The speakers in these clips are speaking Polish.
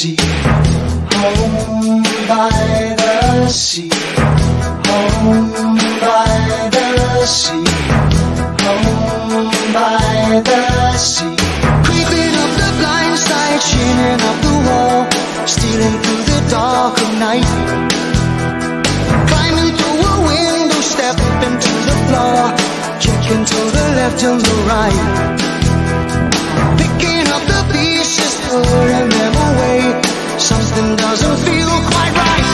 sea, home by the sea, home by the sea, home by the sea. Creeping up the blind side, shimmering up the wall, stealing through the dark of night, climbing through a window, stepping to the floor, checking to the left and the right, picking up the pieces, putting them away. Something doesn't feel quite right.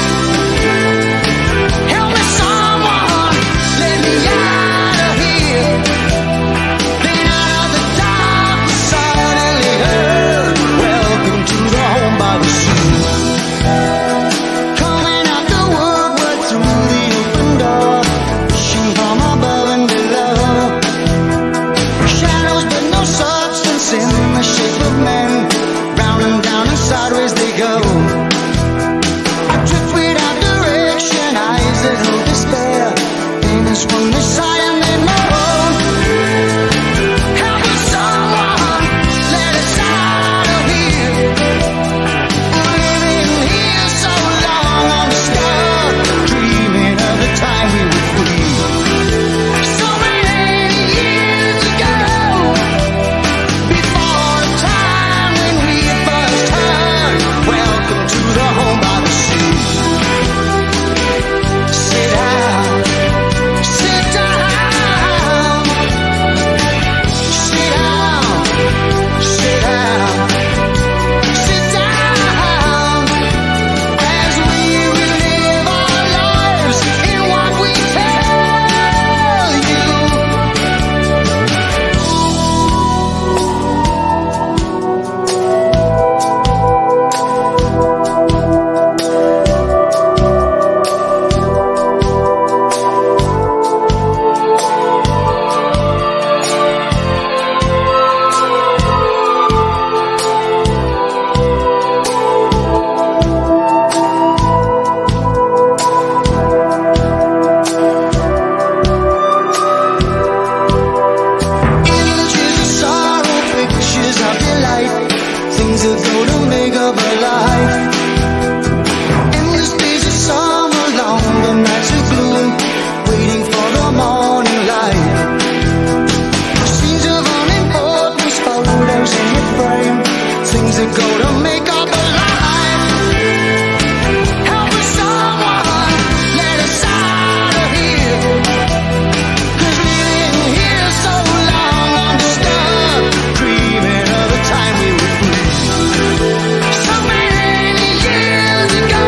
Help me, someone, let me out of here. Then out of the dark, I suddenly heard, welcome to the home by the sea. Coming out the woodwork through the open door, pushing from above and below. Shadows but no substance in the shape of men, round and down and sideways they go. Adrift without direction, eyes that hold despair, things from this side and then more. Help us, someone, let us out of here. We're living here so long on the star, dreaming of the time we were free. So many years ago, before the time when we first heard, welcome to the home by the sea. Sit down, sit down, sit down, sit down, sit down, as we relive our lives in what we tell you. Images of sorrow, pictures of delight, things that go to make up a life. Endless days of summer, longer nights of gloom, waiting for the morning light. Scenes of unimportance, photos in your frame, things that go to make up a life. Help us, someone, let us out of here. 'Cause living here so long undisturbed, dreaming of the time we were free. So many years ago,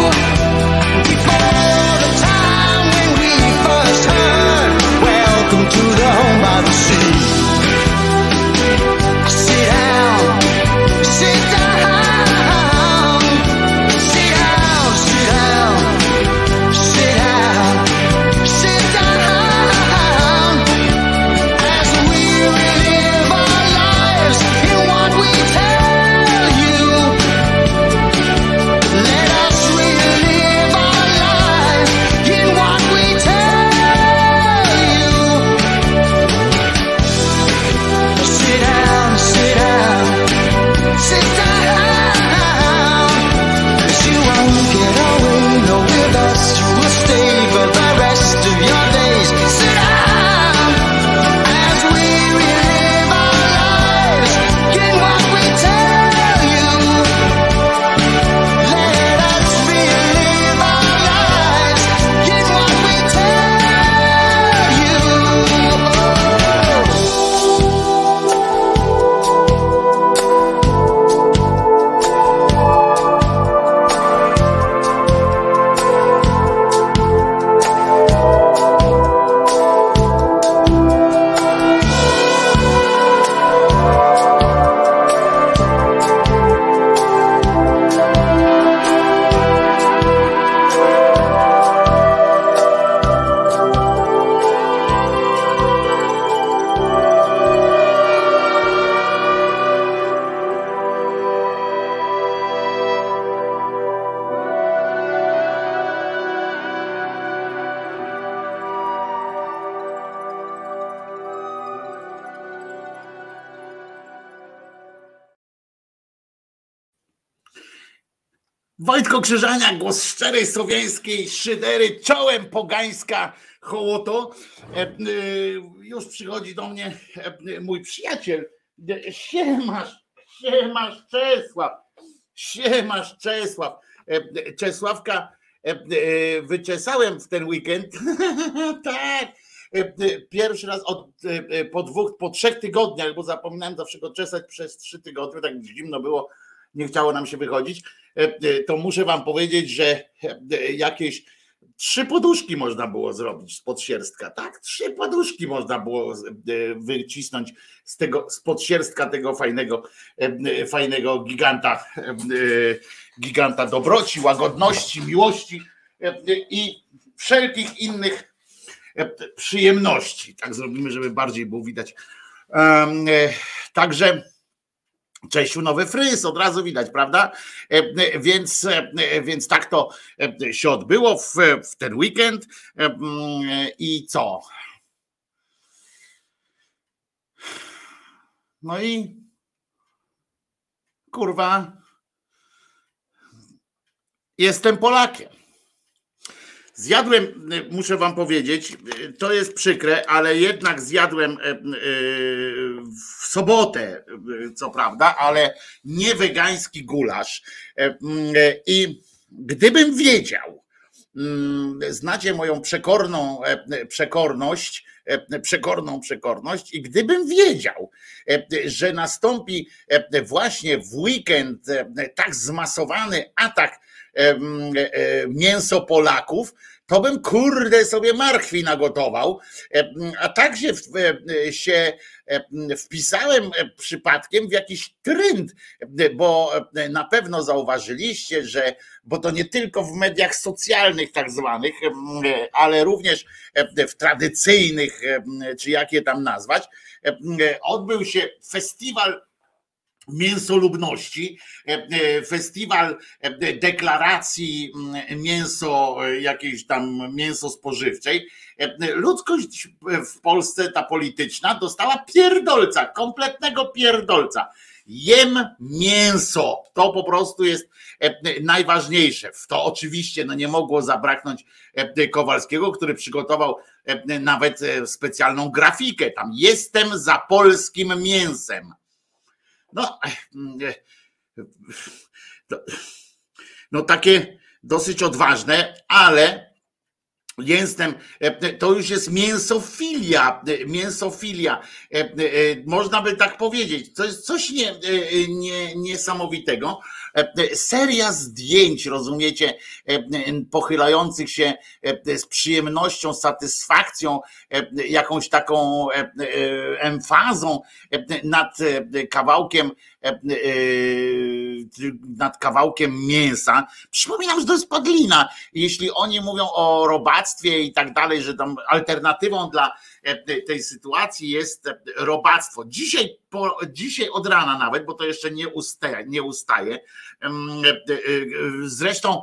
before the time when we first heard, welcome to the home by the sea. Sit down, sit down. Wojtko Krzyżania, głos szczerej słowiańskiej szydery, czołem pogańska hołoto. Już przychodzi do mnie mój przyjaciel. Siemasz Czesław. Siemasz Czesław. Czesławka wyczesałem w ten weekend. Tak. Pierwszy raz po 3 tygodniach, bo zapominałem zawsze go czesać przez 3 tygodnie, tak zimno było, nie chciało nam się wychodzić, to muszę wam powiedzieć, że jakieś 3 poduszki można było zrobić z podsierstka, tak? 3 poduszki można było wycisnąć z podsierstka tego fajnego giganta dobroci, łagodności, miłości i wszelkich innych przyjemności. Tak zrobimy, żeby bardziej było widać. Także Czesiu, nowy fryz, od razu widać, prawda? Więc tak to się odbyło w ten weekend. I co? No i kurwa, jestem Polakiem. Zjadłem, muszę wam powiedzieć, to jest przykre, ale jednak zjadłem w sobotę, co prawda, ale nie wegański gulasz. I gdybym wiedział, znacie moją przekorność i gdybym wiedział, że nastąpi właśnie w weekend tak zmasowany atak mięso Polaków, to bym kurde sobie marchwi nagotował, a także się wpisałem przypadkiem w jakiś trend, bo na pewno zauważyliście, że, bo to nie tylko w mediach socjalnych tak zwanych, ale również w tradycyjnych, czy jak je tam nazwać, odbył się festiwal mięsolubności, festiwal deklaracji jakiejś tam mięso spożywczej. Ludzkość w Polsce, ta polityczna, dostała pierdolca, kompletnego pierdolca. Jem mięso, to po prostu jest najważniejsze. W to oczywiście nie mogło zabraknąć Kowalskiego, który przygotował nawet specjalną grafikę. Tam jestem za polskim mięsem. No takie dosyć odważne, ale to już jest mięsofilia, można by tak powiedzieć, to jest coś niesamowitego. Seria zdjęć, rozumiecie, pochylających się z przyjemnością, satysfakcją, jakąś taką emfazą nad kawałkiem mięsa. Przypominam, że to jest padlina. Jeśli oni mówią o robactwie i tak dalej, że tam alternatywą dla tej sytuacji jest robactwo. Dzisiaj od rana nawet, bo to jeszcze nie ustaje. Zresztą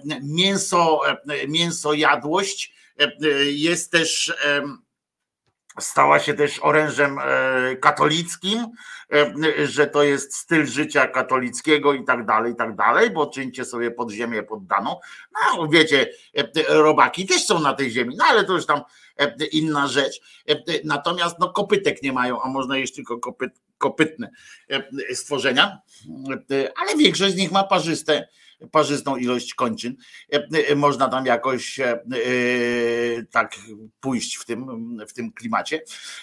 mięsojadłość jest też, stała się też orężem katolickim, że to jest styl życia katolickiego i tak dalej, bo czyńcie sobie pod ziemię poddaną. No wiecie, robaki też są na tej ziemi, no ale to już tam inna rzecz. Natomiast kopytek nie mają, a można jeść tylko kopytne stworzenia, ale większość z nich ma parzystą ilość kończyn. Można tam jakoś tak pójść w tym klimacie.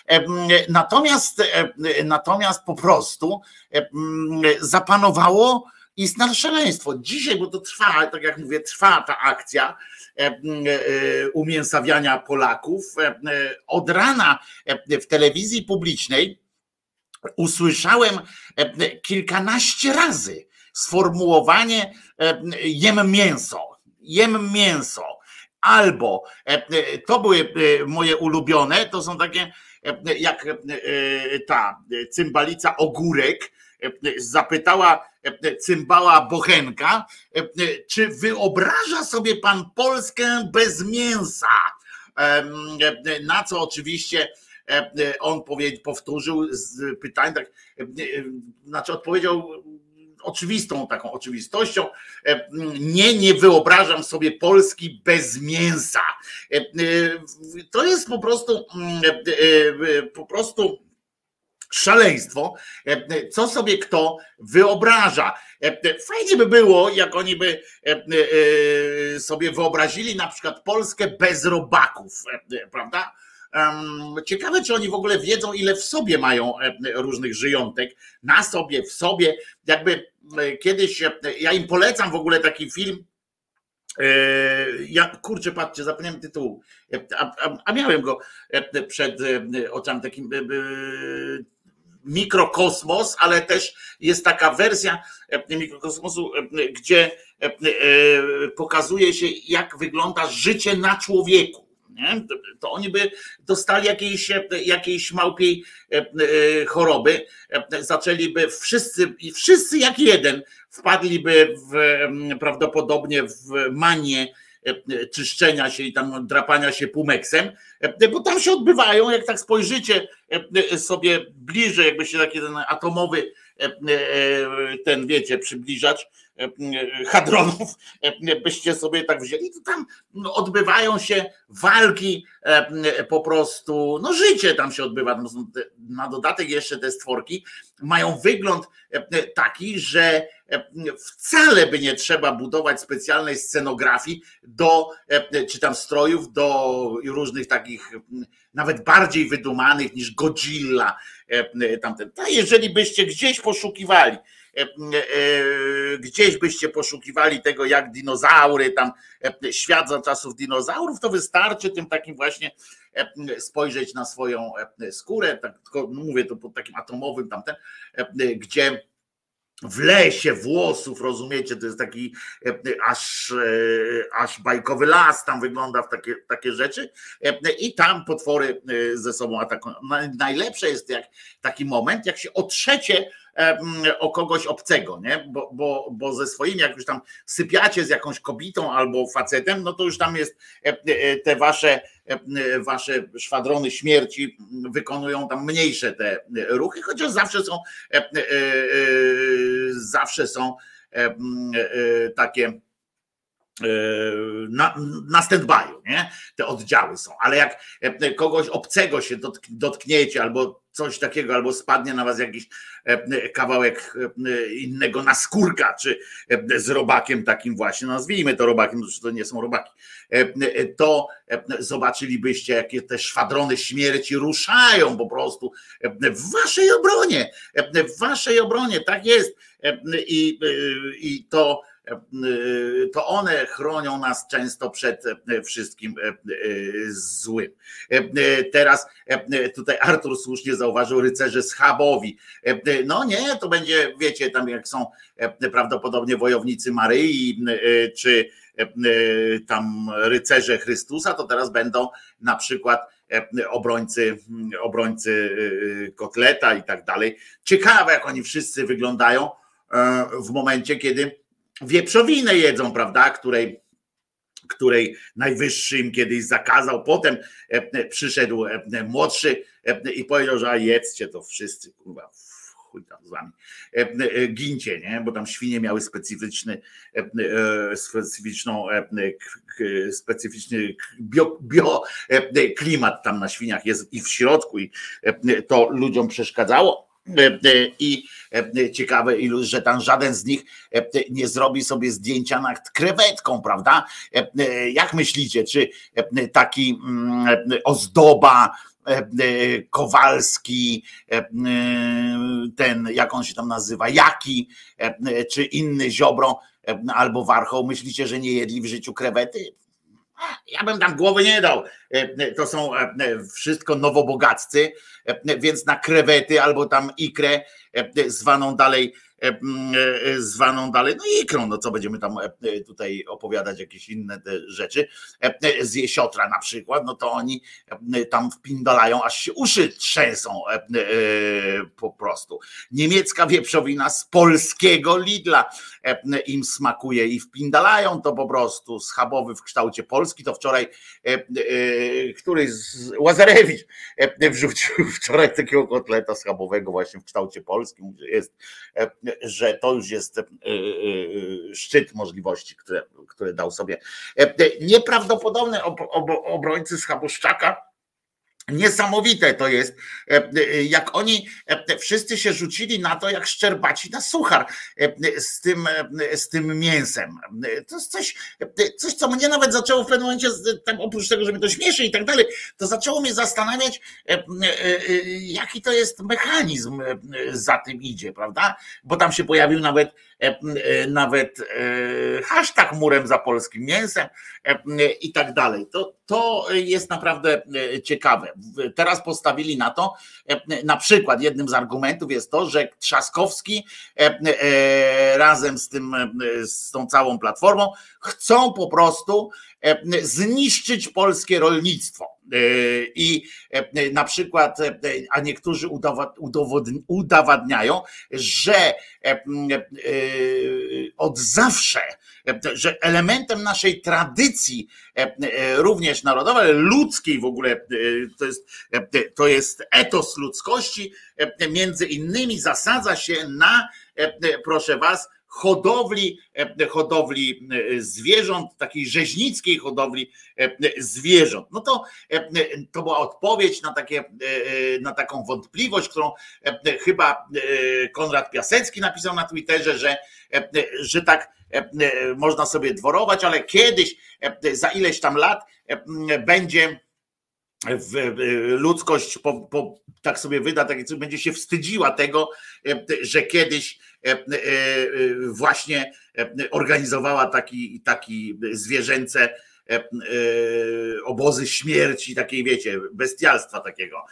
Natomiast po prostu zapanowało istne szaleństwo. Dzisiaj, bo to trwa, tak jak mówię, trwa ta akcja umięsawiania Polaków. Od rana w telewizji publicznej usłyszałem kilkanaście razy sformułowanie jem mięso, albo to były moje ulubione, to są takie jak ta cymbalica Ogórek zapytała cymbała Bochenka, czy wyobraża sobie pan Polskę bez mięsa? Na co oczywiście on powtórzył z pytań, tak, znaczy odpowiedział oczywistą taką oczywistością. Nie wyobrażam sobie Polski bez mięsa. To jest po prostu szaleństwo, co sobie kto wyobraża. Fajnie by było, jak oni by sobie wyobrazili na przykład Polskę bez robaków, prawda? Ciekawe, czy oni w ogóle wiedzą, ile w sobie mają różnych żyjątek, na sobie, w sobie. Jakby kiedyś, ja im polecam w ogóle taki film. Kurczę, patrzcie, zapomniałem tytułu, a miałem go przed oczami, takim Mikrokosmos, ale też jest taka wersja Mikrokosmosu, gdzie pokazuje się, jak wygląda życie na człowieku. Nie? To oni by dostali jakiejś małpiej choroby, zaczęliby wszyscy jak jeden wpadliby prawdopodobnie w manię czyszczenia się i tam drapania się pumeksem, bo tam się odbywają, jak tak spojrzycie sobie bliżej, jakby się taki ten atomowy ten, wiecie, przybliżać hadronów, byście sobie tak wzięli, to tam odbywają się walki po prostu, no życie tam się odbywa. Na dodatek jeszcze te stworki mają wygląd taki, że wcale by nie trzeba budować specjalnej scenografii czy tam strojów do różnych takich nawet bardziej wydumanych niż Godzilla tamten. A jeżeli byście gdzieś byście poszukiwali tego, jak dinozaury, tam świat za czasów dinozaurów, to wystarczy tym takim właśnie spojrzeć na swoją skórę, tak, tylko mówię to pod takim atomowym tamten, gdzie w lesie włosów, rozumiecie, to jest taki aż bajkowy las, tam wygląda w takie rzeczy i tam potwory ze sobą atakują. Najlepsze jest taki moment, jak się otrzecie o kogoś obcego, nie? Bo ze swoimi, jak już tam sypiacie z jakąś kobietą albo facetem, no to już tam jest te wasze szwadrony śmierci wykonują tam mniejsze te ruchy, chociaż zawsze są takie na stand-by'u, nie? Te oddziały są, ale jak kogoś obcego się dotkniecie albo coś takiego, albo spadnie na was jakiś kawałek innego naskórka, czy z robakiem takim właśnie, nazwijmy to robakiem, to nie są robaki, to zobaczylibyście, jakie te szwadrony śmierci ruszają po prostu w waszej obronie, tak jest. I to one chronią nas często przed wszystkim złym. Teraz tutaj Artur słusznie zauważył, rycerze schabowi. No nie, to będzie, wiecie, tam jak są prawdopodobnie wojownicy Maryi, czy tam rycerze Chrystusa, to teraz będą na przykład obrońcy Kotleta i tak dalej. Ciekawe, jak oni wszyscy wyglądają w momencie, kiedy wieprzowinę jedzą, prawda, której najwyższy im kiedyś zakazał, potem przyszedł młodszy i powiedział, że jedzcie to wszyscy, kurwa, chuj tam z wami, gincie, nie, bo tam świnie miały specyficzny klimat tam na świniach jest i w środku i to ludziom przeszkadzało. I ciekawe, że tam żaden z nich nie zrobi sobie zdjęcia nad krewetką, prawda? Jak myślicie, czy taki Ozdoba, Kowalski, ten, jak on się tam nazywa, Jaki, czy inny Ziobro albo Warchoł, myślicie, że nie jedli w życiu krewety? Ja bym tam głowy nie dał. To są wszystko nowobogaccy, więc na krewety albo tam ikrę zwaną dalej, no ikrą, no co będziemy tam tutaj opowiadać jakieś inne te rzeczy, z jesiotra na przykład, no to oni tam wpindalają, aż się uszy trzęsą po prostu. Niemiecka wieprzowina z polskiego Lidla im smakuje i wpindalają to po prostu, schabowy w kształcie Polski, to wczoraj Łazarewicz wrzucił wczoraj takiego kotleta schabowego właśnie w kształcie Polski, jest że to już jest szczyt możliwości, które dał sobie nieprawdopodobne obrońcy Schaboszczaka. Niesamowite to jest, jak oni wszyscy się rzucili na to, jak szczerbaci na suchar z tym mięsem. To jest coś, co mnie nawet zaczęło w pewnym momencie, tam oprócz tego, że mnie to śmieszy i tak dalej, to zaczęło mnie zastanawiać, jaki to jest mechanizm za tym idzie, prawda? Bo tam się pojawił nawet hashtag murem za polskim mięsem i tak dalej. To jest naprawdę ciekawe. Teraz postawili na to, na przykład jednym z argumentów jest to, że Trzaskowski razem z tą całą platformą chcą po prostu zniszczyć polskie rolnictwo. I na przykład, a niektórzy udowadniają, że od zawsze, że elementem naszej tradycji, również narodowej, ale ludzkiej w ogóle, to jest etos ludzkości, między innymi zasadza się na, proszę was, hodowli zwierząt, takiej rzeźnickiej hodowli zwierząt. No to była odpowiedź na taką wątpliwość, którą chyba Konrad Piasecki napisał na Twitterze, że tak można sobie dworować, ale kiedyś, za ileś tam lat będzie ludzkość tak sobie wyda, będzie się wstydziła tego, że kiedyś właśnie organizowała taki zwierzęce obozy śmierci, takiej wiecie, bestialstwa takiego.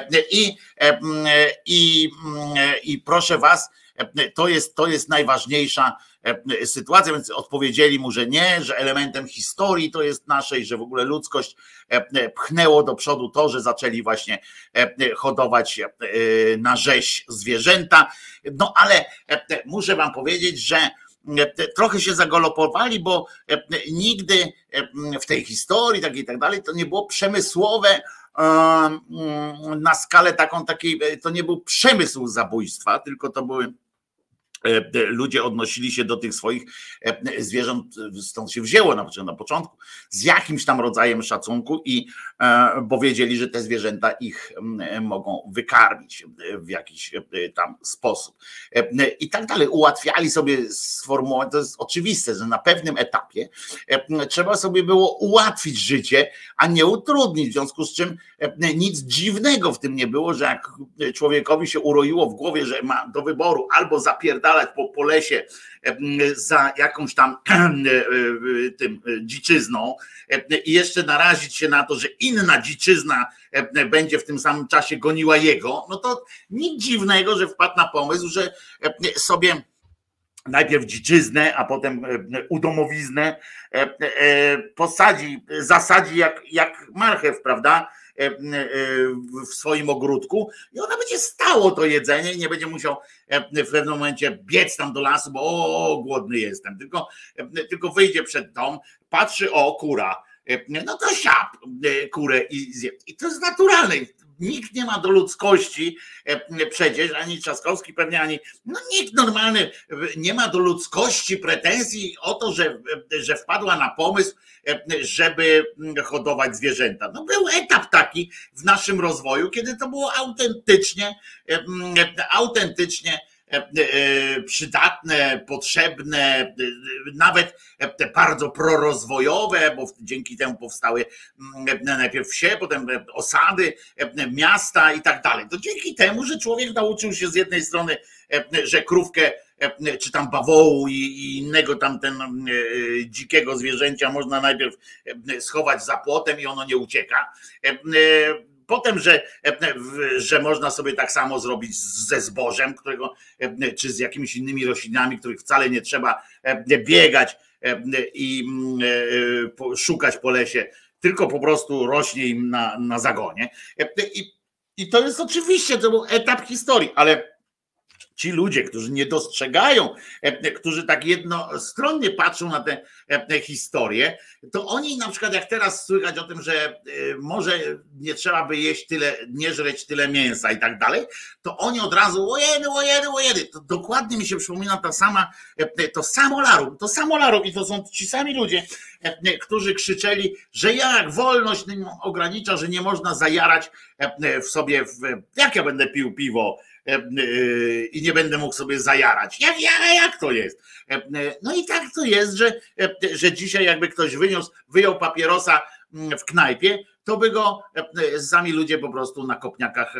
I proszę was, to jest najważniejsza sytuacja, więc odpowiedzieli mu, że nie, że elementem historii to jest naszej, że w ogóle ludzkość pchnęło do przodu to, że zaczęli właśnie hodować na rzeź zwierzęta. No ale muszę wam powiedzieć, że trochę się zagolopowali, bo nigdy w tej historii takiej i tak dalej to nie było przemysłowe na skalę takiej, to nie był przemysł zabójstwa, tylko to były ludzie odnosili się do tych swoich zwierząt, stąd się wzięło na początku, z jakimś tam rodzajem szacunku, bo wiedzieli, że te zwierzęta ich mogą wykarmić w jakiś tam sposób. I tak dalej. Ułatwiali sobie sformułować, to jest oczywiste, że na pewnym etapie trzeba sobie było ułatwić życie, a nie utrudnić, w związku z czym nic dziwnego w tym nie było, że jak człowiekowi się uroiło w głowie, że ma do wyboru albo zapierdalać po lesie za jakąś tam tym dziczyzną i jeszcze narazić się na to, że inna dziczyzna będzie w tym samym czasie goniła jego, no to nic dziwnego, że wpadł na pomysł, że sobie najpierw dziczyznę, a potem udomowiznę zasadzi jak marchew, prawda? W swoim ogródku i ona będzie stało to jedzenie i nie będzie musiał w pewnym momencie biec tam do lasu, bo głodny jestem, tylko wyjdzie przed dom, patrzy, kura, no to siap kurę i zje. I to jest naturalne. Nikt nie ma do ludzkości przecież, ani Trzaskowski pewnie, ani nikt normalny nie ma do ludzkości pretensji o to, że wpadła na pomysł, żeby hodować zwierzęta. No był etap taki w naszym rozwoju, kiedy to było autentycznie przydatne, potrzebne, nawet bardzo prorozwojowe, bo dzięki temu powstały najpierw wsie, potem osady, miasta i tak dalej. To dzięki temu, że człowiek nauczył się z jednej strony, że krówkę czy tam bawołu i innego tamten dzikiego zwierzęcia można najpierw schować za płotem i ono nie ucieka. Potem, że można sobie tak samo zrobić ze zbożem, czy z jakimiś innymi roślinami, których wcale nie trzeba biegać i szukać po lesie, tylko po prostu rośnie im na zagonie. I to jest oczywiście, to był etap historii, ale ci ludzie, którzy nie dostrzegają, którzy tak jednostronnie patrzą na tę historię, to oni na przykład jak teraz słychać o tym, że może nie trzeba by jeść tyle, nie żreć tyle mięsa i tak dalej, to oni od razu ojedy. To dokładnie mi się przypomina to samo larum i to są ci sami ludzie, którzy krzyczeli, że jak wolność ogranicza, że nie można zajarać w sobie, jak ja będę pił piwo i nie będę mógł sobie zajarać. Jak to jest? No i tak to jest, że dzisiaj jakby ktoś wyjął papierosa w knajpie, to by go sami ludzie po prostu na kopniakach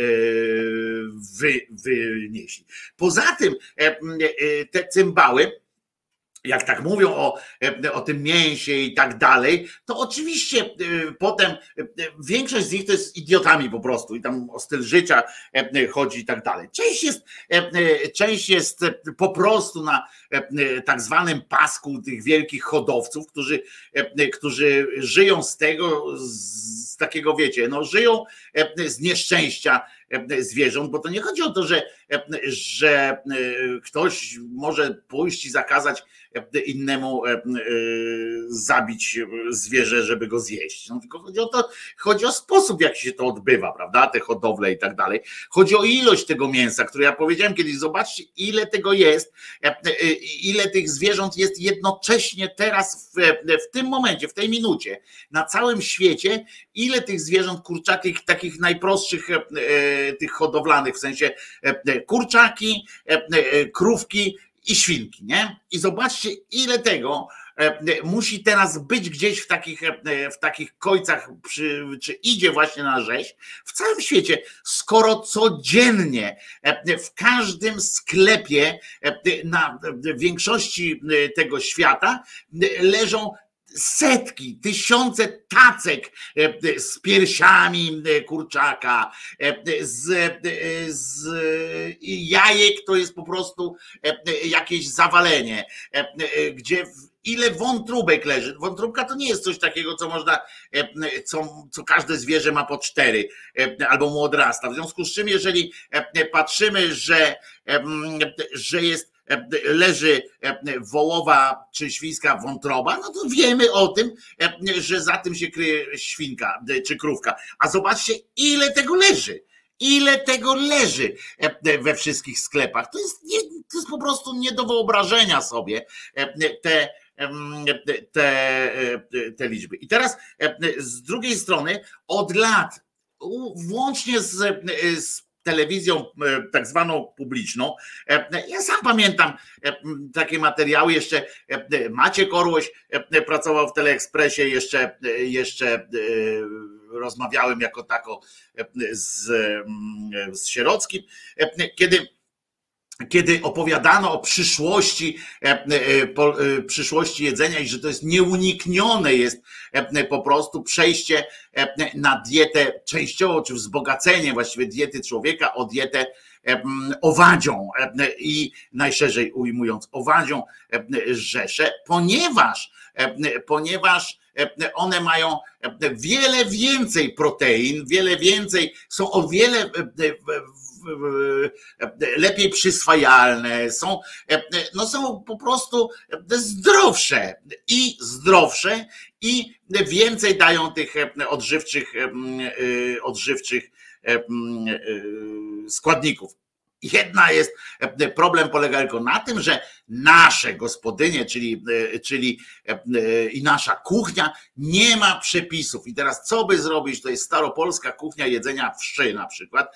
wynieśli. Poza tym te cymbały, jak tak mówią o tym mięsie i tak dalej, to oczywiście potem większość z nich to jest idiotami po prostu i tam o styl życia chodzi i tak dalej. Część jest po prostu na tak zwanym pasku tych wielkich hodowców, którzy żyją z tego, z takiego wiecie, no żyją z nieszczęścia zwierząt, bo to nie chodzi o to, że ktoś może pójść i zakazać innemu zabić zwierzę, żeby go zjeść. No, tylko chodzi o sposób, jak się to odbywa, prawda? Te hodowle i tak dalej. Chodzi o ilość tego mięsa, które ja powiedziałem kiedyś. Zobaczcie, ile tego jest, ile tych zwierząt jest jednocześnie teraz w tym momencie, w tej minucie, na całym świecie, ile tych zwierząt, kurczaki, takich najprostszych, tych hodowlanych, w sensie kurczaki, krówki i świnki, nie? I zobaczcie, ile tego musi teraz być gdzieś w takich kojcach, czy idzie właśnie na rzeź w całym świecie, skoro codziennie w każdym sklepie na większości tego świata leżą setki, tysiące tacek z piersiami kurczaka, z jajek, to jest po prostu jakieś zawalenie, gdzie ile wątróbek leży. Wątróbka to nie jest coś takiego, co można, co każde zwierzę ma po 4 albo mu odrasta. W związku z czym, jeżeli patrzymy, że leży wołowa czy świńska wątroba, no to wiemy o tym, że za tym się kryje świnka czy krówka. A zobaczcie, ile tego leży. Ile tego leży we wszystkich sklepach. To jest po prostu nie do wyobrażenia sobie te liczby. I teraz z drugiej strony od lat, włącznie z telewizją tak zwaną publiczną. Ja sam pamiętam takie materiały, jeszcze Maciek Orłoś pracował w Teleekspresie, jeszcze rozmawiałem jako tako z Sierockim, kiedy opowiadano o przyszłości jedzenia i że to jest nieuniknione jest po prostu przejście na dietę częściowo, czy wzbogacenie właściwie diety człowieka o dietę owadzią i najszerzej ujmując owadzią rzeszę, ponieważ one mają wiele więcej protein, wiele więcej, są o wiele lepiej przyswajalne, są po prostu zdrowsze i więcej dają tych odżywczych składników. Problem polega tylko na tym, że nasze gospodynie, czyli i nasza kuchnia nie ma przepisów. I teraz co by zrobić, to jest staropolska kuchnia jedzenia wszy na przykład,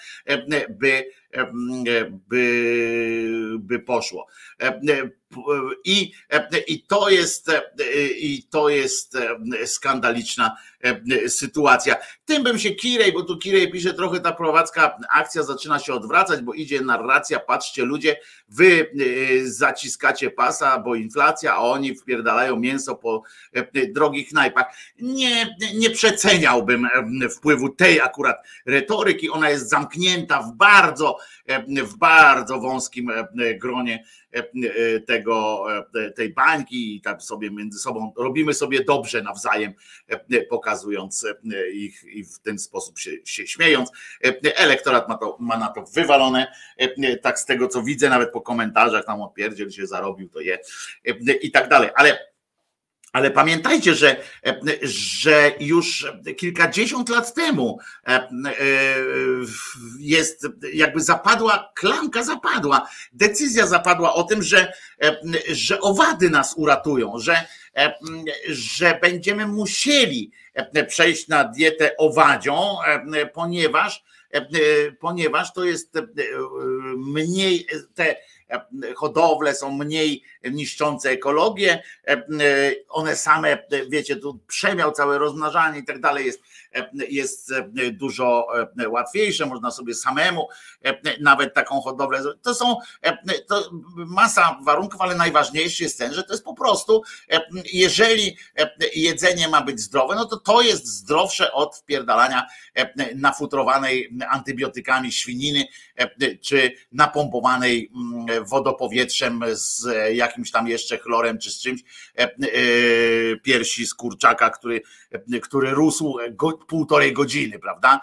by poszło. I to jest skandaliczna sytuacja. Tym bym się Kirej, bo tu Kirej pisze, trochę ta prowadzka akcja zaczyna się odwracać, bo idzie narracja, patrzcie ludzie, wy zaciskacie pasa, bo inflacja, a oni wpierdalają mięso po drogich knajpach. Nie przeceniałbym wpływu tej akurat retoryki, ona jest zamknięta w bardzo w bardzo wąskim gronie tej bańki i tak sobie między sobą robimy sobie dobrze nawzajem, pokazując ich i w ten sposób się śmiejąc. Elektorat ma na to wywalone, tak z tego co widzę, nawet po komentarzach tam odpierdziel się zarobił, to je i tak dalej, ale pamiętajcie, że już kilkadziesiąt lat temu jest jakby decyzja zapadła o tym, że owady nas uratują, że będziemy musieli przejść na dietę owadzią, ponieważ to jest mniej, te hodowle są mniej niszczące ekologię, one same, wiecie, tu przemiał, całe rozmnażanie i tak dalej jest dużo łatwiejsze, można sobie samemu nawet taką hodowlę, to masa warunków, ale najważniejszy jest ten, że to jest po prostu, jeżeli jedzenie ma być zdrowe, no to jest zdrowsze od wpierdalania nafutrowanej antybiotykami świniny, czy napompowanej wodopowietrzem z jakimś tam jeszcze chlorem, czy z czymś, piersi z kurczaka, który rósł 1,5 godziny, prawda?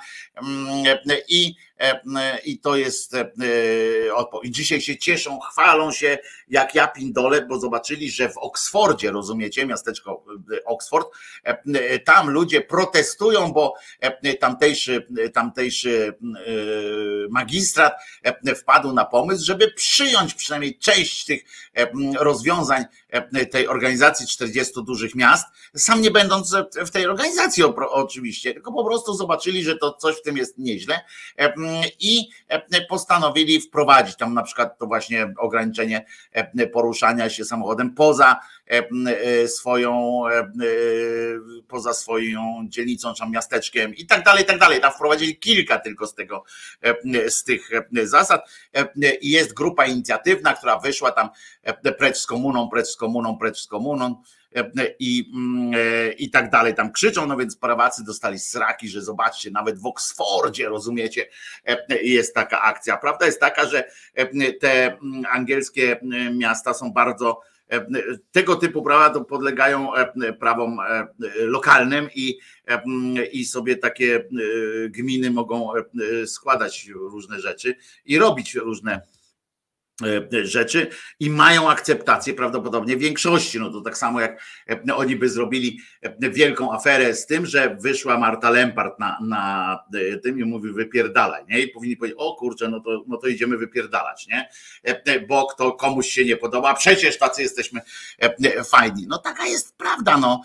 I to jest odpowiedź. I dzisiaj się cieszą, chwalą się, jak ja pindolę, bo zobaczyli, że w Oksfordzie, rozumiecie, miasteczko Oxford, tam ludzie protestują, bo tamtejszy magistrat wpadł na pomysł, żeby przyjąć przynajmniej część tych rozwiązań tej organizacji 40 dużych miast, sam nie będąc w tej organizacji oczywiście, tylko po prostu zobaczyli, że to coś w tym jest nieźle i postanowili wprowadzić tam na przykład to właśnie ograniczenie poruszania się samochodem poza swoją dzielnicą, czy tam miasteczkiem i tak dalej, i tak dalej. Tam wprowadzili kilka tylko z tych zasad i jest grupa inicjatywna, która wyszła tam precz z komuną, precz z komuną, precz z komuną i tak dalej, tam krzyczą, no więc prawacy dostali sraki, że zobaczcie, nawet w Oksfordzie, rozumiecie, jest taka akcja. Prawda jest taka, że te angielskie miasta są bardzo tego typu prawa to podlegają prawom lokalnym i sobie takie gminy mogą składać różne rzeczy i robić różne rzeczy i mają akceptację prawdopodobnie większości. No to tak samo jak oni by zrobili wielką aferę z tym, że wyszła Marta Lempart na tym i mówi wypierdalaj, nie? I powinni powiedzieć, o kurczę, no to idziemy wypierdalać, nie? Bo komuś się nie podoba, przecież tacy jesteśmy fajni. No taka jest prawda, no.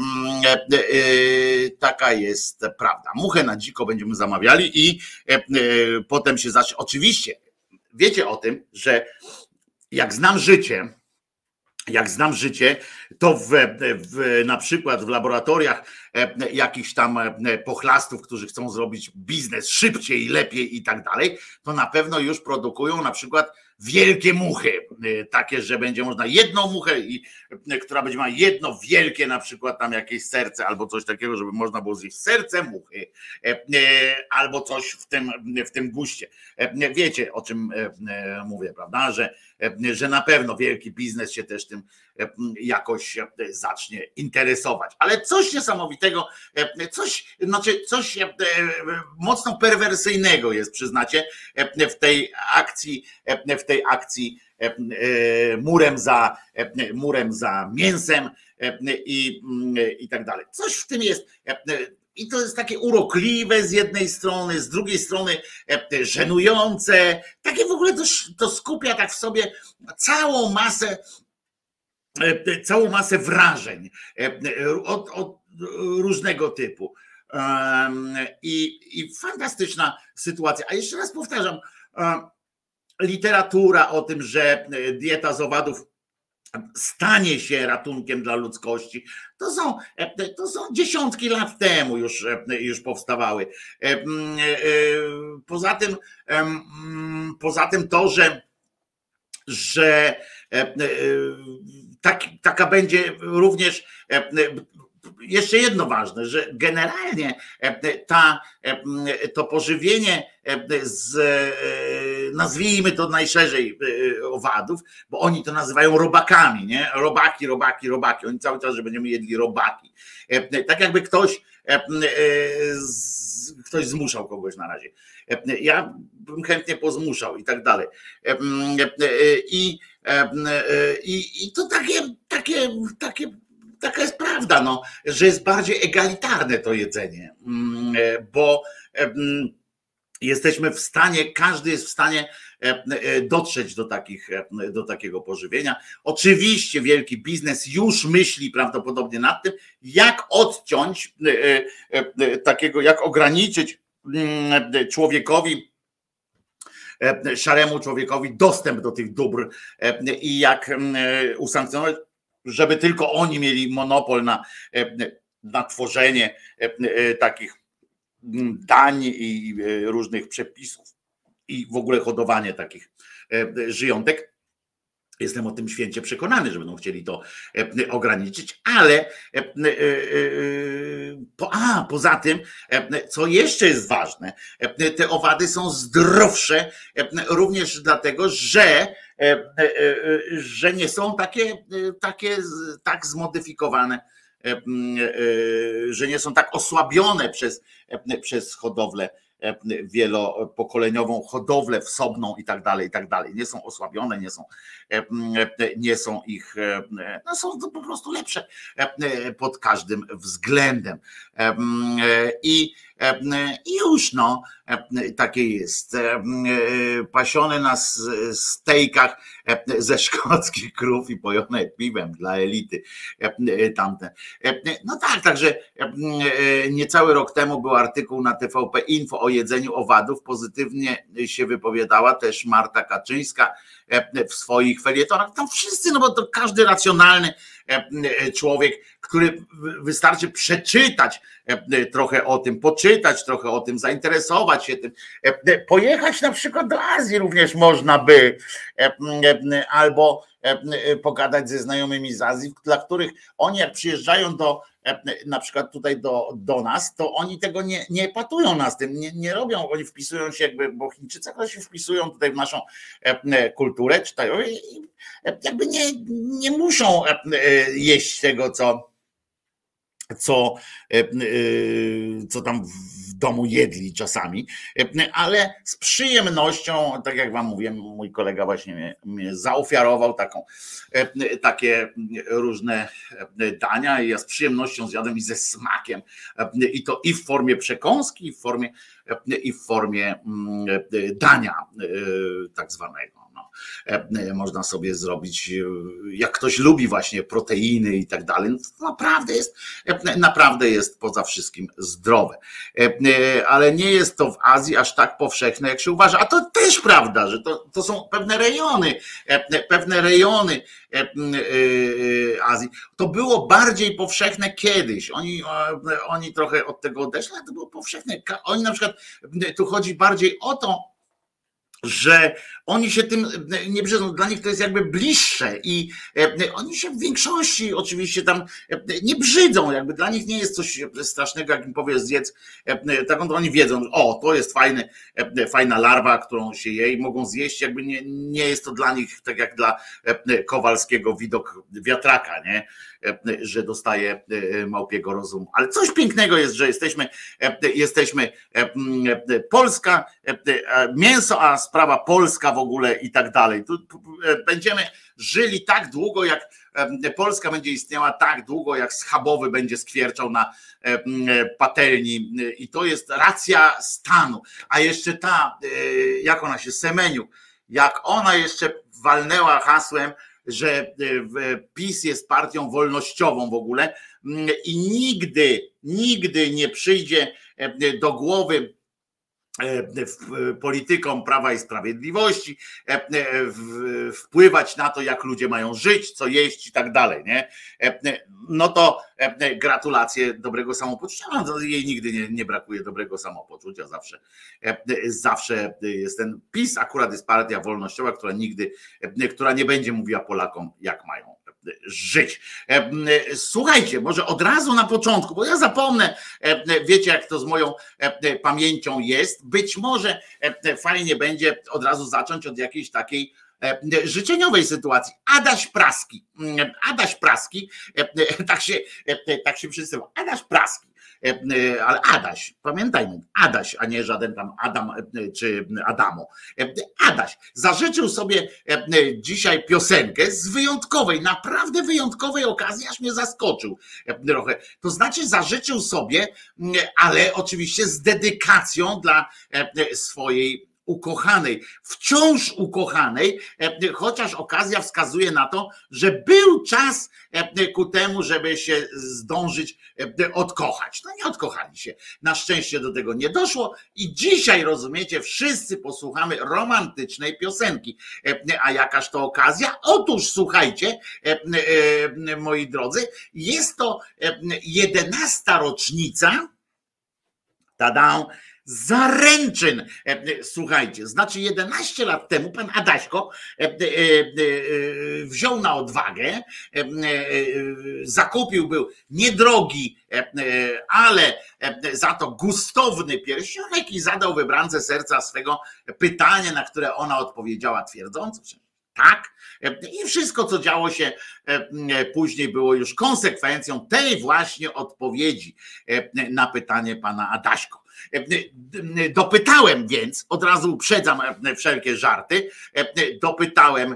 Taka jest prawda. Muchę na dziko będziemy zamawiali i potem się zacznie, oczywiście wiecie o tym, że jak znam życie, to na przykład w laboratoriach jakichś tam pochlastów, którzy chcą zrobić biznes szybciej, lepiej i tak dalej, to na pewno już produkują na przykład wielkie muchy, takie, że będzie można jedną muchę, która będzie miała jedno wielkie na przykład tam jakieś serce albo coś takiego, żeby można było zjeść serce muchy albo coś w tym guście. Wiecie, o czym mówię, prawda, że na pewno wielki biznes się też tym jakoś zacznie interesować. Ale coś niesamowitego, coś mocno perwersyjnego jest, przyznacie, w tej akcji murem za mięsem i tak dalej. Coś w tym jest. I to jest takie urokliwe z jednej strony, z drugiej strony żenujące. Takie w ogóle to skupia tak w sobie całą masę wrażeń od różnego typu. I fantastyczna sytuacja. A jeszcze raz powtarzam, literatura o tym, że dieta z owadów stanie się ratunkiem dla ludzkości, to są dziesiątki lat temu już powstawały. Poza tym to, że taka będzie również jeszcze jedno ważne, że generalnie to pożywienie nazwijmy to najszerzej owadów, bo oni to nazywają robakami, nie? Robaki, robaki, robaki. Oni cały czas, że będziemy jedli robaki. Tak jakby ktoś zmuszał kogoś na razie. Ja bym chętnie pozmuszał i tak dalej. I to taka jest prawda, no, że jest bardziej egalitarne to jedzenie, bo jesteśmy w stanie, każdy jest w stanie dotrzeć do takiego pożywienia. Oczywiście wielki biznes już myśli prawdopodobnie nad tym, jak odciąć takiego, jak ograniczyć człowiekowi, szaremu człowiekowi dostęp do tych dóbr i jak usankcjonować, żeby tylko oni mieli monopol na tworzenie takich dań i różnych przepisów i w ogóle hodowanie takich żyjątek. Jestem o tym święcie przekonany, że będą chcieli to ograniczyć, ale poza tym, co jeszcze jest ważne, te owady są zdrowsze również dlatego, że nie są tak zmodyfikowane, że nie są tak osłabione przez hodowlę wielopokoleniową, hodowlę wsobną i tak dalej, nie są osłabione, nie są ich, no są to po prostu lepsze pod każdym względem. I już no, takie jest. Pasione na stejkach ze szkockich krów i pojone piwem dla elity tamte. No tak, także niecały rok temu był artykuł na TVP Info o jedzeniu owadów. Pozytywnie się wypowiadała też Marta Kaczyńska w swoich felietonach. Tam wszyscy, no bo to każdy racjonalny człowiek, który wystarczy przeczytać trochę o tym, poczytać trochę o tym, zainteresować się tym, pojechać na przykład do Azji również można by, albo pogadać ze znajomymi z Azji, dla których oni jak przyjeżdżają na przykład tutaj do nas, to oni tego nie patują nas tym, nie robią, oni wpisują się jakby, bo Chińczycy się wpisują tutaj w naszą kulturę, czytają i jakby nie muszą jeść tego, co tam w domu jedli czasami, ale z przyjemnością, tak jak wam mówiłem, mój kolega właśnie mnie zaofiarował takie różne dania i ja z przyjemnością zjadłem i ze smakiem, i to i w formie przekąski, i w formie dania tak zwanego. Można sobie zrobić, jak ktoś lubi właśnie proteiny i tak dalej, naprawdę jest poza wszystkim zdrowe. Ale nie jest to w Azji aż tak powszechne, jak się uważa. A to też prawda, że to są pewne rejony Azji. To było bardziej powszechne kiedyś. Oni trochę od tego odeszli, ale to było powszechne. Oni na przykład, tu chodzi bardziej o to, że oni się tym nie brzydzą, dla nich to jest jakby bliższe i oni się w większości oczywiście tam nie brzydzą, jakby dla nich nie jest coś strasznego, jak im powiesz zjedz taką, to oni wiedzą, o to jest fajna larwa, którą się je i mogą zjeść, jakby nie jest to dla nich tak jak dla Kowalskiego widok wiatraka, nie? Że dostaje małpiego rozumu. Ale coś pięknego jest, że jesteśmy Polska, mięso, a sprawa Polska w ogóle i tak dalej. Tu będziemy żyli tak długo, jak Polska będzie istniała tak długo, jak schabowy będzie skwierczał na patelni i to jest racja stanu. A jeszcze jak ona się, Semeniuk, jak ona jeszcze walnęła hasłem, że PiS jest partią wolnościową w ogóle i nigdy nie przyjdzie do głowy politykom Prawa i Sprawiedliwości wpływać na to, jak ludzie mają żyć, co jeść i tak dalej, nie? No to gratulacje dobrego samopoczucia. Jej nigdy nie brakuje dobrego samopoczucia, zawsze jest ten PiS, akurat jest partia wolnościowa, która nie będzie mówiła Polakom, jak mają żyć. Słuchajcie, może od razu na początku, bo ja zapomnę, wiecie jak to z moją pamięcią jest, być może fajnie będzie od razu zacząć od jakiejś takiej życzeniowej sytuacji. Adaś Praski, tak się przedstawiał, Adaś Praski, ale Adaś, pamiętajmy, Adaś, a nie żaden tam Adam czy Adamo. Adaś zażyczył sobie dzisiaj piosenkę z wyjątkowej, naprawdę wyjątkowej okazji, aż mnie zaskoczył trochę. To znaczy zażyczył sobie, ale oczywiście z dedykacją dla swojej ukochanej, wciąż ukochanej, chociaż okazja wskazuje na to, że był czas ku temu, żeby się zdążyć odkochać. No nie odkochali się. Na szczęście do tego nie doszło i dzisiaj, rozumiecie, wszyscy posłuchamy romantycznej piosenki. A jakaż to okazja? Otóż słuchajcie, moi drodzy, jest to 11. rocznica, tada, zaręczyn. Słuchajcie, znaczy 11 lat temu pan Adaśko wziął na odwagę, zakupił, był niedrogi, ale za to gustowny pierścionek i zadał wybrance serca swego pytanie, na które ona odpowiedziała twierdząco, że tak. I wszystko, co działo się później, było już konsekwencją tej właśnie odpowiedzi na pytanie pana Adaśko. Dopytałem więc, od razu uprzedzam wszelkie żarty, dopytałem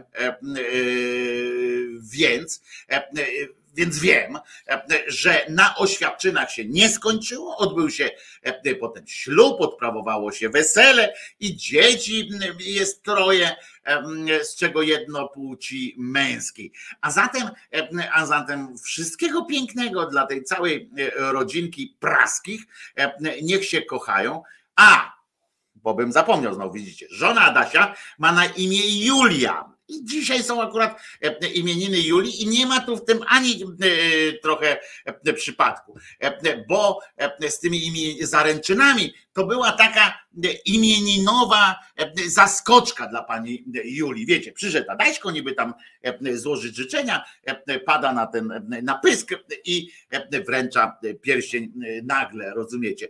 więc wiem, że na oświadczynach się nie skończyło, odbył się potem ślub, odprawowało się wesele i dzieci jest 3, z czego jedno płci męskiej. A zatem wszystkiego pięknego dla tej całej rodzinki Praskich, niech się kochają, bo bym zapomniał znowu, widzicie, żona Adasia ma na imię Julia. I dzisiaj są akurat imieniny Julii i nie ma tu w tym ani trochę przypadku, bo z tymi zaręczynami to była taka imieninowa zaskoczka dla pani Julii. Wiecie, przyszedł Adaśko, niby tam złożyć życzenia, pada na pysk i wręcza pierścień nagle, rozumiecie.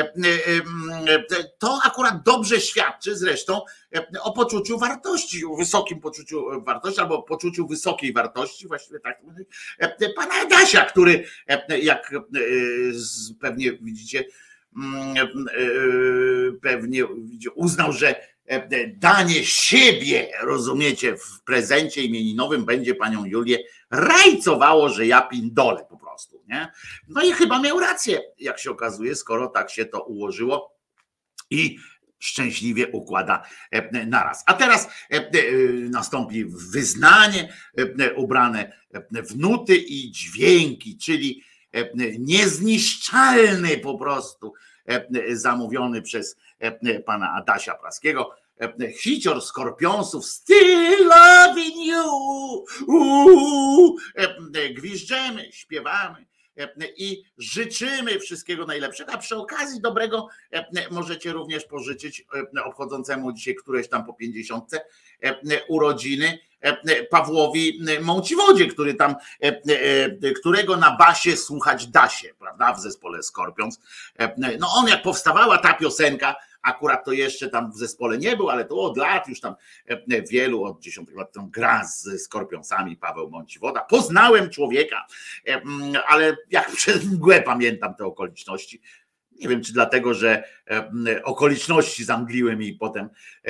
To akurat dobrze świadczy zresztą o poczuciu wartości, o wysokim poczuciu wartości, albo poczuciu wysokiej wartości, właściwie tak pana Adasia, który, jak pewnie widzicie, uznał, że danie siebie, rozumiecie, w prezencie imieninowym będzie panią Julię rajcowało, że ja pindolę po prostu, nie? No i chyba miał rację, jak się okazuje, skoro tak się to ułożyło i szczęśliwie układa naraz. A teraz nastąpi wyznanie ubrane w nuty i dźwięki, czyli niezniszczalny po prostu, zamówiony przez pana Adasia Praskiego hicior Skorpionsów Still Loving You. Gwiżdżemy, śpiewamy i życzymy wszystkiego najlepszego, a przy okazji dobrego możecie również pożyczyć obchodzącemu dzisiaj któreś tam po 50 urodziny Pawłowi Mąciwodzie, którego na basie słuchać da się, prawda, w zespole Scorpions. No on, jak powstawała ta piosenka, akurat to jeszcze tam w zespole nie był, ale to od lat już tam wielu, od 10 lat tam gra z Scorpionsami Paweł Mąciwoda. Poznałem człowieka, ale jak przez mgłę pamiętam te okoliczności. Nie wiem, czy dlatego, że okoliczności zamgliły mi potem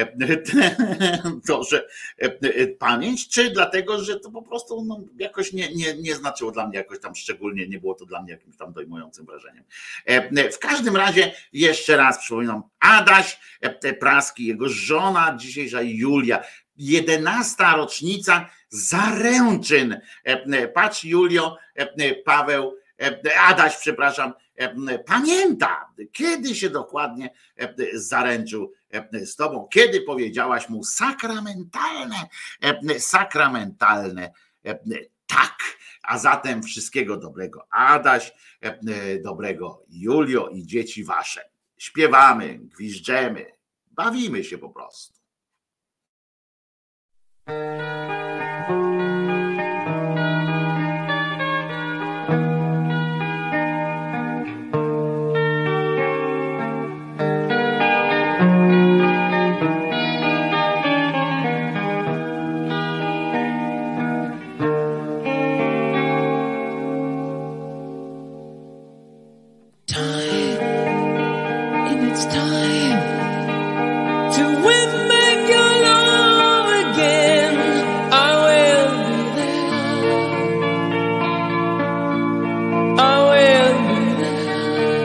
to, że pamięć, czy dlatego, że to po prostu jakoś nie znaczyło dla mnie jakoś tam szczególnie, nie było to dla mnie jakimś tam dojmującym wrażeniem. W każdym razie jeszcze raz przypominam, Adaś Praski, jego żona dzisiejsza Julia, 11. rocznica zaręczyn. Patrz, Julio, Adaś, przepraszam, pamięta, kiedy się dokładnie zaręczył z tobą, kiedy powiedziałaś mu sakramentalne tak. A zatem wszystkiego dobrego, Adaś, dobrego Julio i dzieci wasze. Śpiewamy, gwiżdżemy, bawimy się po prostu. to win back your love again. I will be there. I will be there.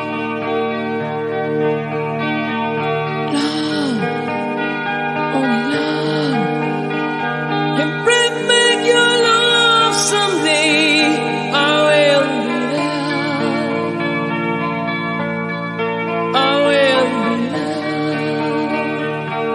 Love, only love can bring back your love someday. I will be there. I will be there.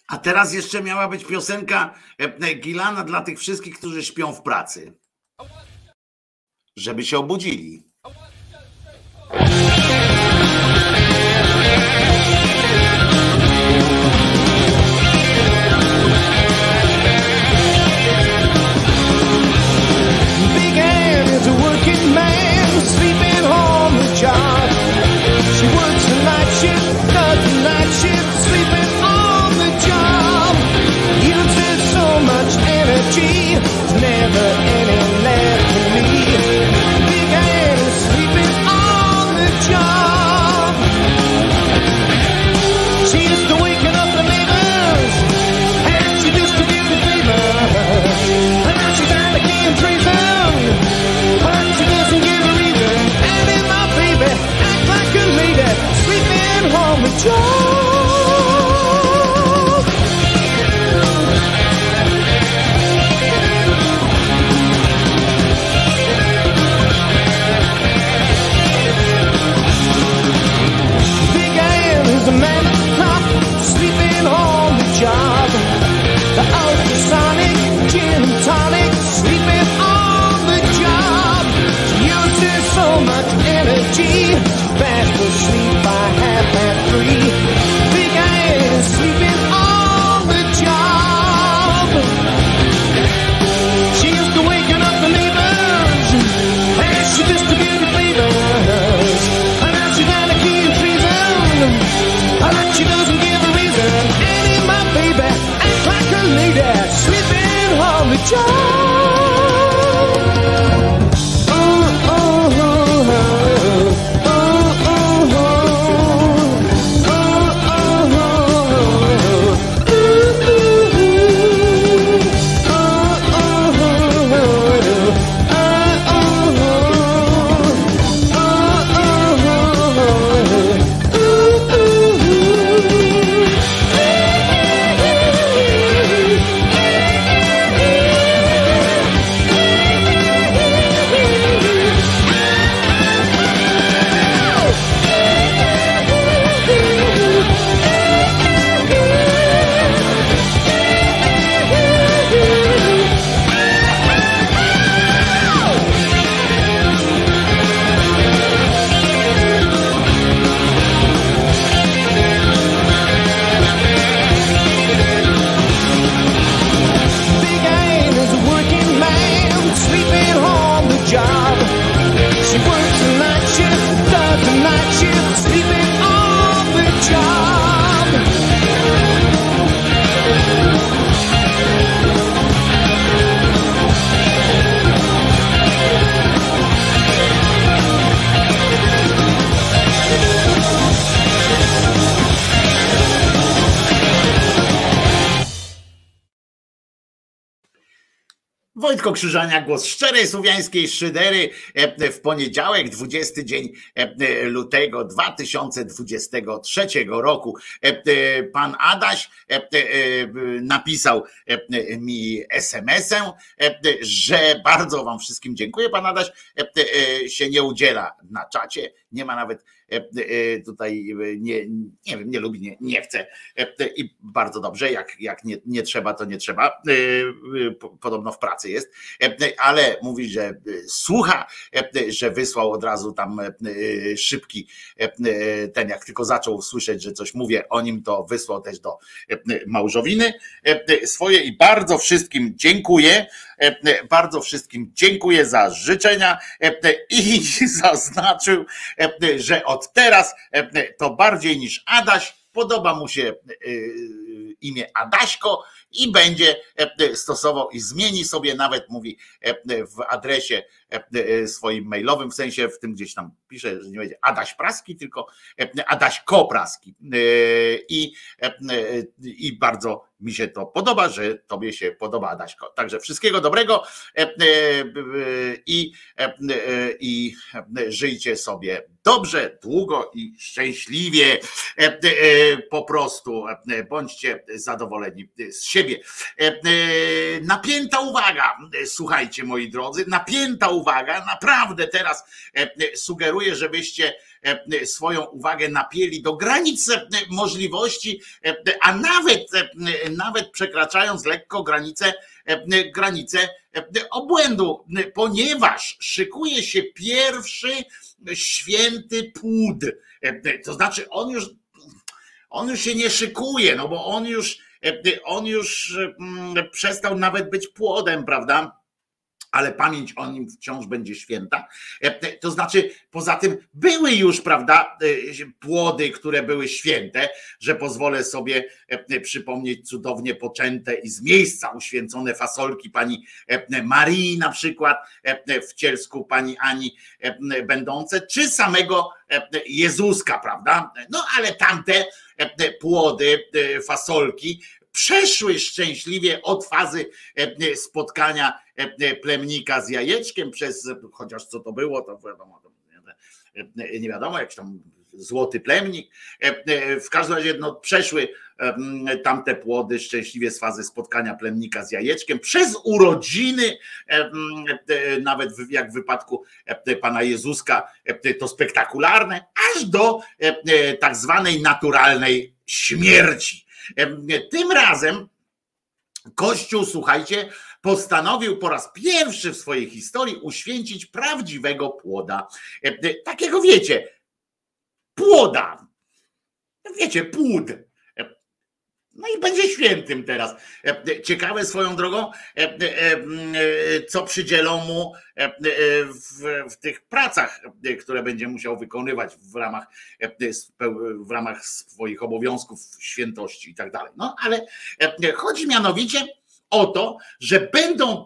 A teraz jeszcze miała być piosenka Gilana dla tych wszystkich, którzy śpią w pracy. Żeby się obudzili. Big Ann is a working man, sleeping on the job. She works the night shift, does the night shift, sleeping on the job. Uses so much energy, there's never any left for me. Big Ann is sleeping on the job. She used to waking up the neighbors, and she distributed favors. And now she's out of key and treason, but she doesn't give a reason. And in my baby, act like a lady, sleeping on the job. Big Ann is a man cop, sleeping on the job. The ultrasonic gin and tonic, sleeping on the job. She uses so much energy, fast asleep by 3:30. Big Ann is sleeping on the job. She used to waking up the neighbors, and she distributed flavors. And now she's down to key and treason, but she doesn't give a reason. Annie, my baby, act like a lady, sleeping on the job. Big Ann is a working man, sleeping on the job. She works the night shift, does the night shift, sleeping on the job. Wojtko Krzyżania, głos szczerej słowiańskiej szydery w poniedziałek, 20 dzień lutego 2023 roku. Pan Adaś napisał mi SMS-em, że bardzo wam wszystkim dziękuję. Pan Adaś się nie udziela na czacie, nie ma nawet tutaj, nie wiem, nie lubi, nie chce i bardzo dobrze, jak nie trzeba, to nie trzeba, podobno w pracy jest, ale mówi, że słucha, że wysłał od razu tam szybki, ten jak tylko zaczął słyszeć, że coś mówię o nim, to wysłał też do małżowiny swoje i bardzo wszystkim dziękuję za życzenia i zaznaczył, że od teraz to bardziej niż Adaś podoba mu się imię Adaśko i będzie stosował i zmieni sobie, nawet mówi w adresie swoim mailowym, w sensie w tym gdzieś tam pisze, że nie będzie Adaś Praski, tylko Adaśko Praski. I bardzo mi się to podoba, że tobie się podoba, Adaśko. Także wszystkiego dobrego i żyjcie sobie dobrze, długo i szczęśliwie. Po prostu bądźcie bądźcie zadowoleni z siebie. Napięta uwaga, słuchajcie moi drodzy, napięta uwaga, naprawdę teraz sugeruję, żebyście swoją uwagę napięli do granic możliwości, a nawet przekraczając lekko granice obłędu, ponieważ szykuje się pierwszy święty płód. To znaczy on już się nie szykuje, no bo on już przestał nawet być płodem, prawda? Ale pamięć o nim wciąż będzie święta. To znaczy, poza tym były już, prawda, płody, które były święte, że pozwolę sobie przypomnieć cudownie poczęte i z miejsca uświęcone fasolki pani Marii na przykład, w Cielsku pani Ani będące, czy samego Jezuska, prawda? No ale tamte płody, fasolki przeszły szczęśliwie od fazy spotkania plemnika z jajeczkiem chociaż co to było, to wiadomo, nie wiadomo, jakiś tam złoty plemnik. W każdym razie przeszły tamte płody szczęśliwie z fazy spotkania plemnika z jajeczkiem przez urodziny, nawet jak w wypadku pana Jezuska to spektakularne, aż do tak zwanej naturalnej śmierci. Tym razem Kościół, słuchajcie, postanowił po raz pierwszy w swojej historii uświęcić prawdziwego płoda. Takiego wiecie, płoda. Wiecie, płód. No i będzie świętym teraz. Ciekawe swoją drogą, co przydzielą mu w tych pracach, które będzie musiał wykonywać w ramach swoich obowiązków, świętości i tak dalej. No ale chodzi mianowicie o to, że będą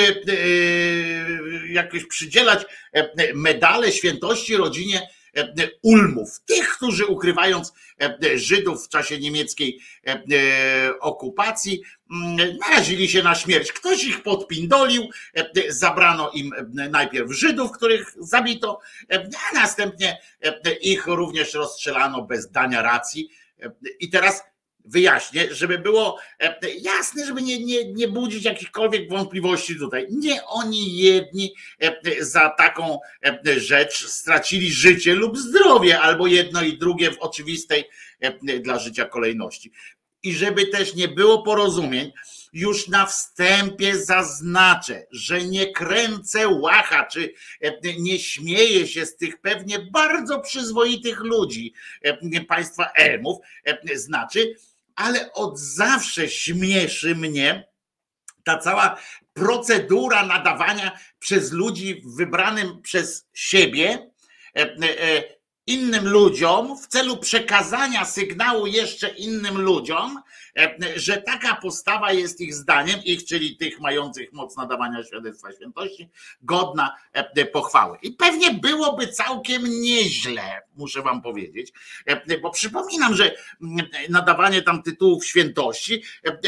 jakoś przydzielać medale świętości rodzinie Ulmów, tych, którzy ukrywając Żydów w czasie niemieckiej okupacji narazili się na śmierć. Ktoś ich podpindolił, zabrano im najpierw Żydów, których zabito, a następnie ich również rozstrzelano bez dania racji. I teraz wyjaśnię, żeby było jasne, żeby nie budzić jakichkolwiek wątpliwości tutaj. Nie oni jedni za taką rzecz stracili życie lub zdrowie, albo jedno i drugie w oczywistej dla życia kolejności. I żeby też nie było porozumień, już na wstępie zaznaczę, że nie kręcę łacha, czy nie śmieję się z tych pewnie bardzo przyzwoitych ludzi, państwa Elmów, znaczy, ale od zawsze śmieszy mnie ta cała procedura nadawania przez ludzi wybranym przez siebie innym ludziom w celu przekazania sygnału jeszcze innym ludziom, że taka postawa jest ich zdaniem, czyli tych mających moc nadawania świadectwa świętości, godna pochwały. I pewnie byłoby całkiem nieźle, muszę wam powiedzieć, bo przypominam, że nadawanie tam tytułów świętości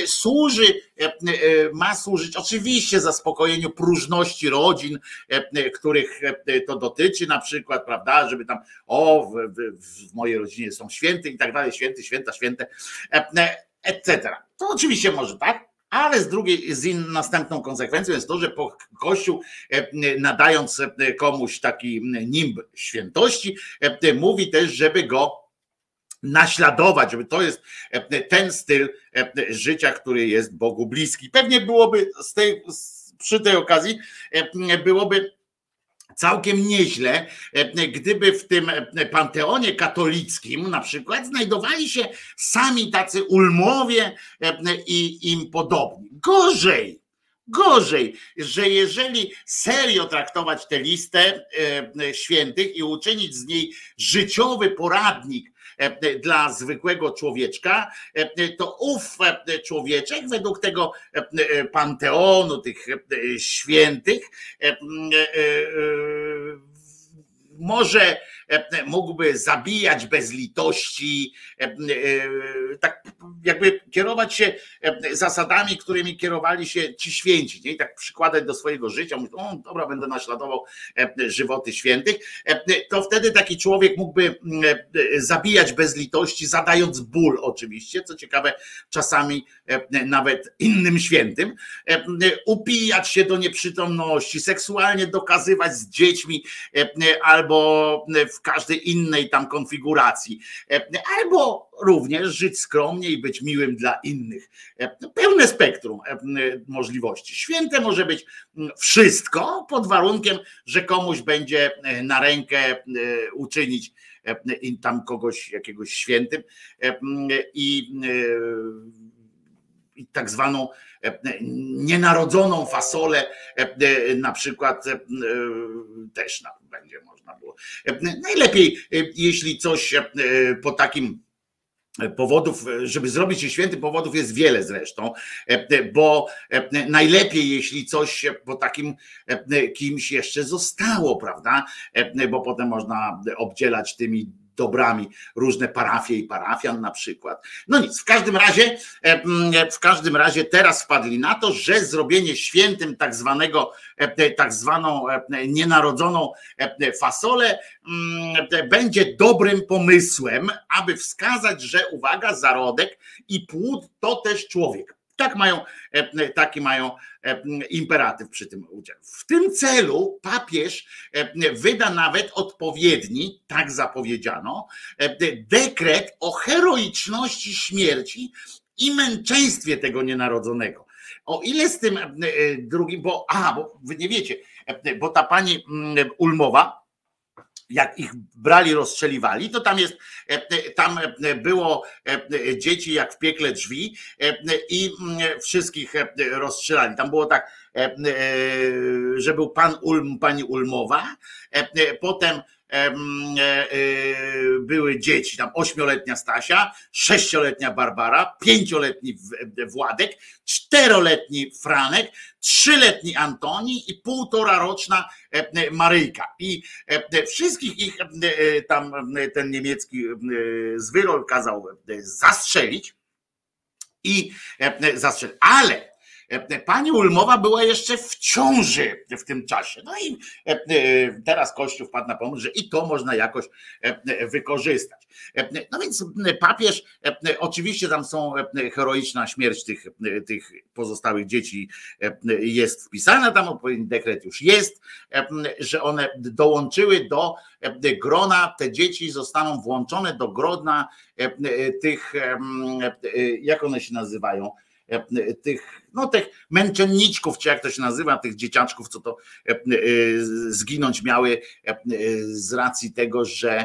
ma służyć oczywiście zaspokojeniu próżności rodzin, których to dotyczy na przykład, prawda, żeby tam w mojej rodzinie są święty i tak dalej, święty, święta, święte, etc. To oczywiście może tak, ale następną konsekwencją jest to, że Kościół, nadając komuś taki nimb świętości, mówi też, żeby go naśladować, żeby to jest ten styl życia, który jest Bogu bliski. Pewnie byłoby przy tej okazji byłoby całkiem nieźle, gdyby w tym panteonie katolickim na przykład znajdowali się sami tacy Ulmowie i im podobni. Gorzej, że jeżeli serio traktować tę listę świętych i uczynić z niej życiowy poradnik dla zwykłego człowieczka, to ów człowieczek według tego panteonu tych świętych może mógłby zabijać bez litości, tak jakby kierować się zasadami, którymi kierowali się ci święci, nie? I tak przykładać do swojego życia, mówić, o dobra, będę naśladował żywoty świętych, to wtedy taki człowiek mógłby zabijać bez litości, zadając ból oczywiście, co ciekawe, czasami nawet innym świętym, upijać się do nieprzytomności, seksualnie dokazywać z dziećmi albo w każdej innej tam konfiguracji, albo również żyć skromnie i być miłym dla innych. Pełne spektrum możliwości. Święte może być wszystko pod warunkiem, że komuś będzie na rękę uczynić tam kogoś jakiegoś świętym i tak zwaną nienarodzoną fasolę na przykład też będzie można było. Najlepiej, jeśli coś po takim powodów, żeby zrobić się świętym, powodów jest wiele zresztą, bo najlepiej, jeśli coś po takim kimś jeszcze zostało, prawda, bo potem można obdzielać tymi dobrami różne parafie i parafian na przykład. No nic, w każdym razie teraz wpadli na to, że zrobienie świętym tak zwaną nienarodzoną fasolę będzie dobrym pomysłem, aby wskazać, że uwaga, zarodek i płód to też człowiek. Taki mają imperatyw przy tym udziale. W tym celu papież wyda nawet odpowiedni, tak zapowiedziano, dekret o heroiczności śmierci i męczeństwie tego nienarodzonego. O ile z tym drugim, bo wy nie wiecie, bo ta pani Ulmowa, jak ich brali, rozstrzeliwali, to tam było dzieci jak w piekle drzwi i wszystkich rozstrzelali. Tam było tak, że był pani Ulmowa, potem były dzieci, tam 8-letnia Stasia, 6-letnia Barbara, 5-letni Władek, 4-letni Franek, 3-letni Antoni i 1,5-roczna Maryjka. I wszystkich ich tam ten niemiecki zwyrol kazał zastrzelić ale pani Ulmowa była jeszcze w ciąży w tym czasie. No i teraz Kościół wpadł na pomysł, że i to można jakoś wykorzystać. No więc papież, oczywiście tam są heroiczna śmierć tych pozostałych dzieci jest wpisana, tam odpowiedni dekret już jest, że one dołączyły do grona, te dzieci zostaną włączone do grona tych, jak one się nazywają, tych męczenniczków, czy jak to się nazywa, tych dzieciaczków, co to zginąć miały z racji tego, że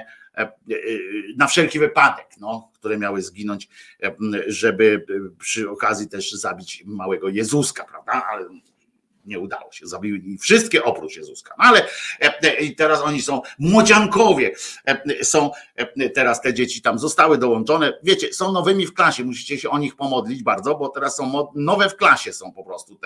na wszelki wypadek, które miały zginąć, żeby przy okazji też zabić małego Jezuska, prawda? Ale nie udało się, zabili wszystkie oprócz Jezuska. No ale i teraz oni są młodziankowie, są teraz te dzieci tam zostały dołączone, wiecie, są nowymi w klasie, musicie się o nich pomodlić bardzo, bo teraz są nowe w klasie, są po prostu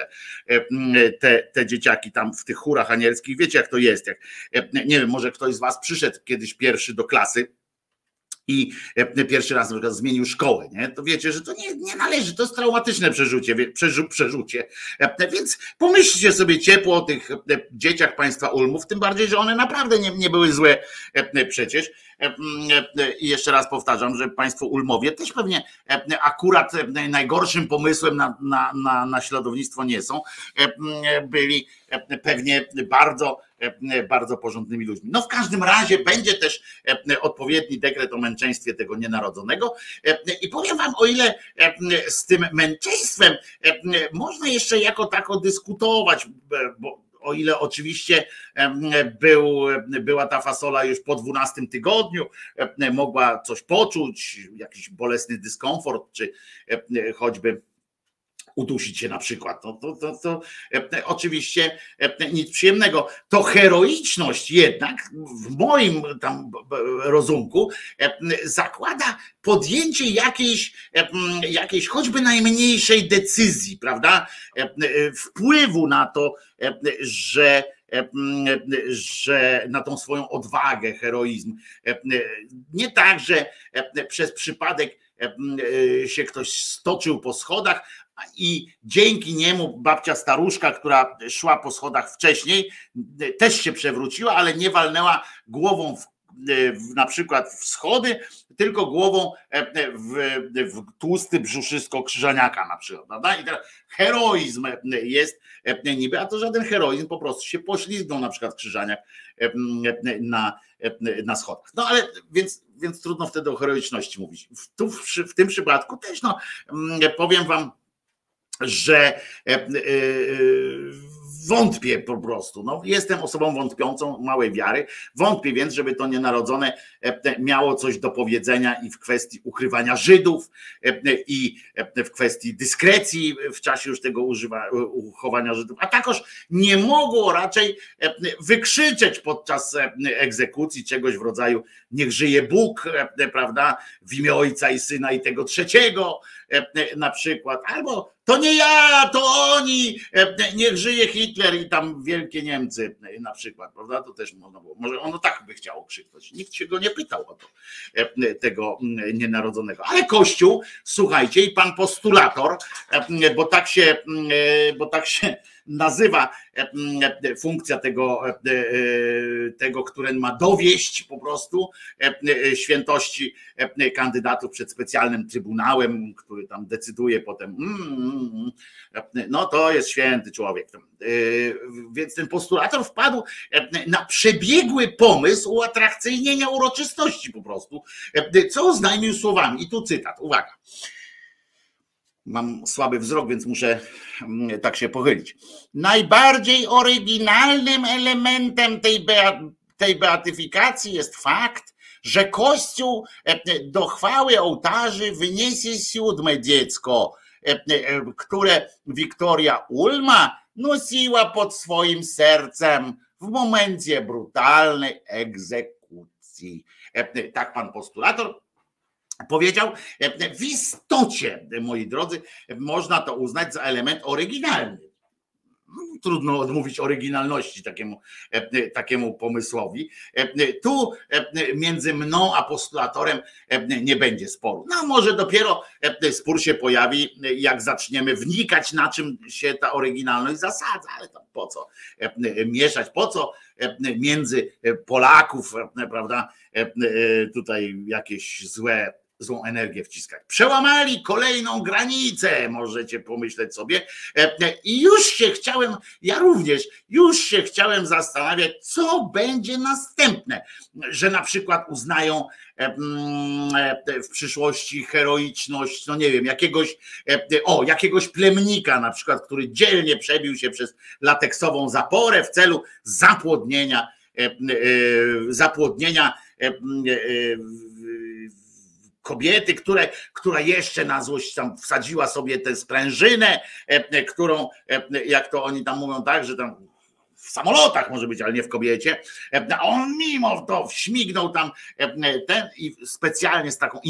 te dzieciaki tam w tych chórach anielskich, wiecie jak to jest, nie wiem, może ktoś z was przyszedł kiedyś pierwszy do klasy i pierwszy raz na przykład zmienił szkołę, nie? To wiecie, że to nie należy, to jest traumatyczne przeżycie. Więc pomyślcie sobie ciepło o tych dzieciach państwa Ulmów, tym bardziej, że one naprawdę nie były złe przecież. I jeszcze raz powtarzam, że państwo Ulmowie też pewnie akurat najgorszym pomysłem na naśladownictwo nie są. Byli pewnie bardzo porządnymi ludźmi. No w każdym razie będzie też odpowiedni dekret o męczeństwie tego nienarodzonego i powiem wam, o ile z tym męczeństwem można jeszcze jako tako dyskutować, bo o ile oczywiście była ta fasola już po 12 tygodniu, mogła coś poczuć, jakiś bolesny dyskomfort, czy choćby udusić się na przykład, to oczywiście nic przyjemnego. To heroiczność jednak w moim tam rozumku zakłada podjęcie jakiejś choćby najmniejszej decyzji, prawda? Wpływu na to, że że na tą swoją odwagę, heroizm. Nie tak, że przez przypadek się ktoś stoczył po schodach i dzięki niemu babcia staruszka, która szła po schodach wcześniej, też się przewróciła, ale nie walnęła głową na przykład w schody, tylko głową w tłusty brzuszysko krzyżaniaka na przykład, prawda? I teraz heroizm jest niby, a to żaden heroizm, po prostu się poślizgnął na przykład krzyżaniak na schodach. No ale więc trudno wtedy o heroiczności mówić. W tym przypadku też powiem wam, że wątpię po prostu. No, jestem osobą wątpiącą, małej wiary. Wątpię więc, żeby to nienarodzone miało coś do powiedzenia i w kwestii ukrywania Żydów, i w kwestii dyskrecji w czasie już tego uchowania Żydów, a takoż nie mogło raczej wykrzyczeć podczas egzekucji czegoś w rodzaju niech żyje Bóg, prawda, w imię Ojca i Syna i tego trzeciego na przykład, albo to nie ja, to oni, niech żyje Hitler i tam wielkie Niemcy na przykład, prawda, to też można było, może ono tak by chciało krzyknąć, nikt się go nie pytał o to, tego nienarodzonego, ale Kościół, słuchajcie, i pan postulator, bo tak się nazywa funkcja tego, który ma dowieść po prostu świętości kandydatów przed specjalnym trybunałem, który tam decyduje potem, no to jest święty człowiek. Więc ten postulator wpadł na przebiegły pomysł uatrakcyjnienia uroczystości po prostu, co oznajmił słowami. I tu cytat, uwaga. Mam słaby wzrok, więc muszę tak się pochylić. Najbardziej oryginalnym elementem tej beatyfikacji jest fakt, że Kościół do chwały ołtarzy wyniesie 7 dziecko, które Wiktoria Ulma nosiła pod swoim sercem w momencie brutalnej egzekucji. Tak pan postulator powiedział. W istocie, moi drodzy, można to uznać za element oryginalny. Trudno odmówić oryginalności takiemu pomysłowi. Tu między mną a postulatorem nie będzie sporu. No może dopiero spór się pojawi, jak zaczniemy wnikać, na czym się ta oryginalność zasadza, ale to po co mieszać, po co między Polaków, prawda, tutaj jakieś złą energię wciskać. Przełamali kolejną granicę, możecie pomyśleć sobie. I ja również się chciałem zastanawiać, co będzie następne, że na przykład uznają w przyszłości heroiczność, no nie wiem, jakiegoś plemnika na przykład, który dzielnie przebił się przez lateksową zaporę w celu zapłodnienia kobiety, która jeszcze na złość tam wsadziła sobie tę sprężynę, którą, jak to oni tam mówią, tak, że tam w samolotach może być, ale nie w kobiecie, a on mimo to śmignął tam i specjalnie z taką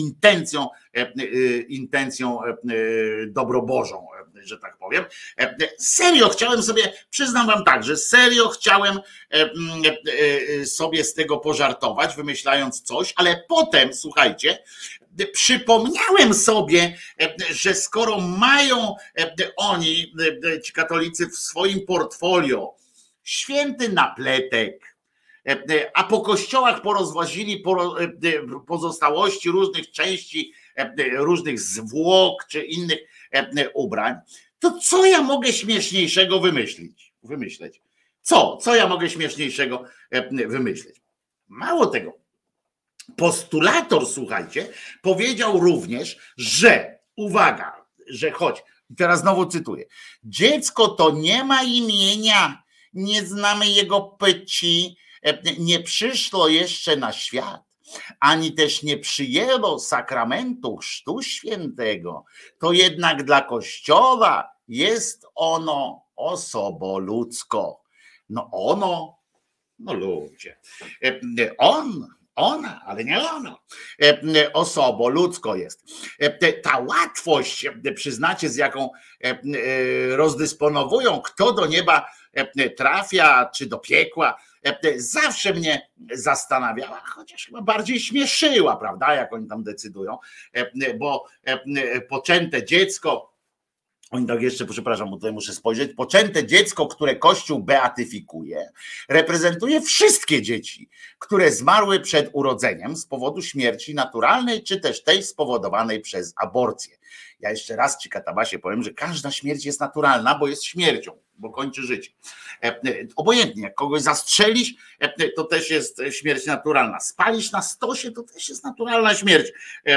intencją dobrobożą, że tak powiem. Serio chciałem sobie, przyznam wam tak, że serio chciałem sobie z tego pożartować, wymyślając coś, ale potem, słuchajcie, przypomniałem sobie, że skoro mają oni, ci katolicy, w swoim portfolio święty napletek, a po kościołach porozwozili pozostałości różnych części, różnych zwłok czy innych ubrań, to co ja mogę śmieszniejszego wymyśleć? Co ja mogę śmieszniejszego wymyśleć? Mało tego, postulator, słuchajcie, powiedział również, że, uwaga, że teraz znowu cytuję, dziecko to nie ma imienia, nie znamy jego płci, nie przyszło jeszcze na świat, ani też nie przyjęło sakramentu Chrztu Świętego, to jednak dla Kościoła jest ono osobą ludzką. No ludzie, ona, ale nie ono, osobą ludzką jest. Ta łatwość, przyznacie, z jaką rozdysponowują, kto do nieba trafia, czy do piekła, zawsze mnie zastanawiała, chociaż chyba bardziej śmieszyła, prawda, jak oni tam decydują, bo poczęte dziecko, oni tak jeszcze, przepraszam, bo tutaj muszę spojrzeć, poczęte dziecko, które Kościół beatyfikuje, reprezentuje wszystkie dzieci, które zmarły przed urodzeniem z powodu śmierci naturalnej, czy też tej spowodowanej przez aborcję. Ja jeszcze raz ci, Katabasie, powiem, że każda śmierć jest naturalna, bo jest śmiercią, bo kończy życie. Obojętnie, jak kogoś zastrzelisz, to też jest śmierć naturalna. Spalisz na stosie, to też jest naturalna śmierć.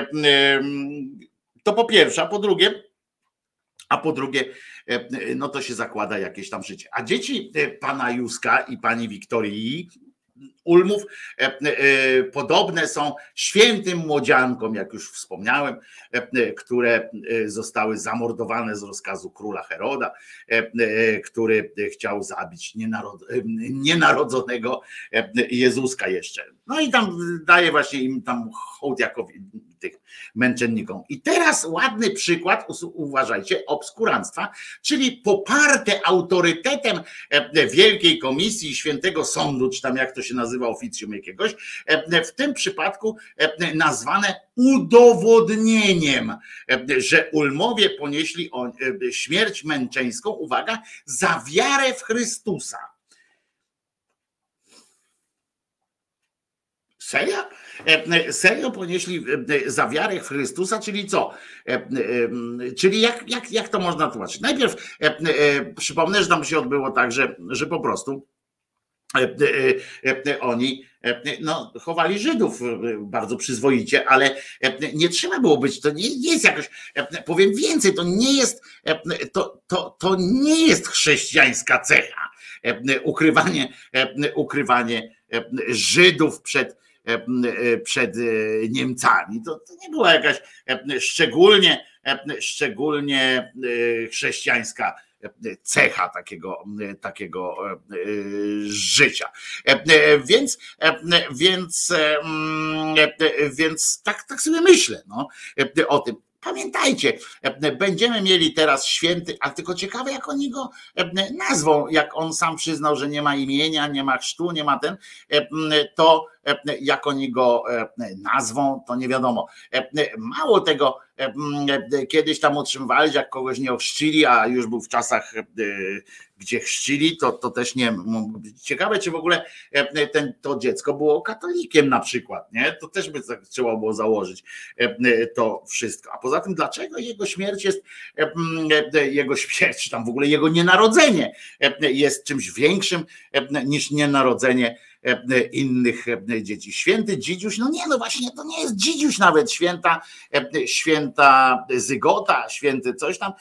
To po pierwsze, a po drugie, no to się zakłada jakieś tam życie. A dzieci pana Józka i pani Wiktorii Ulmów podobne są świętym młodziankom, jak już wspomniałem, które zostały zamordowane z rozkazu króla Heroda, który chciał zabić nienarodzonego Jezuska jeszcze. No i tam daje właśnie im tam hołd jako tych męczennikom. I teraz ładny przykład, uważajcie, obskuranstwa, czyli poparte autorytetem Wielkiej Komisji Świętego Sądu, czy tam jak to się nazywa, oficjum jakiegoś, w tym przypadku nazwane udowodnieniem, że Ulmowie ponieśli śmierć męczeńską, uwaga, za wiarę w Chrystusa. Serio? Serio ponieśli za wiarę w Chrystusa, czyli co? Czyli jak to można tłumaczyć? Najpierw przypomnę, że tam się odbyło tak, że po prostu oni chowali Żydów bardzo przyzwoicie, ale nie trzeba było być, to nie jest jakoś, powiem więcej, to nie jest chrześcijańska cecha, ukrywanie Żydów przed Niemcami. To nie była jakaś szczególnie chrześcijańska cecha takiego życia. Więc tak sobie myślę o tym. Pamiętajcie, będziemy mieli teraz święty, a tylko ciekawe, jak oni go nazwą, jak on sam przyznał, że nie ma imienia, nie ma chrztu, nie ma to jak oni go nazwą, to nie wiadomo. Mało tego, kiedyś tam utrzymywali, jak kogoś nie ochrzcili, a już był w czasach, gdzie chrzcili, to też nie. Ciekawe, czy w ogóle to dziecko było katolikiem na przykład, nie? To też by trzeba było założyć to wszystko. A poza tym, dlaczego jego śmierć tam w ogóle jego nienarodzenie jest czymś większym niż nienarodzenie innych dzieci. Święty Dzidziuś, właśnie to nie jest Dzidziuś nawet, święta Zygota, święty coś tam,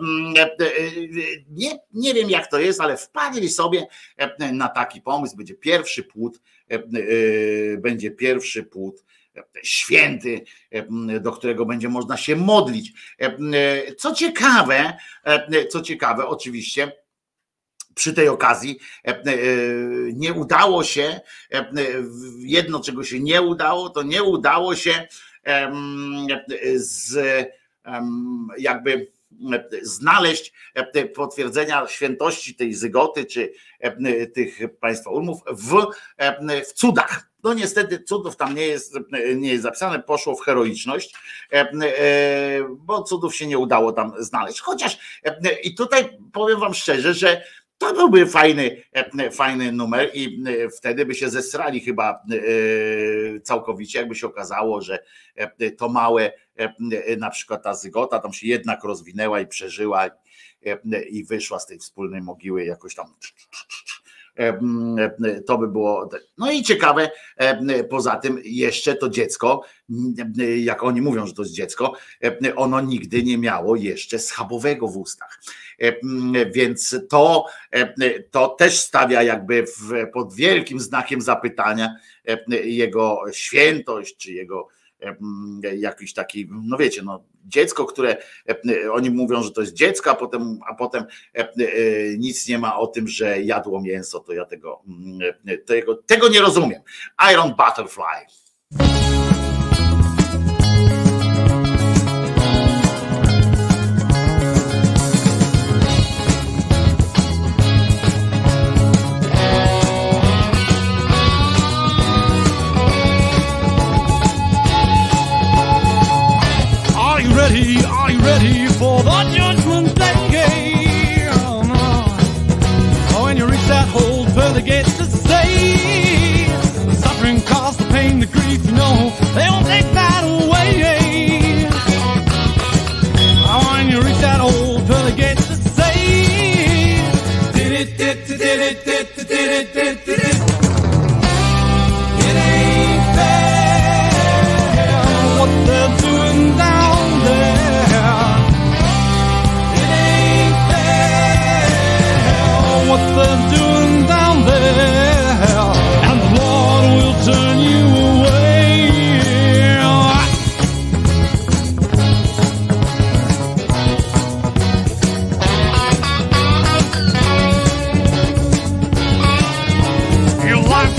nie wiem jak to jest, ale wpadli sobie na taki pomysł, będzie pierwszy płód święty, do którego będzie można się modlić. Co ciekawe, oczywiście przy tej okazji nie udało się, jedno czego się nie udało, to nie udało się znaleźć potwierdzenia świętości tej Zygoty, czy tych państwa Ulmów w cudach. No niestety cudów tam nie jest zapisane, poszło w heroiczność, bo cudów się nie udało tam znaleźć. Chociaż i tutaj powiem wam szczerze, że to byłby fajny numer i wtedy by się zesrali chyba całkowicie, jakby się okazało, że to małe, na przykład ta Zygota tam się jednak rozwinęła i przeżyła i wyszła z tej wspólnej mogiły jakoś tam. To by było. No i ciekawe, poza tym jeszcze to dziecko, jak oni mówią, że to jest dziecko, ono nigdy nie miało jeszcze schabowego w ustach. Więc to też stawia jakby pod wielkim znakiem zapytania jego świętość, czy jego jakiś taki, no wiecie, dziecko, które oni mówią, że to jest dziecko, a potem nic nie ma o tym, że jadło mięso, to ja tego nie rozumiem. Iron Butterfly.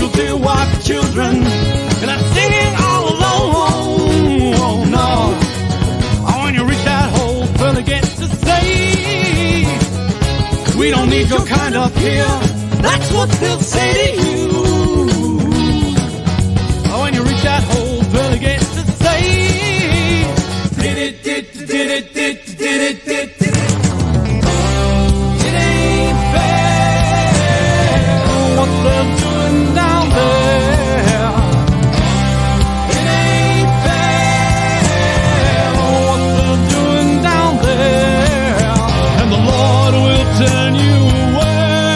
will do what children, and I sing it all alone. Oh, no. Oh, when you reach that hole, fella gets to say, we don't need your kind up here. That's what they'll say to you. Oh, when you reach that hole, fella gets to say, did it, did it, did it, did it, did it, did it. It ain't fair what they're doing down there. It ain't fair what they're doing down there. And the Lord will turn you away.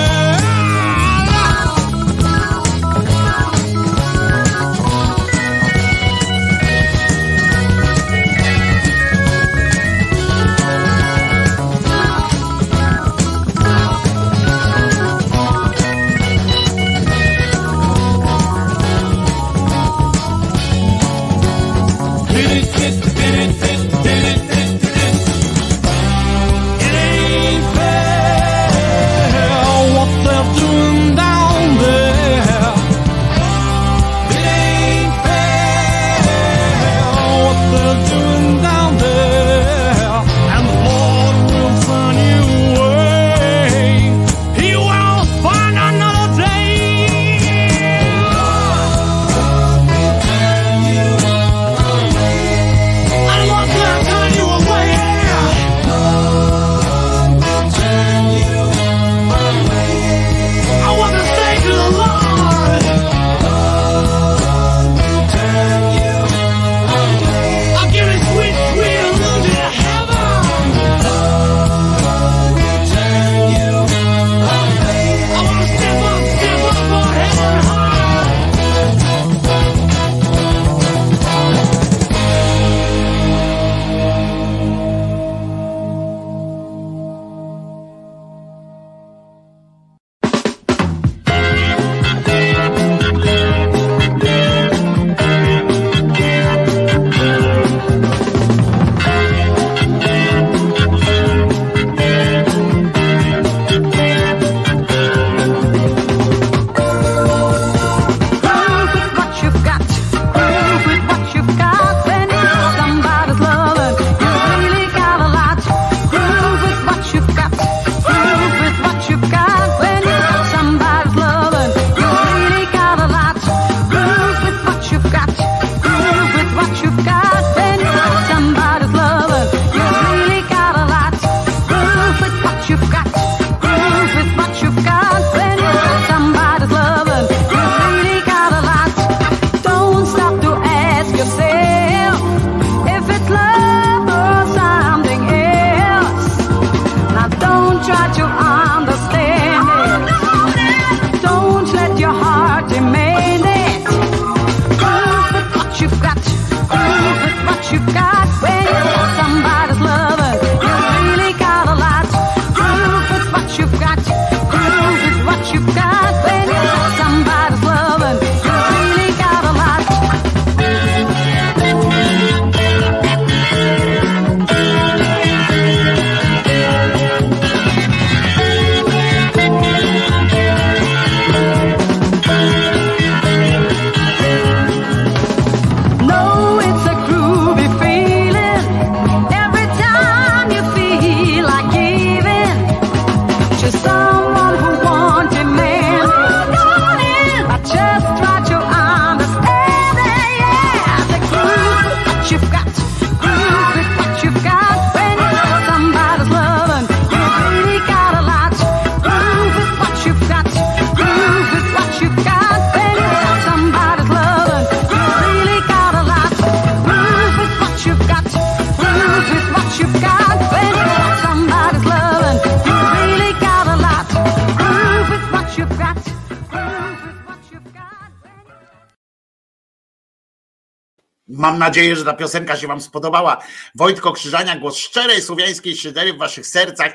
Mam nadzieję, że ta piosenka się wam spodobała. Wojtko Krzyżania, głos szczerej słowiańskiej szydery w waszych sercach,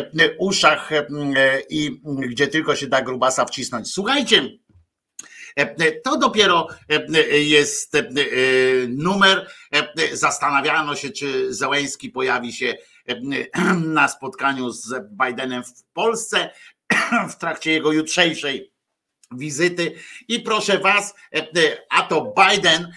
uszach i gdzie tylko się da grubasa wcisnąć. Słuchajcie, to dopiero jest numer. Zastanawiano się, czy Zełenski pojawi się na spotkaniu z Bidenem w Polsce w trakcie jego jutrzejszej wizyty i proszę was, a to Biden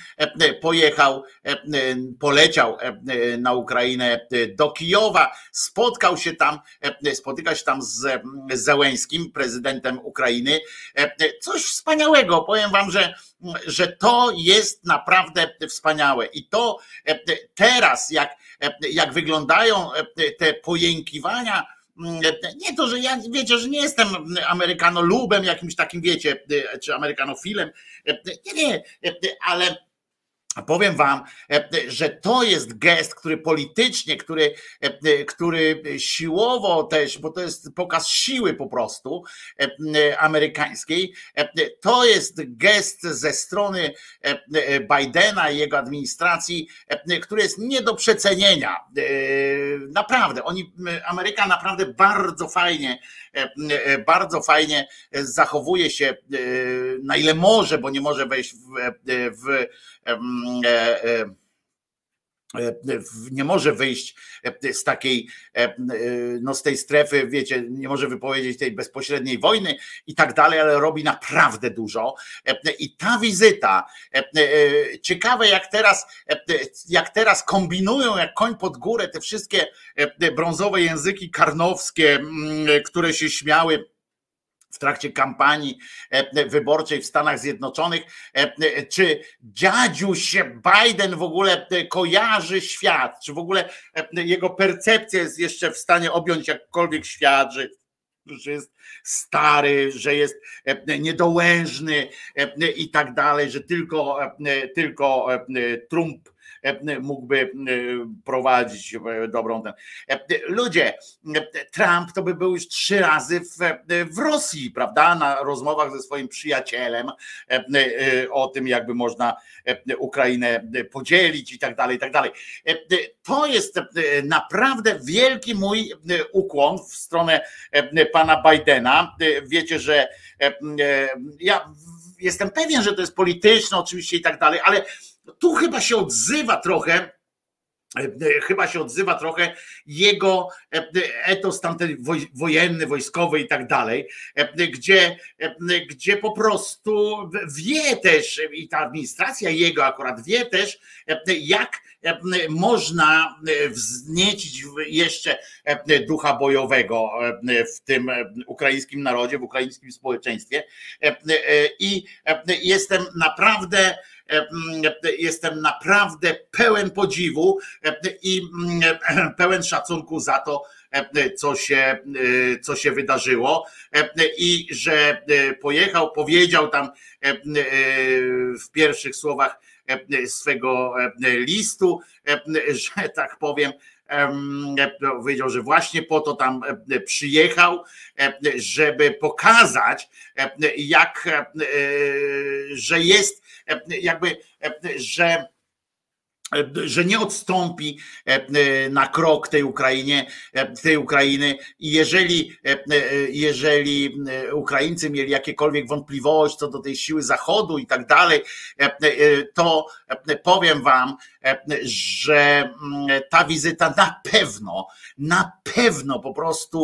poleciał na Ukrainę do Kijowa, spotyka się tam z Zełenskim, prezydentem Ukrainy. Coś wspaniałego, powiem wam, że to jest naprawdę wspaniałe i to teraz jak wyglądają te pojękiwania. Nie to, że ja, wiecie, że nie jestem amerykanolubem jakimś takim, wiecie, czy amerykanofilem, nie, ale powiem wam, że to jest gest, który politycznie, który siłowo też, bo to jest pokaz siły po prostu amerykańskiej, to jest gest ze strony Bidena i jego administracji, który jest nie do przecenienia. Naprawdę, Ameryka naprawdę bardzo fajnie zachowuje się, na ile może, bo nie może wejść nie może wyjść z takiej, no z tej strefy, wiecie, nie może wypowiedzieć tej bezpośredniej wojny i tak dalej, ale robi naprawdę dużo. I ta wizyta, ciekawe jak teraz kombinują jak koń pod górę te wszystkie brązowe języki karnowskie, które się śmiały w trakcie kampanii wyborczej w Stanach Zjednoczonych, czy dziadziuś Biden w ogóle kojarzy świat, czy w ogóle jego percepcja jest jeszcze w stanie objąć jakkolwiek świat, że jest stary, że jest niedołężny i tak dalej, że tylko Trump mógłby prowadzić dobrą ten. Ludzie, Trump to by był już 3 razy w Rosji, prawda? Na rozmowach ze swoim przyjacielem o tym, jakby można Ukrainę podzielić i tak dalej, i tak dalej. To jest naprawdę wielki mój ukłon w stronę pana Bidena. Wiecie, że ja jestem pewien, że to jest polityczne oczywiście i tak dalej, ale tu chyba się odzywa trochę jego etos tamten wojenny, wojskowy i tak dalej, gdzie po prostu wie też, i ta administracja jego akurat wie też, jak można wzniecić jeszcze ducha bojowego w tym ukraińskim narodzie, w ukraińskim społeczeństwie. I jestem naprawdę pełen podziwu i pełen szacunku za to, co się wydarzyło i że powiedział tam w pierwszych słowach swego listu, że tak powiem, powiedział, że właśnie po to tam przyjechał, żeby pokazać, że jest jakby, że nie odstąpi na krok tej Ukrainy i jeżeli Ukraińcy mieli jakiekolwiek wątpliwości co do tej siły Zachodu i tak dalej, to powiem wam, że ta wizyta na pewno po prostu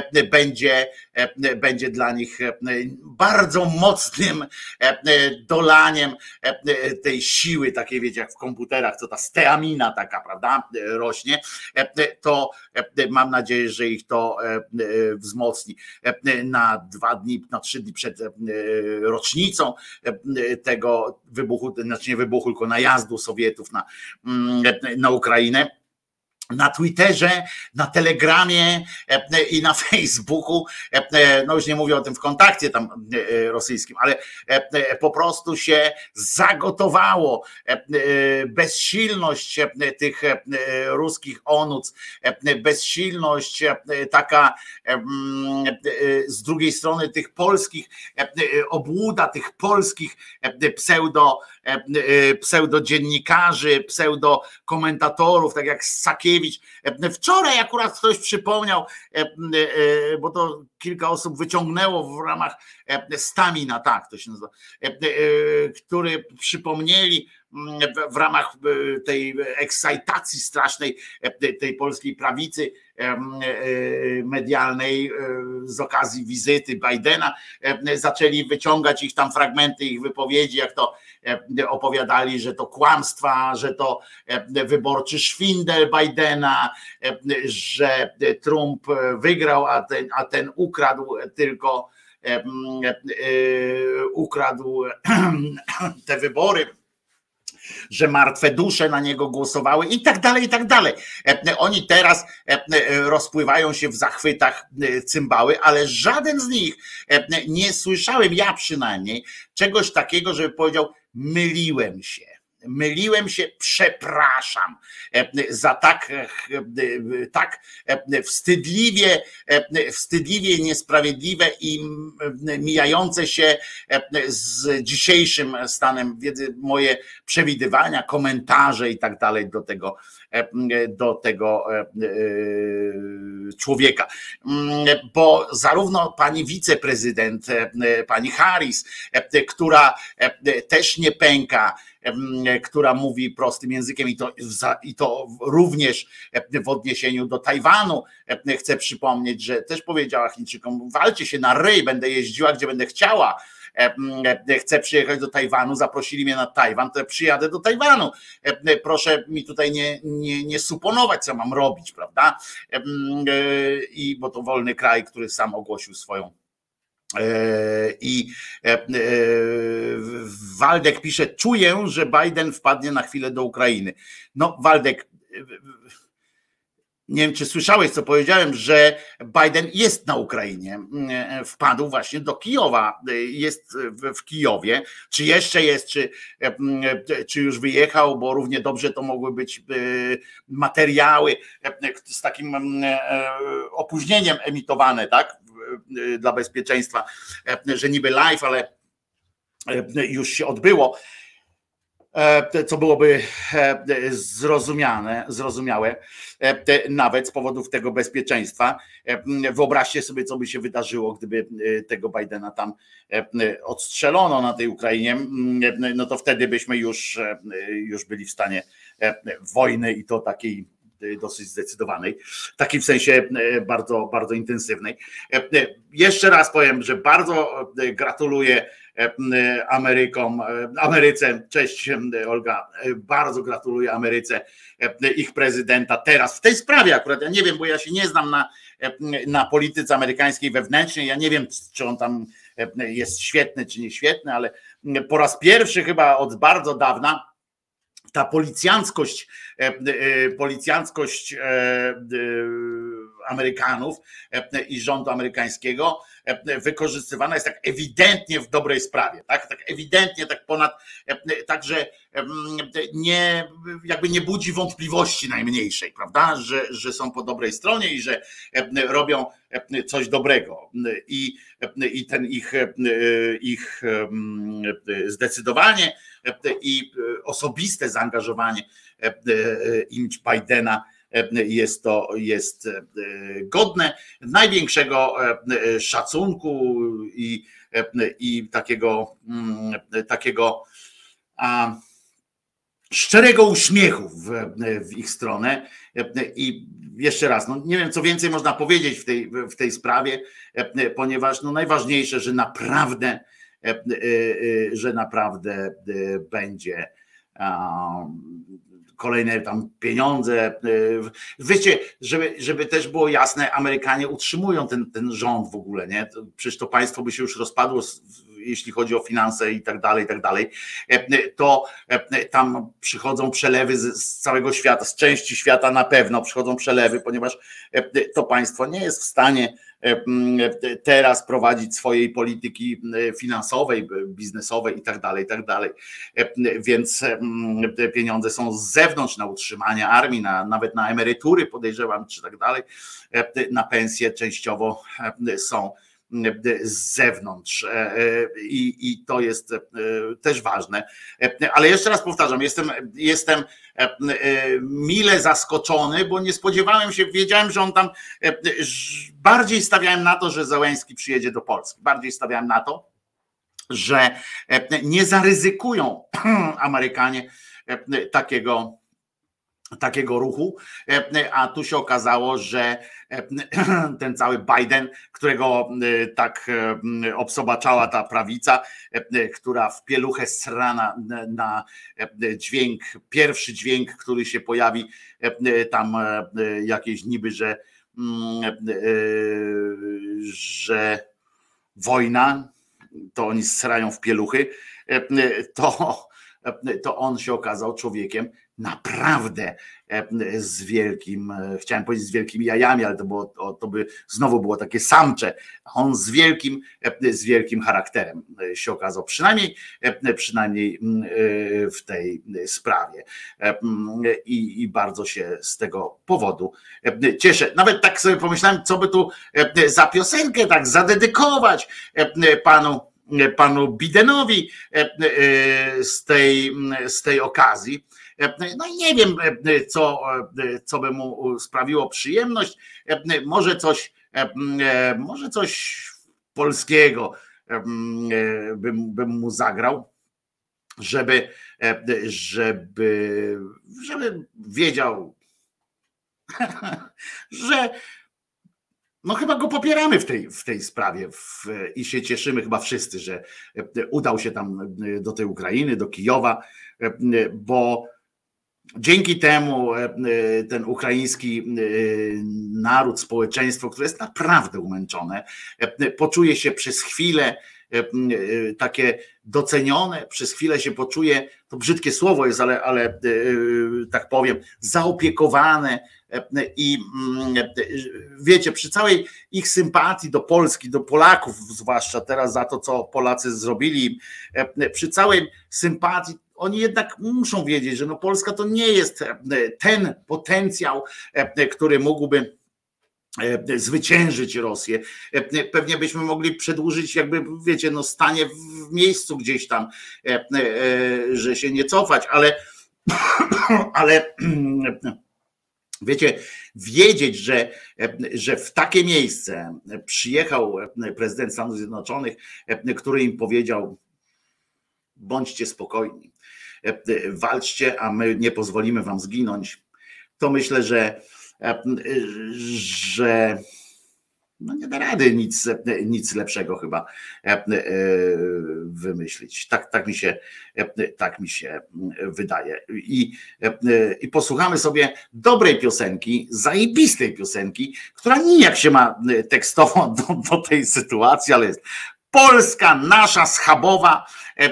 będzie dla nich bardzo mocnym dolaniem tej siły takiej, wiecie, jak w komputerach, co ta steamina taka, prawda, rośnie, to mam nadzieję, że ich to wzmocni. Na 2 dni, na 3 dni przed rocznicą tego wybuchu, znaczy nie wybuchu, tylko najazdu Sowietów na Ukrainę. Na Twitterze, na Telegramie i na Facebooku, no już nie mówię o tym w kontakcie tam rosyjskim, ale po prostu się zagotowało bezsilność tych ruskich onuc, bezsilność taka z drugiej strony tych polskich, obłuda tych polskich pseudodziennikarzy, pseudokomentatorów, tak jak Sakiewicz. Wczoraj akurat ktoś przypomniał, bo to kilka osób wyciągnęło w ramach Stamina, tak to się nazywa, który przypomnieli w ramach tej ekscytacji strasznej tej polskiej prawicy medialnej z okazji wizyty Bidena zaczęli wyciągać ich tam fragmenty ich wypowiedzi, jak to opowiadali, że to kłamstwa, że to wyborczy szwindel Bidena, że Trump wygrał, a ten ukradł tylko ukradł te wybory, że martwe dusze na niego głosowały i tak dalej, i tak dalej. Oni teraz rozpływają się w zachwytach cymbały, ale żaden z nich nie słyszałem, ja przynajmniej, czegoś takiego, żeby powiedział: myliłem się, przepraszam za tak wstydliwie niesprawiedliwe i mijające się z dzisiejszym stanem wiedzy moje przewidywania, komentarze i tak dalej do tego człowieka. Bo zarówno pani wiceprezydent, pani Harris, która też nie pęka, która mówi prostym językiem i to również w odniesieniu do Tajwanu. Chcę przypomnieć, że też powiedziała Chińczykom: walcie się na ryj, będę jeździła gdzie będę chciała. Chcę przyjechać do Tajwanu, zaprosili mnie na Tajwan, to ja przyjadę do Tajwanu. Proszę mi tutaj nie suponować, co mam robić, prawda? Bo to wolny kraj, który sam ogłosił swoją. I Waldek pisze: czuję, że Biden wpadnie na chwilę do Ukrainy. No Waldek, nie wiem, czy słyszałeś, co powiedziałem, że Biden jest na Ukrainie, wpadł właśnie do Kijowa, jest w Kijowie, czy jeszcze jest, czy już wyjechał, bo równie dobrze to mogły być materiały z takim opóźnieniem emitowane, tak, dla bezpieczeństwa, że niby live, ale już się odbyło, co byłoby zrozumiałe nawet z powodów tego bezpieczeństwa. Wyobraźcie sobie, co by się wydarzyło, gdyby tego Bidena tam odstrzelono na tej Ukrainie, no to wtedy byśmy już byli w stanie wojny, i to takiej dosyć zdecydowanej, takiej w sensie bardzo, bardzo intensywnej. Jeszcze raz powiem, że bardzo gratuluję Ameryce, cześć Olga, bardzo gratuluję Ameryce ich prezydenta teraz w tej sprawie akurat. Ja nie wiem, bo ja się nie znam na polityce amerykańskiej wewnętrznej, ja nie wiem, czy on tam jest świetny, czy nie świetny, ale po raz pierwszy chyba od bardzo dawna ta policjanckość Amerykanów i rządu amerykańskiego wykorzystywana jest tak ewidentnie w dobrej sprawie, tak ewidentnie, tak ponad, także nie budzi wątpliwości najmniejszej, prawda, że są po dobrej stronie i że robią coś dobrego, i ten ich zdecydowanie i osobiste zaangażowanie Bidena jest godne największego szacunku i takiego szczerego uśmiechu w ich stronę. I jeszcze raz, no nie wiem, co więcej można powiedzieć w tej sprawie, ponieważ no najważniejsze, że naprawdę będzie kolejne tam pieniądze. Wiecie, żeby też było jasne, Amerykanie utrzymują ten rząd w ogóle, nie? Przecież to państwo by się już rozpadło, jeśli chodzi o finanse i tak dalej, to tam przychodzą przelewy z całego świata, z części świata na pewno przychodzą przelewy, ponieważ to państwo nie jest w stanie teraz prowadzić swojej polityki finansowej, biznesowej i tak dalej. Więc te pieniądze są z zewnątrz na utrzymanie armii, nawet na emerytury, podejrzewam, czy tak dalej, na pensje częściowo są z zewnątrz, i to jest też ważne. Ale jeszcze raz powtarzam, jestem mile zaskoczony, bo nie spodziewałem się, wiedziałem, że on tam, bardziej stawiałem na to, że Zełenski przyjedzie do Polski, bardziej stawiałem na to, że nie zaryzykują Amerykanie takiego ruchu, a tu się okazało, że ten cały Biden, którego tak obsobaczała ta prawica, która w pieluchę srana na dźwięk, pierwszy dźwięk, który się pojawi tam jakieś niby, że wojna, to oni srają w pieluchy, to on się okazał człowiekiem naprawdę z wielkim, chciałem powiedzieć z wielkimi jajami, ale to by znowu było takie samcze, a on z wielkim charakterem się okazał, przynajmniej w tej sprawie i bardzo się z tego powodu cieszę. Nawet tak sobie pomyślałem, co by tu za piosenkę tak zadedykować panu Bidenowi z tej okazji. No i nie wiem, co by mu sprawiło przyjemność. Może coś polskiego bym mu zagrał, żeby wiedział, że no chyba go popieramy w tej sprawie i się cieszymy chyba wszyscy, że udał się tam do tej Ukrainy, do Kijowa, bo dzięki temu ten ukraiński naród, społeczeństwo, które jest naprawdę umęczone, poczuje się przez chwilę takie docenione, przez chwilę się poczuje, to brzydkie słowo jest, ale tak powiem, zaopiekowane i wiecie, przy całej ich sympatii do Polski, do Polaków, zwłaszcza teraz za to, co Polacy zrobili, przy całej sympatii, oni jednak muszą wiedzieć, że no Polska to nie jest ten potencjał, który mógłby zwyciężyć Rosję. Pewnie byśmy mogli przedłużyć, jakby wiecie, no stanie w miejscu gdzieś tam, że się nie cofać, ale wiecie, wiedzieć, że w takie miejsce przyjechał prezydent Stanów Zjednoczonych, który im powiedział: bądźcie spokojni, walczcie, a my nie pozwolimy wam zginąć, to myślę, że no nie da rady nic lepszego chyba wymyślić. Tak mi się wydaje. I posłuchamy sobie dobrej piosenki, zajebistej piosenki, która nijak się ma tekstowo do tej sytuacji, ale jest polska, nasza, schabowa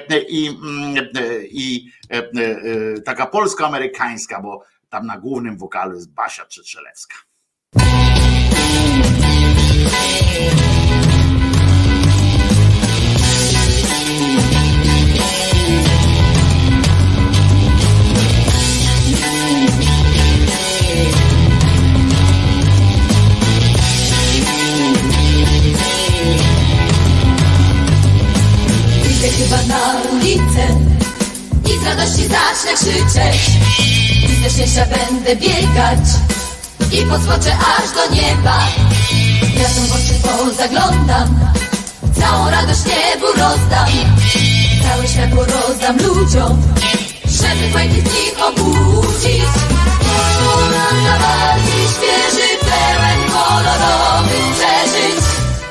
i taka polsko-amerykańska, bo tam na głównym wokalu jest Basia Trzelewska. Wyjdę chyba na ulicę i z radości zacznę krzyczeć. I ze szczęścia będę biegać i podskoczę aż do nieba. Gwiazdom w oczy pozaglądam, całą radość niebu rozdam. Całe światło rozdam ludziom, żeby błękit ich obudzić. Kolor zawarty, świeży, pełen kolorowych przeżyć.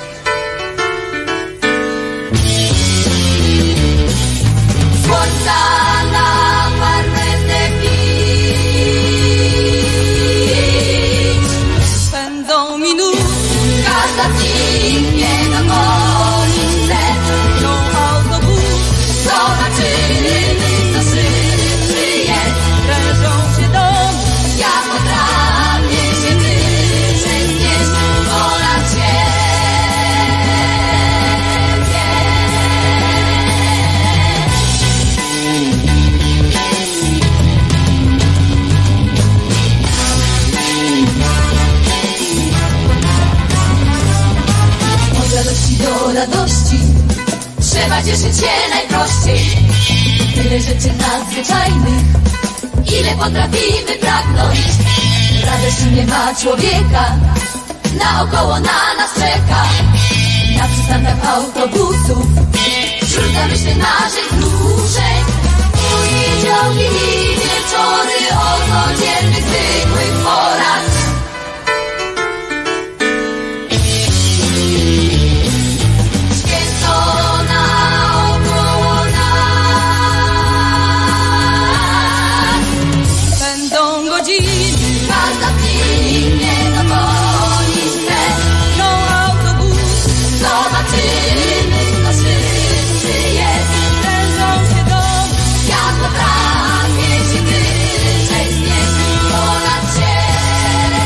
Słońca na barwne pić. Spędzą minut, każda z nich nie dogoni chce. No autobus, co raczyny, co szybszy jest. Krężą się domy, ja potrafię się wyżej znieść. Wola Ciebie. Od radości do radości trzeba cieszyć się najprościej. Tyle rzeczy nadzwyczajnych, ile potrafimy pragnąć. Radości nie ma człowieka, naokoło na nas czeka. Na przystankach autobusów, wśród zamyśleń, marzeń, wzruszeń. Poniedziałki i wieczory o codziennych, zwykłych porad. Święcona około nas. Będą godziny, każda z nich nie dogoni się. No autobus, zobaczymy, kto szybszy jest. Prędzą się dom, jak potrafię się wyżej znieść ponad ziemię.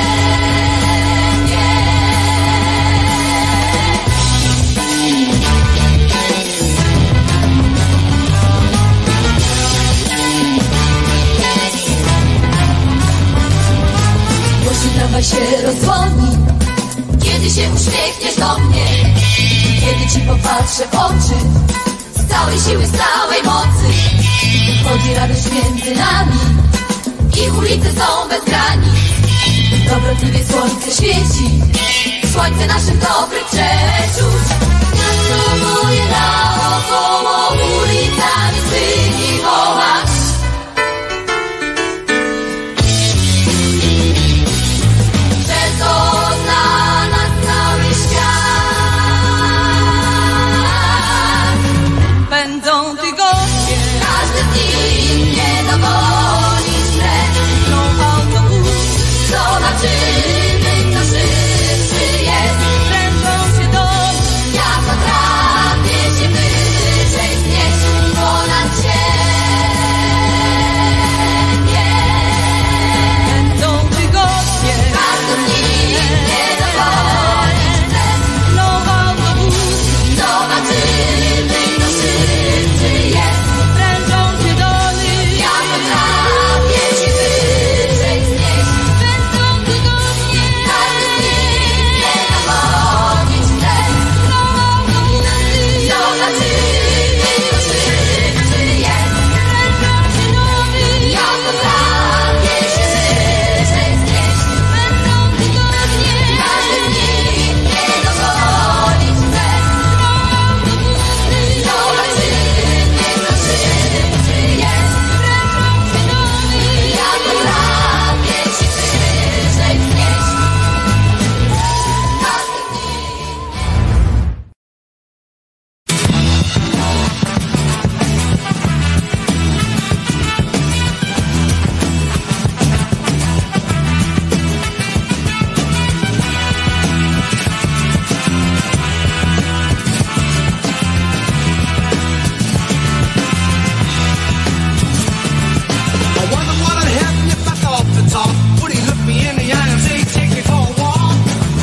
Głośny tramwaj się rozdzwoni, kiedy się uśmiechniesz do mnie, kiedy ci popatrzę w oczy, z całej siły, z całej mocy. Wchodzi radość między nami i ulice są bez granic. Dobrotliwie słońce świeci, słońce naszych dobrych przeczuć. Miasto moje naokoło, ulicami swymi wołasz. Przezorna nad cały świat. Będą tygodnie, każdy z nich nie dogoni wstecz. No autobus, zobaczymy, kto szybszy jest. Prędzą się dom, ja potrafię się wyżej znieść ponad ziemię. Będą tygodnie, każdy z nich nie dogoni wstecz. No autobus, zobaczymy, kto szybszy jest. Prędzą się domy, ja potrafię się wyżej znieść. Będą tygodnie, każdy z nich nie dogoni wstecz. No autobus, zobaczymy, kto szybszy jest. Prędzą się domy, ja potrafię się wyżej znieść. Będą tygodnie, każdy z nich nie dogoni wstecz. No autobusy, zobaczymy, kto szybszy jest. Prędzą się domy, ja potrafię się wyżej znieść. Każdy z nich. I wonder what would happen if I thought the talk. Would he look me in the eye and say, take me for a walk?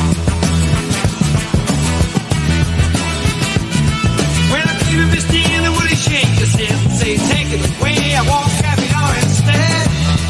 When I gave him his hand, would he shake his head and say, take it away, I want caviar instead?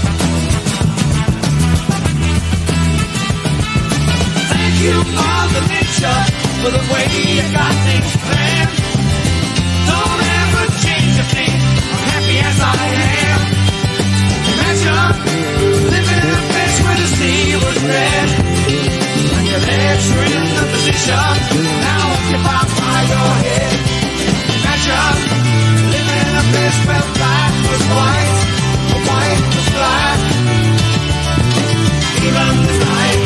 Thank you, Mother Nature, for the way you got things planned. Don't ever change a thing, I'm happy as I am. Imagine living in a place where the sea was red, and your legs were in the position now occupied by your head. Imagine living in a place where black was white, or white was black, even the night.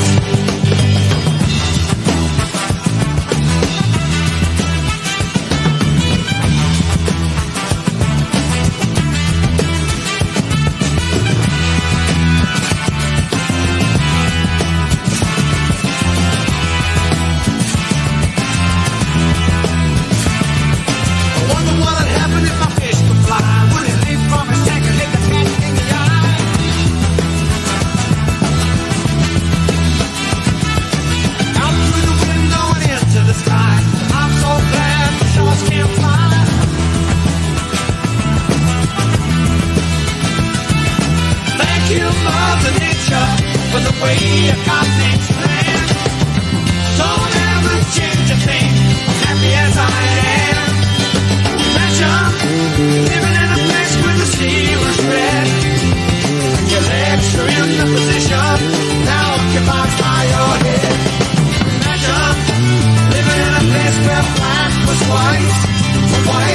I wonder what would happen if my fish could fly. Would it leap from his tank and hit the cat in the eye? Out through the window and into the sky. I'm so glad the sharks can't fly. Thank you, Mother Nature, for the way you got things planned. Don't ever change a thing, I'm happy as I am. Imagine living in a place where the sea was red, and your legs were in the position now occupied by your head. Imagine living in a place where black was white, or white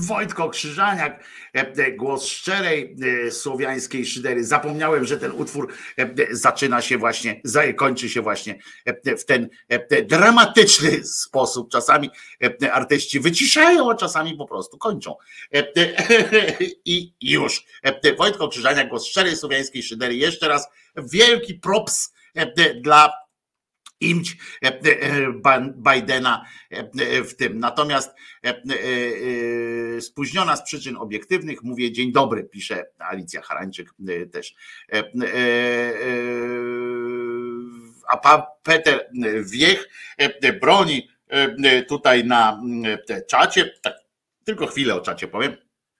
Wojtko Krzyżaniak, głos szczerej słowiańskiej szydery. Zapomniałem, że ten utwór zaczyna się właśnie, kończy się właśnie w ten dramatyczny sposób. Czasami artyści wyciszają, a czasami po prostu kończą. I już. Wojtko Krzyżaniak, głos szczerej słowiańskiej szydery. Jeszcze raz wielki props dla imć Bidena w tym. Natomiast spóźniona z przyczyn obiektywnych, mówię dzień dobry, pisze Alicja Harańczyk też. A Peter Wiech broni tutaj na czacie, tak, tylko chwilę o czacie powiem,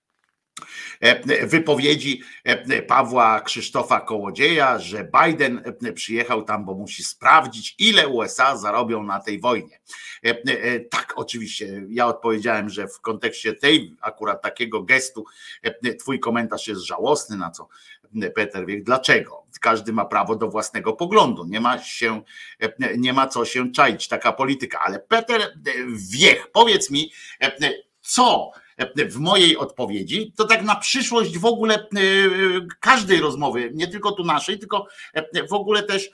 wypowiedzi Pawła Krzysztofa Kołodzieja, że Biden przyjechał tam, bo musi sprawdzić, ile USA zarobią na tej wojnie. Tak, oczywiście, ja odpowiedziałem, że w kontekście tej akurat takiego gestu twój komentarz jest żałosny, na co Peter wie, dlaczego? Każdy ma prawo do własnego poglądu, nie ma co się czaić, taka polityka. Ale Peter Wiech, powiedz mi, co w mojej odpowiedzi, to tak na przyszłość w ogóle każdej rozmowy, nie tylko tu naszej, tylko w ogóle też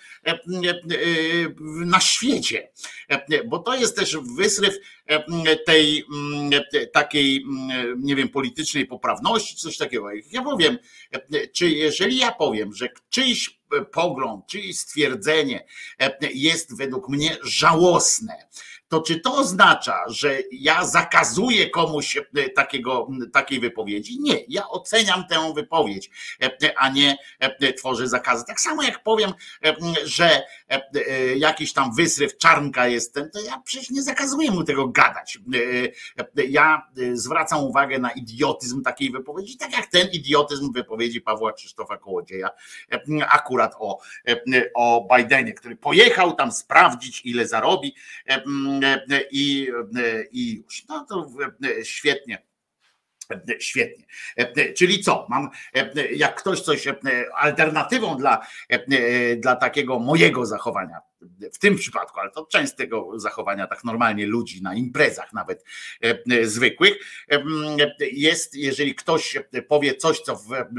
na świecie, bo to jest też wysryw tej takiej, nie wiem, politycznej poprawności, coś takiego. Ja powiem, jeżeli ja powiem, że czyjś pogląd, czyjeś stwierdzenie jest według mnie żałosne, to czy to oznacza, że ja zakazuję komuś takiej wypowiedzi? Nie, ja oceniam tę wypowiedź, a nie tworzę zakazy. Tak samo jak powiem, że jakiś tam wysryw Czarnka jest ten, to ja przecież nie zakazuję mu tego gadać. Ja zwracam uwagę na idiotyzm takiej wypowiedzi, tak jak ten idiotyzm wypowiedzi Pawła Krzysztofa Kołodzieja akurat o Bidenie, który pojechał tam sprawdzić, ile zarobi, i już. No to świetnie. Świetnie. Czyli co? Mam, jak ktoś coś alternatywą dla takiego mojego zachowania, w tym przypadku, ale to częstego zachowania tak normalnie ludzi na imprezach nawet zwykłych, jest, jeżeli ktoś powie coś, co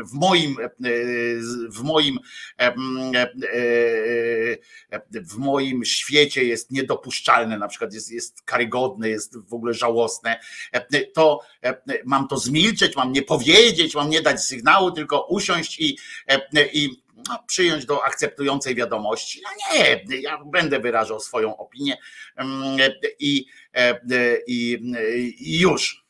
w moim świecie jest niedopuszczalne, na przykład jest karygodne, jest w ogóle żałosne, to mam to zmilczeć, mam nie powiedzieć, mam nie dać sygnału, tylko usiąść i przyjąć do akceptującej wiadomości. No nie, ja będę wyrażał swoją opinię i już.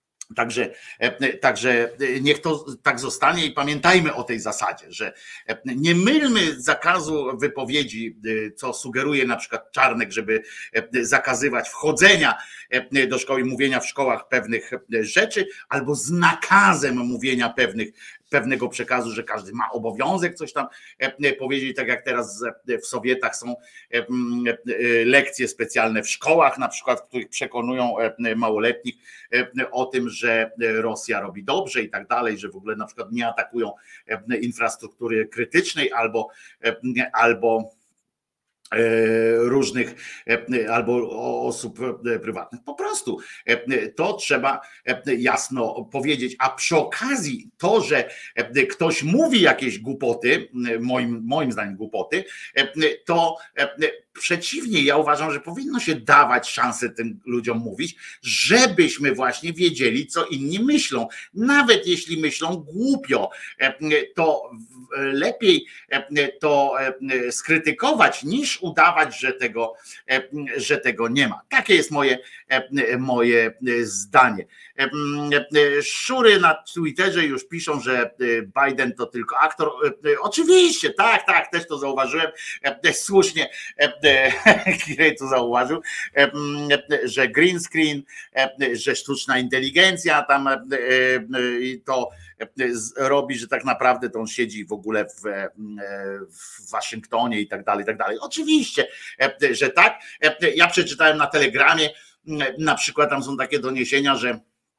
Także niech to tak zostanie i pamiętajmy o tej zasadzie, że nie mylmy zakazu wypowiedzi, co sugeruje na przykład Czarnek, żeby zakazywać wchodzenia do szkoły, mówienia w szkołach pewnych rzeczy, albo z nakazem mówienia pewnego przekazu, że każdy ma obowiązek coś tam powiedzieć, tak jak teraz w Sowietach są lekcje specjalne w szkołach, na przykład, w których przekonują małoletnich o tym, że Rosja robi dobrze i tak dalej, że w ogóle na przykład nie atakują infrastruktury krytycznej albo różnych, albo osób prywatnych. Po prostu to trzeba jasno powiedzieć. A przy okazji to, że ktoś mówi jakieś głupoty, moim zdaniem głupoty, to przeciwnie, ja uważam, że powinno się dawać szansę tym ludziom mówić, żebyśmy właśnie wiedzieli, co inni myślą. Nawet jeśli myślą głupio, to lepiej to skrytykować, niż udawać, że tego nie ma. Takie jest moje zdanie. Szury na Twitterze już piszą, że Biden to tylko aktor. Oczywiście, tak, też to zauważyłem. Słusznie Kirej to zauważył, że green screen, że sztuczna inteligencja tam to robi, że tak naprawdę to on siedzi w ogóle w Waszyngtonie i tak dalej, i tak dalej. Oczywiście, że tak. Ja przeczytałem na Telegramie, na przykład tam są takie doniesienia, że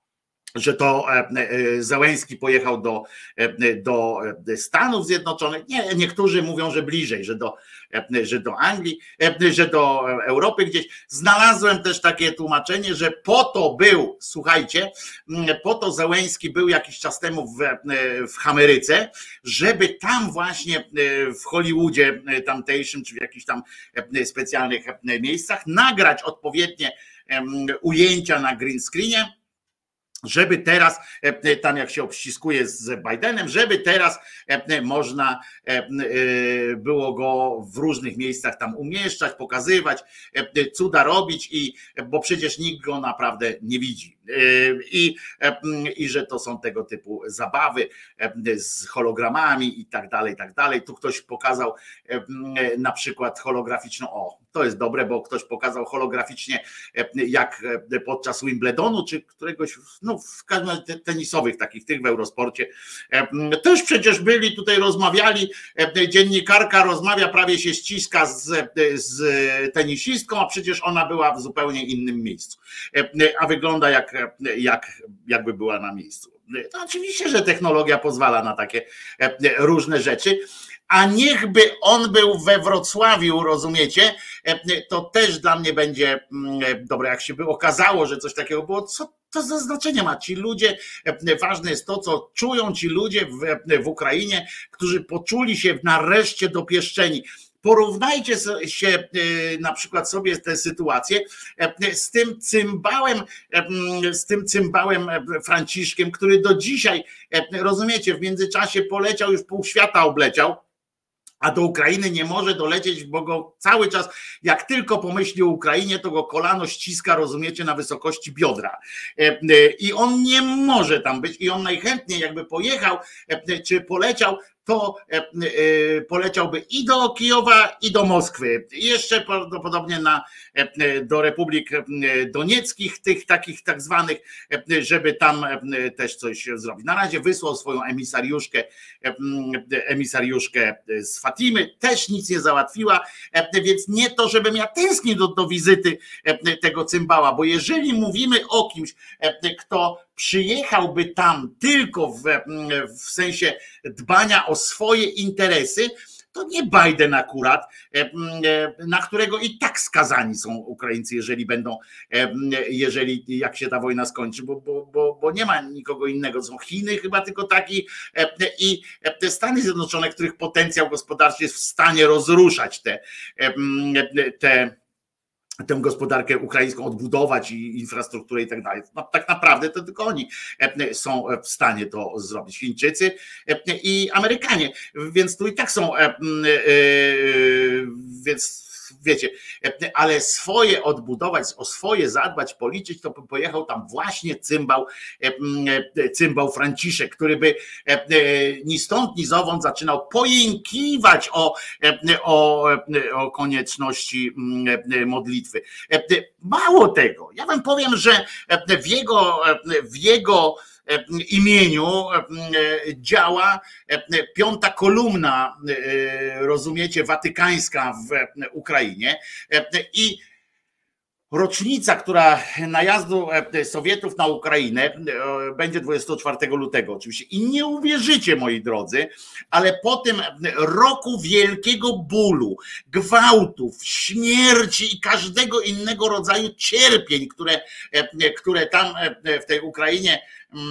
że to Zełenski pojechał do Stanów Zjednoczonych. Nie, niektórzy mówią, że bliżej, że do Anglii, że do Europy gdzieś. Znalazłem też takie tłumaczenie, że po to był, słuchajcie, po to Zełenski był jakiś czas temu w Ameryce, żeby tam właśnie w Hollywoodzie tamtejszym, czy w jakichś tam specjalnych miejscach nagrać odpowiednie ujęcia na green screenie, żeby teraz, tam jak się obściskuje z Bidenem, żeby teraz można było go w różnych miejscach tam umieszczać, pokazywać, cuda robić, bo przecież nikt go naprawdę nie widzi. I że to są tego typu zabawy z hologramami i tak dalej, i tak dalej. Tu ktoś pokazał na przykład holograficzną, to jest dobre, bo ktoś pokazał holograficznie, jak podczas Wimbledonu, czy któregoś, no w każdym razie tenisowych takich, tych w Eurosporcie, też przecież byli, tutaj rozmawiali, dziennikarka rozmawia, prawie się ściska z tenisistką, a przecież ona była w zupełnie innym miejscu, a wygląda jakby była na miejscu. To oczywiście, że technologia pozwala na takie różne rzeczy, a niechby on był we Wrocławiu, rozumiecie, to też dla mnie będzie dobre, jak się by okazało, że coś takiego było, co to za znaczenie ma? Ci ludzie, ważne jest to, co czują ci ludzie w Ukrainie, którzy poczuli się nareszcie dopieszczeni. Porównajcie się na przykład sobie tę sytuację z tym cymbałem Franciszkiem, który do dzisiaj, rozumiecie, w międzyczasie poleciał, już pół świata obleciał, a do Ukrainy nie może dolecieć, bo go cały czas, jak tylko pomyśli o Ukrainie, to go kolano ściska, rozumiecie, na wysokości biodra. I on nie może tam być i on najchętniej jakby pojechał, czy poleciał, to poleciałby i do Kijowa, i do Moskwy. I jeszcze prawdopodobnie do Republik Donieckich, tych takich tak zwanych, żeby tam też coś zrobić. Na razie wysłał swoją emisariuszkę z Fatimy, też nic nie załatwiła, więc nie to, żebym ja tęsknił do wizyty tego cymbała, bo jeżeli mówimy o kimś, kto przyjechałby tam tylko w sensie dbania o swoje interesy, to nie Biden akurat, na którego i tak skazani są Ukraińcy, jeżeli jak się ta wojna skończy, bo nie ma nikogo innego. Są Chiny chyba tylko taki i te Stany Zjednoczone, których potencjał gospodarczy jest w stanie rozruszać tę gospodarkę ukraińską, odbudować i infrastrukturę i tak dalej. No, tak naprawdę to tylko oni są w stanie to zrobić. Chińczycy i Amerykanie. Więc tu i tak są, więc wiecie, ale swoje odbudować, o swoje zadbać, policzyć, to pojechał tam właśnie cymbał Franciszek, który by ni stąd, ni zowąd zaczynał pojękiwać o konieczności modlitwy. Mało tego, ja wam powiem, że w jego imieniu działa piąta kolumna, rozumiecie, watykańska w Ukrainie i rocznica, najazdu Sowietów na Ukrainę będzie 24 lutego oczywiście i nie uwierzycie, moi drodzy, ale po tym roku wielkiego bólu, gwałtów, śmierci i każdego innego rodzaju cierpień, które tam w tej Ukrainie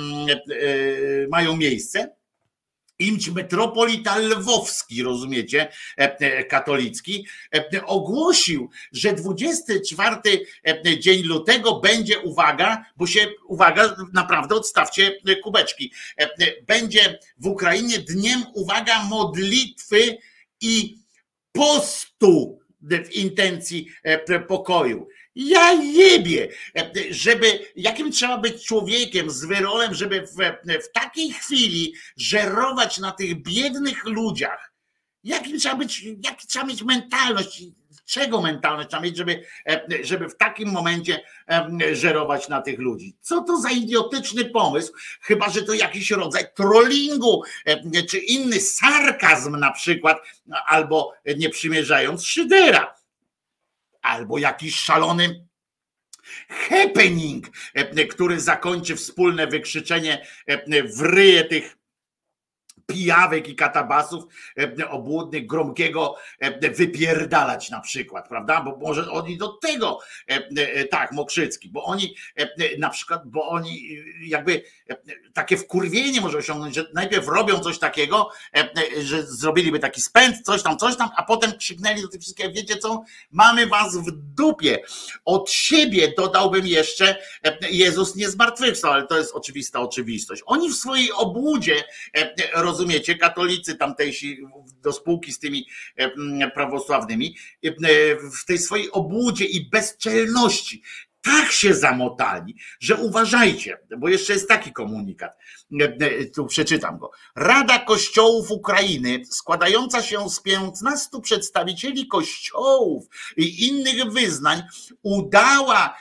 mają miejsce, imć metropolita lwowski, rozumiecie, katolicki, ogłosił, że 24 dzień lutego będzie, uwaga, naprawdę odstawcie kubeczki, będzie w Ukrainie dniem, uwaga, modlitwy i postu w intencji pokoju. Ja jebie, jakim trzeba być człowiekiem z wyrolem, żeby w takiej chwili żerować na tych biednych ludziach. Jaki trzeba mieć mentalność? Czego mentalność trzeba mieć, żeby w takim momencie żerować na tych ludzi? Co to za idiotyczny pomysł? Chyba że to jakiś rodzaj trollingu, czy inny sarkazm na przykład, albo nie przymierzając szydera. Albo jakiś szalony happening, który zakończy wspólne wykrzyczenie w ryje tych pijawek i katabasów obłudnych Gromkiego wypierdalać na przykład, prawda? Bo może oni do tego, tak, Mokrzycki, bo oni na przykład, bo oni jakby takie wkurwienie może osiągnąć, że najpierw robią coś takiego, że zrobiliby taki spęd, coś tam, a potem krzyknęli do tych wszystkich, wiecie co, mamy was w dupie. Od siebie dodałbym jeszcze, Jezus nie zmartwychwstał, ale to jest oczywista oczywistość. Oni w swojej obłudzie, rozumiecie, katolicy tamtejsi do spółki z tymi prawosławnymi, w tej swojej obłudzie i bezczelności tak się zamotali, że uważajcie, bo jeszcze jest taki komunikat, tu przeczytam go. Rada Kościołów Ukrainy, składająca się z 15 przedstawicieli kościołów i innych wyznań, udała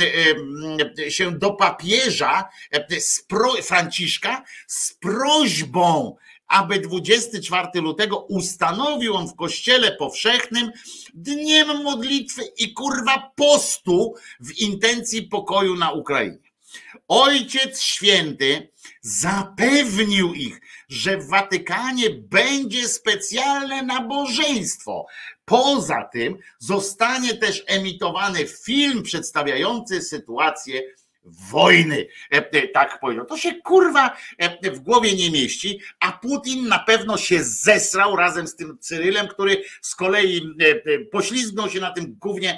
się do papieża Franciszka z prośbą, aby 24 lutego ustanowił on w Kościele Powszechnym dniem modlitwy i kurwa postu w intencji pokoju na Ukrainie. Ojciec Święty zapewnił ich, że w Watykanie będzie specjalne nabożeństwo. Poza tym zostanie też emitowany film przedstawiający sytuację wojny, tak powiedział. To się kurwa w głowie nie mieści, a Putin na pewno się zesrał razem z tym Cyrylem, który z kolei poślizgnął się na tym gównie,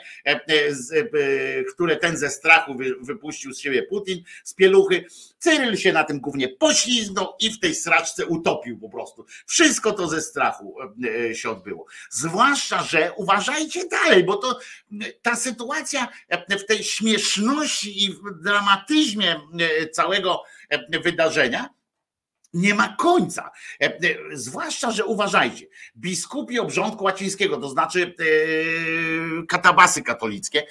które ten ze strachu wypuścił z siebie Putin, z pieluchy. Cyryl się na tym gównie poślizgnął i w tej sraczce utopił po prostu. Wszystko to ze strachu się odbyło. Zwłaszcza, że uważajcie dalej, bo to ta sytuacja w tej śmieszności i w dramatyzmie całego wydarzenia nie ma końca. Zwłaszcza, że uważajcie, biskupi obrządku łacińskiego, to znaczy katabasy katolickie,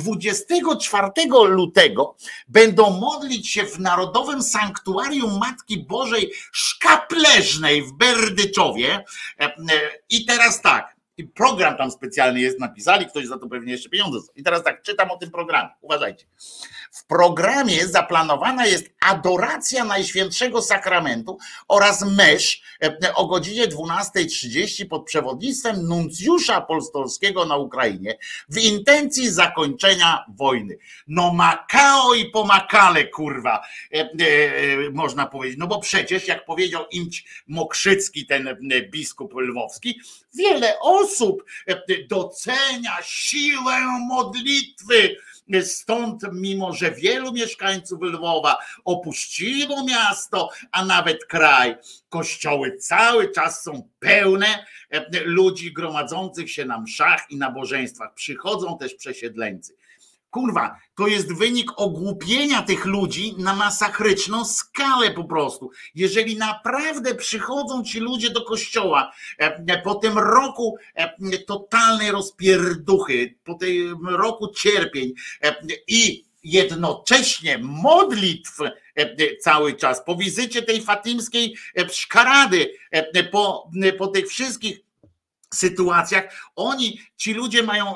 24 lutego będą modlić się w Narodowym Sanktuarium Matki Bożej Szkapleżnej w Berdyczowie. I teraz tak, i program tam specjalny jest, napisali, ktoś za to pewnie jeszcze pieniądze. I teraz tak, czytam o tym programie, uważajcie. W programie zaplanowana jest adoracja Najświętszego Sakramentu oraz mesz o godzinie 12:30 pod przewodnictwem nuncjusza apostolskiego na Ukrainie w intencji zakończenia wojny. No Makao i pomakale, kurwa, można powiedzieć. No bo przecież, jak powiedział Imć Mokrzycki, ten biskup lwowski, wiele osób docenia siłę modlitwy. Stąd, mimo że wielu mieszkańców Lwowa opuściło miasto, a nawet kraj, kościoły cały czas są pełne ludzi gromadzących się na mszach i nabożeństwach. Przychodzą też przesiedleńcy. Kurwa, to jest wynik ogłupienia tych ludzi na masakryczną skalę po prostu. Jeżeli naprawdę przychodzą ci ludzie do kościoła po tym roku totalnej rozpierduchy, po tym roku cierpień i jednocześnie modlitw cały czas, po wizycie tej fatimskiej szkarady, po tych wszystkich sytuacjach, ci ludzie mają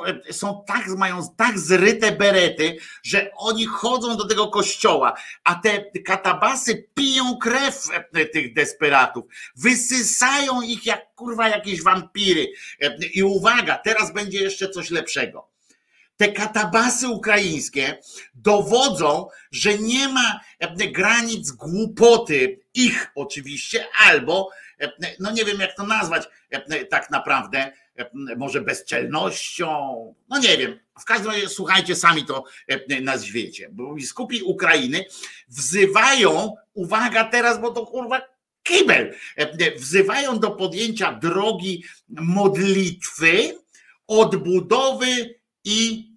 tak zryte berety, że oni chodzą do tego kościoła, a te katabasy piją krew tych desperatów, wysysają ich jak kurwa jakieś wampiry. I uwaga, teraz będzie jeszcze coś lepszego. Te katabasy ukraińskie dowodzą, że nie ma granic głupoty ich oczywiście, albo no nie wiem jak to nazwać tak naprawdę, może bezczelnością, no nie wiem, w każdym razie słuchajcie, sami to nazwiecie, bo biskupi Ukrainy wzywają, uwaga teraz, bo to kurwa kibel, wzywają do podjęcia drogi modlitwy, odbudowy i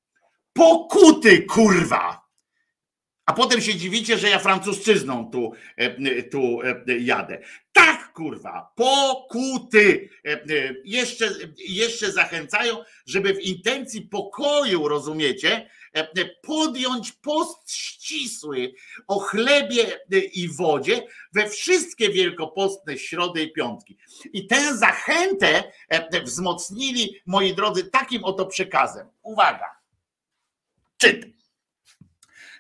pokuty, kurwa. A potem się dziwicie, że ja francusczyzną tu jadę. Tak, kurwa, pokuty. Jeszcze zachęcają, żeby w intencji pokoju, rozumiecie, podjąć post ścisły o chlebie i wodzie we wszystkie wielkopostne środy i piątki. I tę zachętę wzmocnili, moi drodzy, takim oto przekazem. Uwaga, czytam.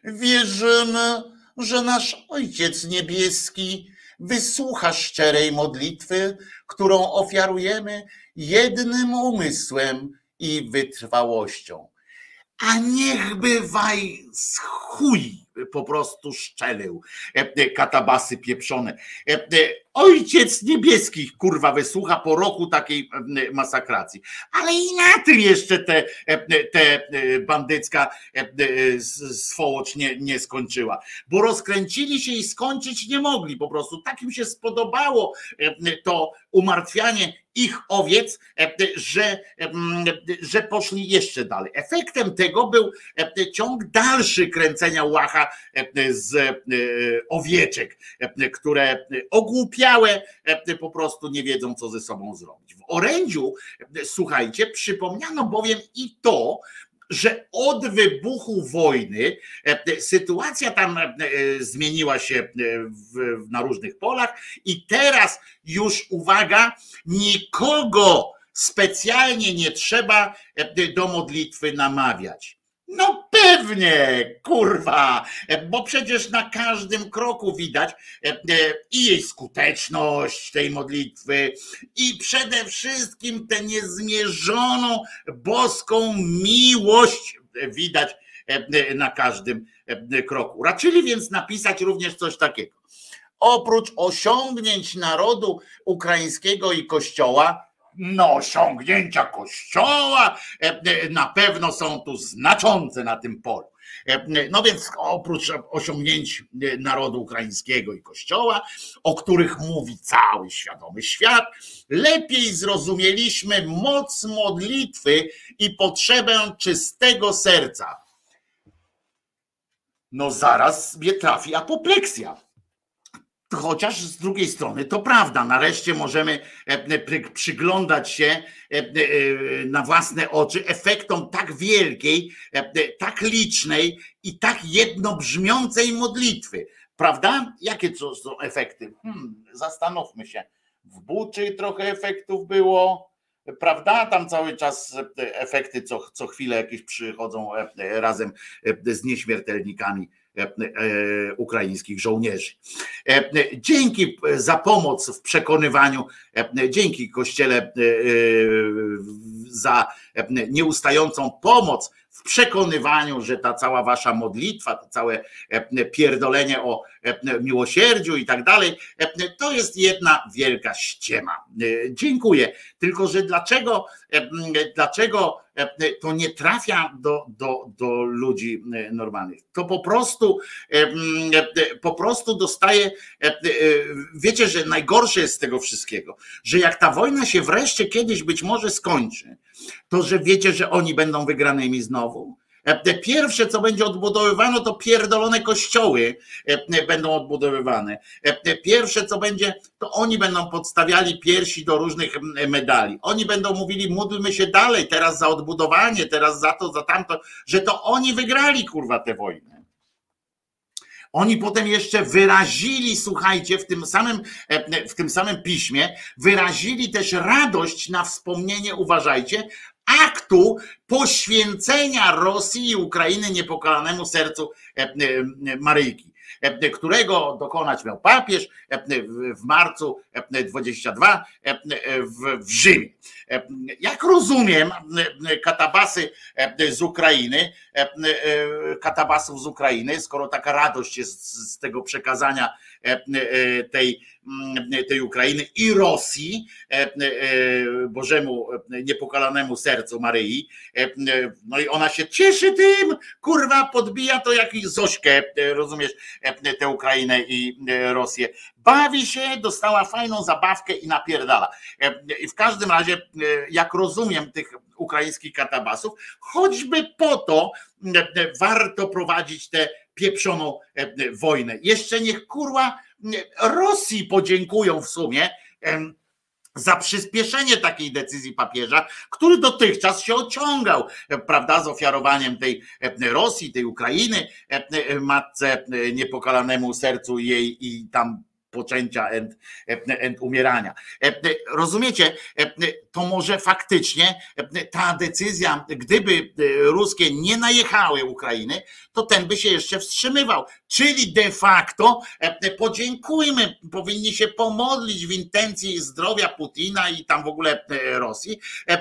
Wierzymy, że nasz Ojciec Niebieski wysłucha szczerej modlitwy, którą ofiarujemy jednym umysłem i wytrwałością. A niechby waj z chuj po prostu szczelił, katabasy pieprzone. Ojciec Niebieski, kurwa, wysłucha po roku takiej masakracji. Ale i na tym jeszcze te bandycka swołocz nie skończyła. Bo rozkręcili się i skończyć nie mogli po prostu. Tak im się spodobało to umartwianie ich owiec, że poszli jeszcze dalej. Efektem tego był ciąg dalszy kręcenia łacha z owieczek, które ogłupiałe po prostu nie wiedzą, co ze sobą zrobić. W orędziu, słuchajcie, przypomniano bowiem i to, że od wybuchu wojny sytuacja tam zmieniła się na różnych polach i teraz już, uwaga, nikogo specjalnie nie trzeba do modlitwy namawiać. No pewnie, kurwa, bo przecież na każdym kroku widać i jej skuteczność tej modlitwy i przede wszystkim tę niezmierzoną boską miłość widać na każdym kroku. Raczyli więc napisać również coś takiego. Oprócz osiągnięć narodu ukraińskiego i Kościoła, no, osiągnięcia Kościoła na pewno są tu znaczące na tym polu. No więc oprócz osiągnięć narodu ukraińskiego i Kościoła, o których mówi cały świadomy świat, lepiej zrozumieliśmy moc modlitwy i potrzebę czystego serca. No zaraz mnie trafi apopleksja. Chociaż z drugiej strony to prawda, nareszcie możemy przyglądać się na własne oczy efektom tak wielkiej, tak licznej i tak jednobrzmiącej modlitwy. Prawda? Jakie to są efekty? Zastanówmy się. W Buczy trochę efektów było, prawda? Tam cały czas efekty co chwilę jakieś przychodzą razem z nieśmiertelnikami ukraińskich żołnierzy. Dzięki za pomoc w przekonywaniu, dzięki Kościele za nieustającą pomoc w przekonywaniu, że ta cała wasza modlitwa, to całe pierdolenie o miłosierdziu i tak dalej, to jest jedna wielka ściema. Dziękuję. Tylko że dlaczego to nie trafia do ludzi normalnych? To po prostu dostaje, wiecie, że najgorsze jest z tego wszystkiego, że jak ta wojna się wreszcie kiedyś być może skończy, to że wiecie, że oni będą wygranymi znowu. Pierwsze, co będzie odbudowywane, to pierdolone kościoły będą odbudowywane. Pierwsze, co będzie, to oni będą podstawiali piersi do różnych medali. Oni będą mówili, módlmy się dalej, teraz za odbudowanie, teraz za to, za tamto, że to oni wygrali, kurwa, tę wojnę. Oni potem jeszcze wyrazili, słuchajcie, w tym samym piśmie, wyrazili też radość na wspomnienie, uważajcie, aktu poświęcenia Rosji i Ukrainy niepokalanemu sercu Maryjki, którego dokonać miał papież w marcu 22 w Rzymie. Jak rozumiem, katabasów z Ukrainy, skoro taka radość jest z tego przekazania tej Ukrainy i Rosji, Bożemu niepokalanemu sercu Maryi, no i ona się cieszy tym, kurwa, podbija to jak Zośkę, rozumiesz, tę Ukrainę i Rosję. Bawi się, dostała fajną zabawkę i napierdala. I w każdym razie, jak rozumiem tych ukraińskich katabasów, choćby po to warto prowadzić tę pieprzoną wojnę. Jeszcze niech, kurwa, Rosji podziękują w sumie za przyspieszenie takiej decyzji papieża, który dotychczas się ociągał, prawda, z ofiarowaniem tej Rosji, tej Ukrainy, matce niepokalanemu sercu jej i tam poczęcia and umierania. Rozumiecie? To może faktycznie ta decyzja, gdyby ruskie nie najechały Ukrainy, to ten by się jeszcze wstrzymywał. Czyli de facto podziękujmy, powinni się pomodlić w intencji zdrowia Putina i tam w ogóle Rosji,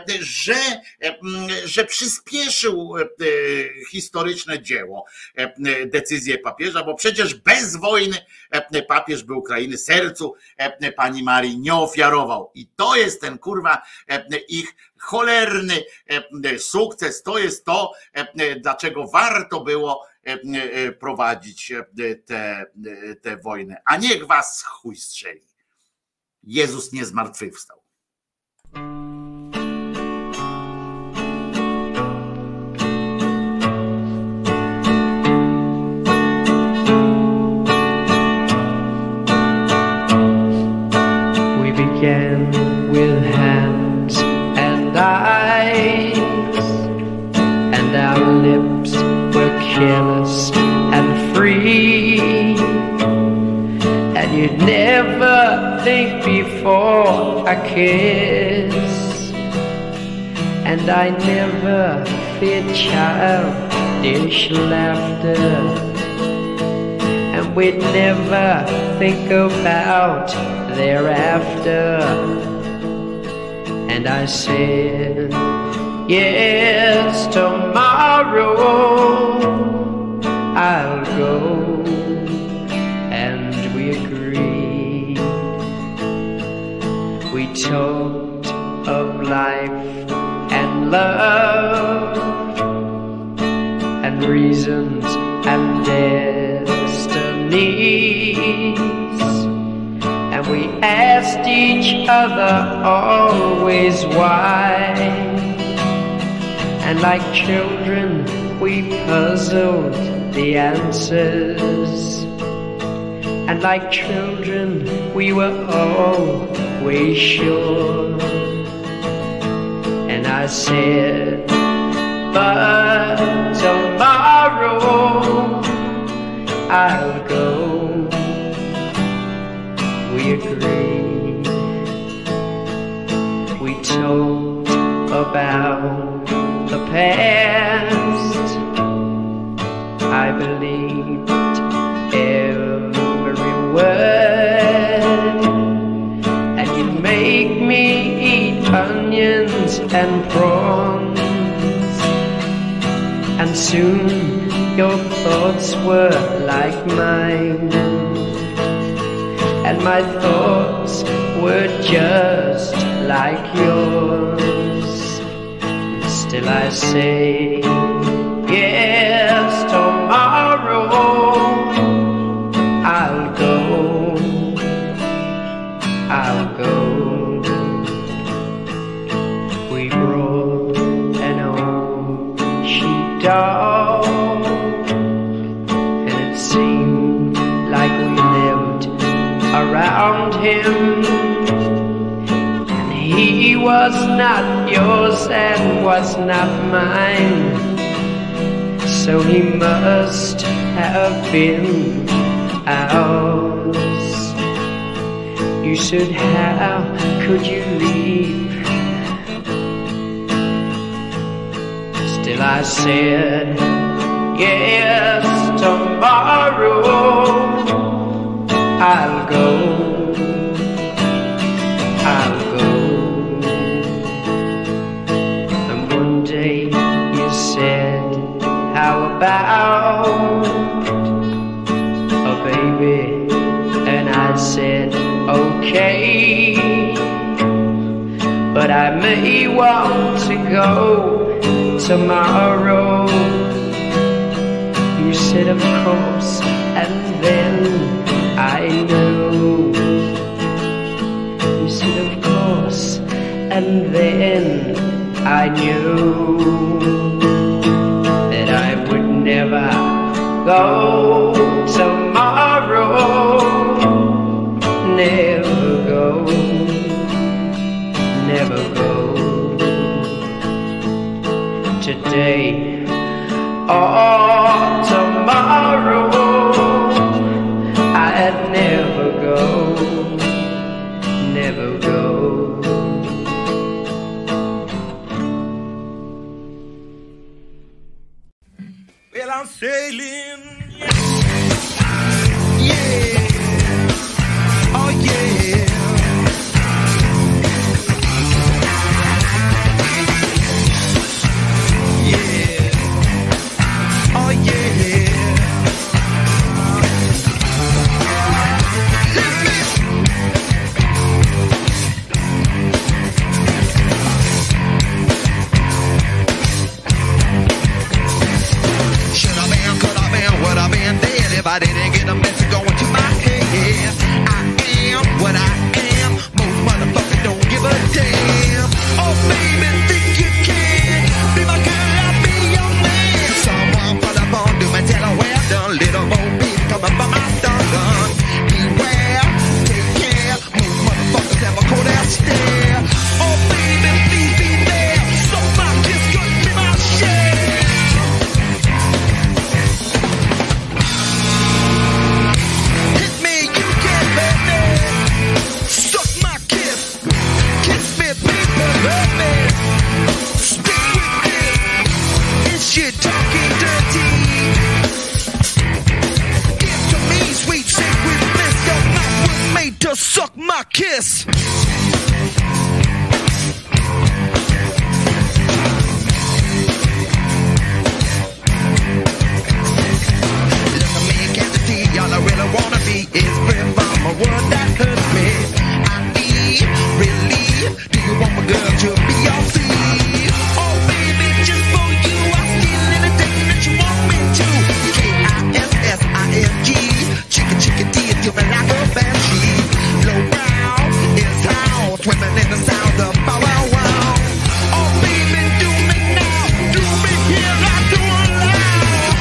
że przyspieszył historyczne dzieło, decyzję papieża, bo przecież bez wojny papież by Ukrainy sercu pani Marii nie ofiarował. I to jest ten kurwa ich cholerny sukces, to jest to, dlaczego warto było prowadzić tę wojnę. A niech was chuj strzeli. Jezus nie zmartwychwstał. We began with hands and eyes, and our lips were careless and free, and you'd never think before a kiss, and I never feared childish laughter, and we'd never think about thereafter. And I said, yes, tomorrow I'll go, and we agreed. We talked of life and love and reasons and destinies, and we asked each other always why, and like children we puzzled the answers, and like children we were always sure. And I said, but tomorrow I'll go. We agreed. We talked about the past. I believed every word, and you'd make me eat onions and prawns, and soon your thoughts were like mine, and my thoughts were just like yours. Still I say, yes, tomorrow I'll go, I'll go. We brought an old sheepdog, and it seemed like we lived around him, and he was not yours and was not mine, so he must have been ours. You said, how could you leave? Still I said, yes, tomorrow I'll go, I'll go. And one day you said, how about a baby? And I said, okay, but I may want to go tomorrow. You said, of course, and then I knew. You said, of course, and then I knew that I would never go tomorrow, never go, never go. Today or tomorrow I'd never go. are sailing. Yeah. Oh yeah. Yeah. Oh yeah. Should I been, could I been, would I been dead if I didn't get a message going to my head? I am what I am. Most motherfuckers don't give a damn. Oh baby, think you can be my girl, I'll be your man. Someone put up on do me tell her well done. Little Bo Peep coming from my gun. Beware, take care. Most motherfuckers have a cold ass stare. Oh baby, please be there. So my kiss could be my share. Hit me, you can hurt me. Suck my kiss. Kiss me, people, hurt me. Stick with it. Is shit talking dirty? Give to me, sweet sacred bliss. Your mouth was made to suck my kiss. Look at me, can't you see? All I really wanna be is free from a world that hurts me. I need relief. Do you want my girl to be your thief? Oh baby, just for you, I steal anything that you want me to. Kissing. Chicken, chicken, tea, do me like a banshee. Low brow is how swimming in the sound of bow wow wow. Oh baby, do me now, do me here, I do it loud.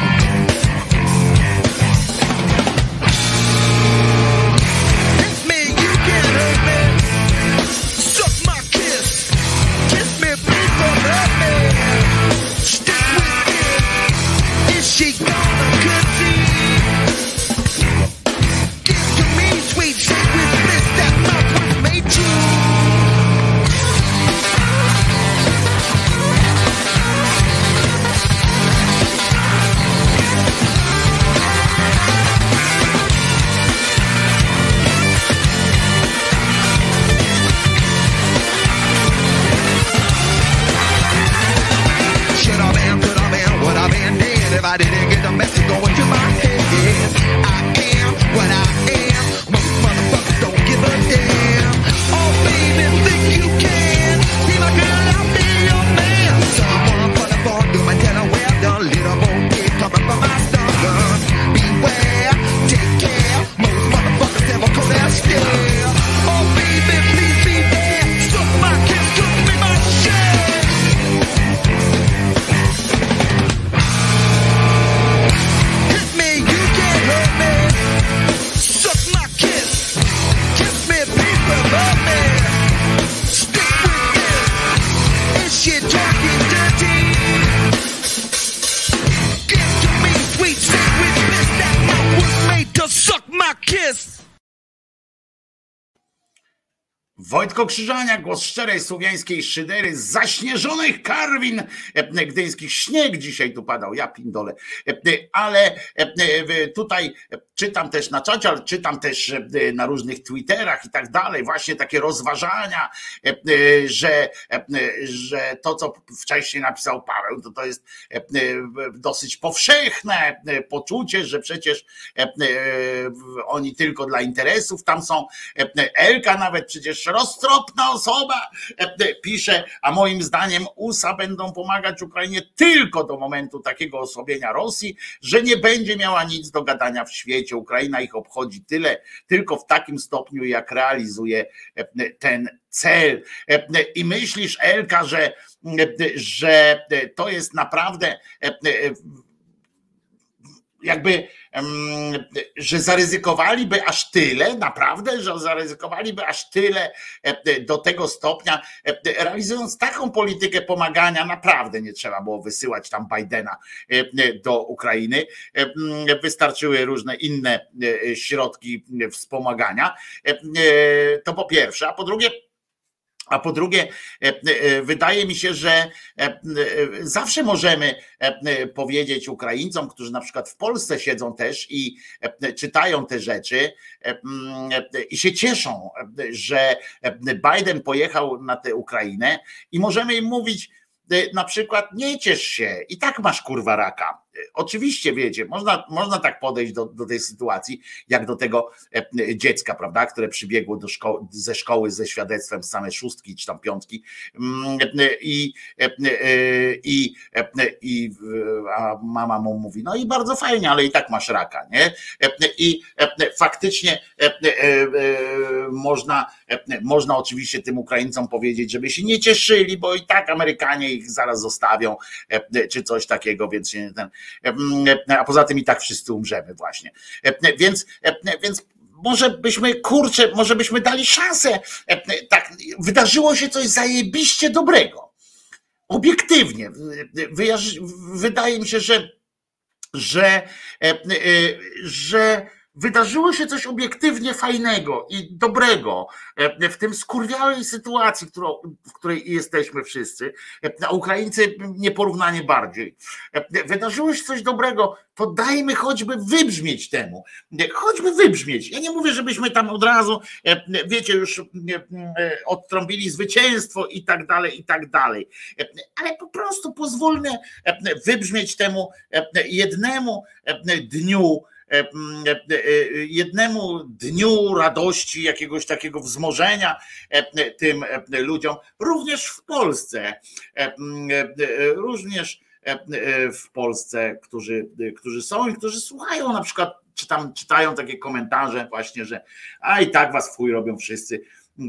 Hit me, you can hurt me. Suck my kiss. Kiss me, people, hurt me. Stick with it. Is she gonna concede? Give to me, sweet sacred bliss. That mouth was made to. Should I been, could I been, would I been dead if I didn't get the message going to my head? I am what I am. Most motherfuckers don't give a damn. Oh baby, think you can be my girl, I'll be your man. Someone put up on, do my tell her well done. Little Bo Peep coming from my gun. Beware, take care. Most motherfuckers have a cold ass stare. Oh baby, please be there. Suck my kiss, could be my share. Hit me, you can't hurt me. Suck my kiss. Kiss me, people, hurt me. Stick with it. Is shit talking dirty? Give to me, sweet sacred bliss. That mouth was made to suck my kiss. Wojtko Krzyżania, głos szczerej słowiańskiej szydery z zaśnieżonych Karwin gdyńskich. Śnieg dzisiaj tu padał, ja pindole. Ale tutaj czytam też na czacie, ale czytam też na różnych Twitterach i tak dalej, właśnie takie rozważania, że to, co wcześniej napisał Paweł, to jest dosyć powszechne poczucie, że przecież oni tylko dla interesów tam są. Elka nawet przecież roztropna osoba pisze, a moim zdaniem USA będą pomagać Ukrainie tylko do momentu takiego osłabienia Rosji, że nie będzie miała nic do gadania w świecie. Ukraina ich obchodzi tylko w takim stopniu, jak realizuje ten cel. I myślisz, Elka, że to jest naprawdę jakby, że zaryzykowaliby aż tyle, naprawdę, że zaryzykowaliby aż tyle do tego stopnia, realizując taką politykę pomagania, naprawdę nie trzeba było wysyłać tam Bidena do Ukrainy, wystarczyły różne inne środki wspomagania, to po pierwsze, a po drugie, A po drugie, wydaje mi się, że zawsze możemy powiedzieć Ukraińcom, którzy na przykład w Polsce siedzą też i czytają te rzeczy i się cieszą, że Biden pojechał na tę Ukrainę i możemy im mówić na przykład nie ciesz się, i tak masz kurwa raka. Oczywiście wiecie, można tak podejść do tej sytuacji, jak do tego dziecka, prawda, które przybiegło ze szkoły ze świadectwem z same szóstki czy tam piątki a mama mu mówi, no i bardzo fajnie, ale i tak masz raka, nie? I faktycznie można oczywiście tym Ukraińcom powiedzieć, żeby się nie cieszyli, bo i tak Amerykanie ich zaraz zostawią, czy coś takiego, więc się a poza tym i tak wszyscy umrzemy właśnie. Więc może byśmy dali szansę. Tak, wydarzyło się coś zajebiście dobrego. Obiektywnie. Wydaje mi się, że wydarzyło się coś obiektywnie fajnego i dobrego w tym skurwiałej sytuacji, w której jesteśmy wszyscy, a Ukraińcy nieporównanie bardziej. Wydarzyło się coś dobrego, to dajmy choćby wybrzmieć temu. Choćby wybrzmieć. Ja nie mówię, żebyśmy tam od razu, wiecie, już odtrąbili zwycięstwo i tak dalej, ale po prostu pozwólmy wybrzmieć temu jednemu dniu radości, jakiegoś takiego wzmożenia tym ludziom, również w Polsce, którzy są i którzy słuchają, na przykład czytają takie komentarze właśnie, że a i tak was w chuj robią wszyscy,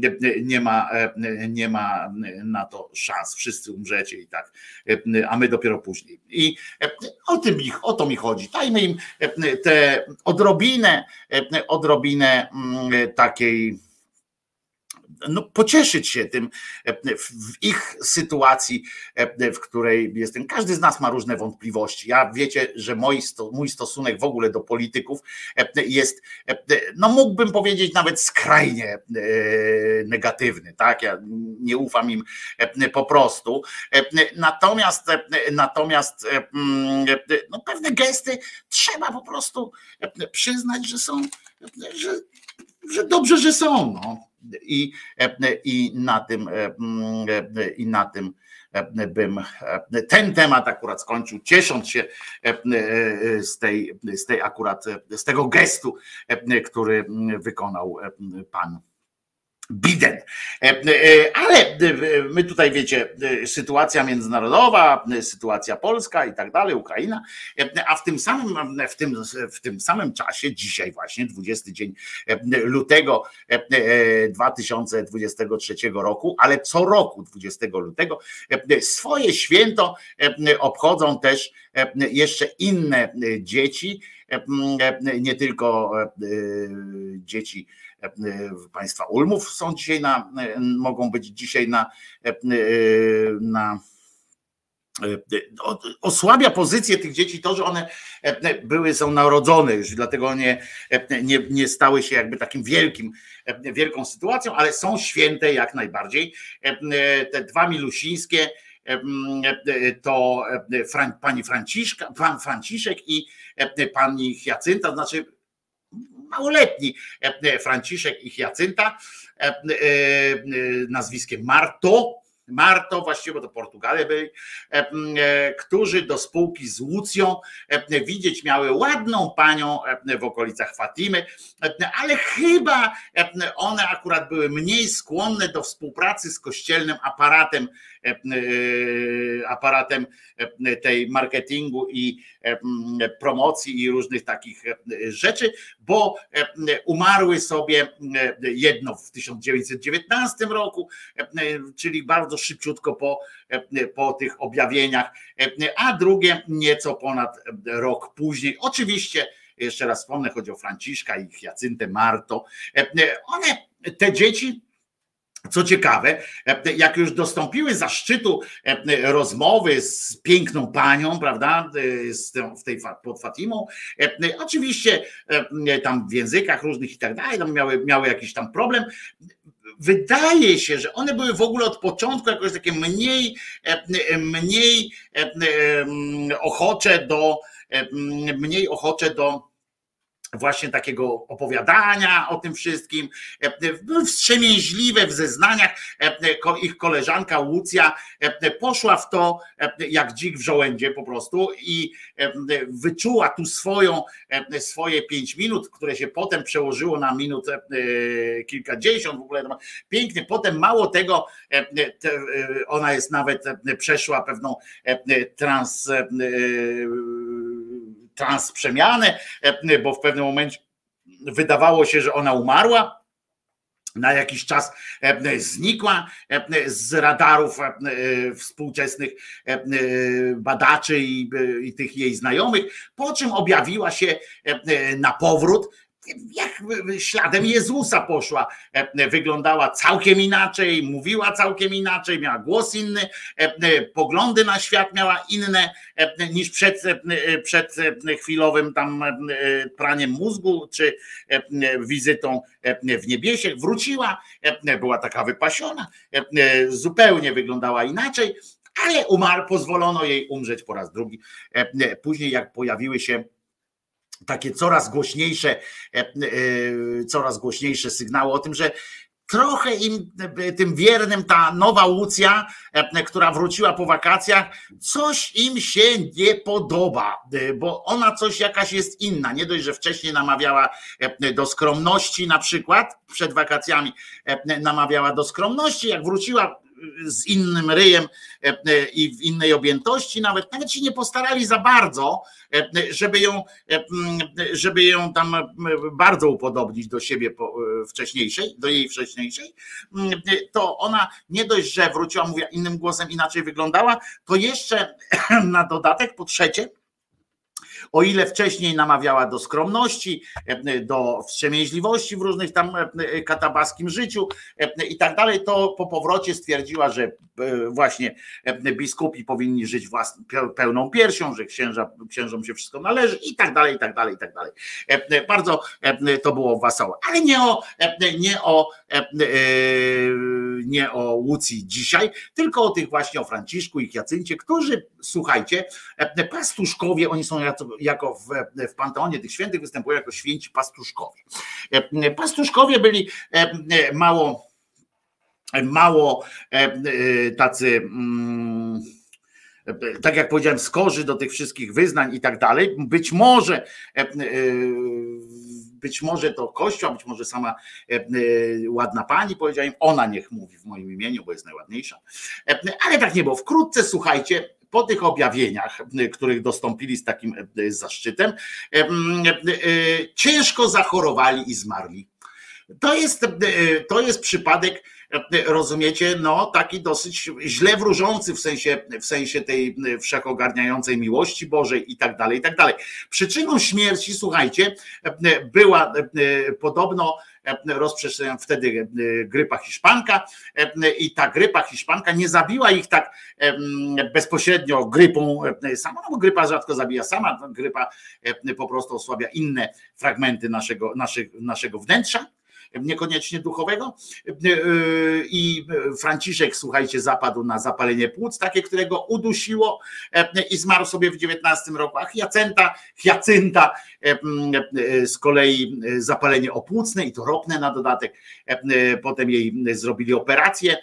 nie ma na to szans, wszyscy umrzecie i tak, a my dopiero później. I o to mi chodzi. Dajmy im tę odrobinę takiej, no, pocieszyć się tym w ich sytuacji, w której jestem. Każdy z nas ma różne wątpliwości. Ja wiecie, że mój stosunek w ogóle do polityków jest, no mógłbym powiedzieć nawet skrajnie negatywny, tak? Ja nie ufam im po prostu. Natomiast no, pewne gesty trzeba po prostu przyznać, że są, że dobrze, że są. No. I na tym bym ten temat akurat skończył, ciesząc się z tego gestu, który wykonał pan Biden. Ale my tutaj, wiecie, sytuacja międzynarodowa, sytuacja polska i tak dalej, Ukraina, a w tym samym czasie, dzisiaj właśnie, 20 dzień lutego 2023 roku, ale co roku 20 lutego swoje święto obchodzą też jeszcze inne dzieci, nie tylko dzieci państwa Ulmów są dzisiaj mogą być dzisiaj osłabia pozycję tych dzieci to, że one są narodzone już, dlatego nie stały się jakby takim wielką sytuacją, ale są święte jak najbardziej. Te dwa milusińskie to pan Franciszek i pani Hiacynta, znaczy małoletni Franciszek i Hiacynta, nazwiskiem Marto, właściwie, bo to Portugalia byli, którzy do spółki z Łucją widzieć miały ładną panią w okolicach Fatimy, ale chyba one akurat były mniej skłonne do współpracy z kościelnym aparatem tej marketingu i promocji i różnych takich rzeczy, bo umarły sobie jedno w 1919 roku, czyli bardzo szybciutko po tych objawieniach, a drugie nieco ponad rok później. Oczywiście, jeszcze raz wspomnę, chodzi o Franciszka i Hiacyntę Marto. Te dzieci, co ciekawe, jak już dostąpiły zaszczytu rozmowy z piękną panią, prawda, pod Fatimą, oczywiście tam w językach różnych i tak dalej, tam miały jakiś tam problem, wydaje się, że one były w ogóle od początku jakoś takie mniej ochocze do właśnie takiego opowiadania o tym wszystkim, były wstrzemięźliwe w zeznaniach. Ich koleżanka Łucja poszła w to jak dzik w żołędzie po prostu i wyczuła tu swoje 5 minut, które się potem przełożyło na minut kilkadziesiąt, w ogóle pięknie. Potem mało tego, ona jest nawet, przeszła pewną transprzemianę, bo w pewnym momencie wydawało się, że ona umarła, na jakiś czas znikła z radarów współczesnych badaczy i tych jej znajomych, po czym objawiła się na powrót, jak śladem Jezusa poszła, wyglądała całkiem inaczej, mówiła całkiem inaczej, miała głos inny, poglądy na świat miała inne niż przed chwilowym tam praniem mózgu czy wizytą w niebiesie. Wróciła, była taka wypasiona, zupełnie wyglądała inaczej, ale pozwolono jej umrzeć po raz drugi. Później jak pojawiły się takie coraz głośniejsze sygnały o tym, że trochę tym wiernym ta nowa Łucja, która wróciła po wakacjach, coś im się nie podoba, bo ona jakaś jest inna. Nie dość, że wcześniej namawiała do skromności, na przykład przed wakacjami namawiała do skromności, jak wróciła z innym ryjem i w innej objętości, nawet się nie postarali za bardzo, żeby ją tam bardzo upodobnić do siebie wcześniejszej, do jej wcześniejszej, to ona nie dość, że wróciła, mówiła innym głosem, inaczej wyglądała, to jeszcze na dodatek, po trzecie, o ile wcześniej namawiała do skromności, do wstrzemięźliwości w różnych tam katabaskim życiu i tak dalej, to po powrocie stwierdziła, że właśnie biskupi powinni żyć pełną piersią, że księżom się wszystko należy i tak dalej, i tak dalej, i tak dalej. Bardzo to było wesołe, ale nie o Łucji dzisiaj, tylko o tych właśnie, o Franciszku i Hiacyncie, którzy, słuchajcie, pastuszkowie, oni są jako w panteonie tych świętych występują jako święci pastuszkowie. Pastuszkowie byli mało tacy, tak jak powiedziałem, skorzy do tych wszystkich wyznań i tak dalej. Być może to Kościół, a być może sama ładna pani powiedziała im, ona niech mówi w moim imieniu, bo jest najładniejsza. Ale tak nie było. Wkrótce, słuchajcie, po tych objawieniach, których dostąpili z takim zaszczytem, ciężko zachorowali i zmarli. To jest przypadek, rozumiecie, no taki dosyć źle wróżący w sensie tej wszechogarniającej miłości Bożej i tak dalej, i tak dalej. Przyczyną śmierci, słuchajcie, była podobno rozprzestrzeniona wtedy grypa hiszpanka i ta grypa hiszpanka nie zabiła ich tak bezpośrednio grypą samą, no bo grypa rzadko zabija sama, grypa po prostu osłabia inne fragmenty naszego wnętrza, niekoniecznie duchowego, i Franciszek, słuchajcie, zapadł na zapalenie płuc, takie, którego udusiło i zmarł sobie w 19 roku, a Hiacynta z kolei zapalenie opłucne i to ropne na dodatek, potem jej zrobili operację,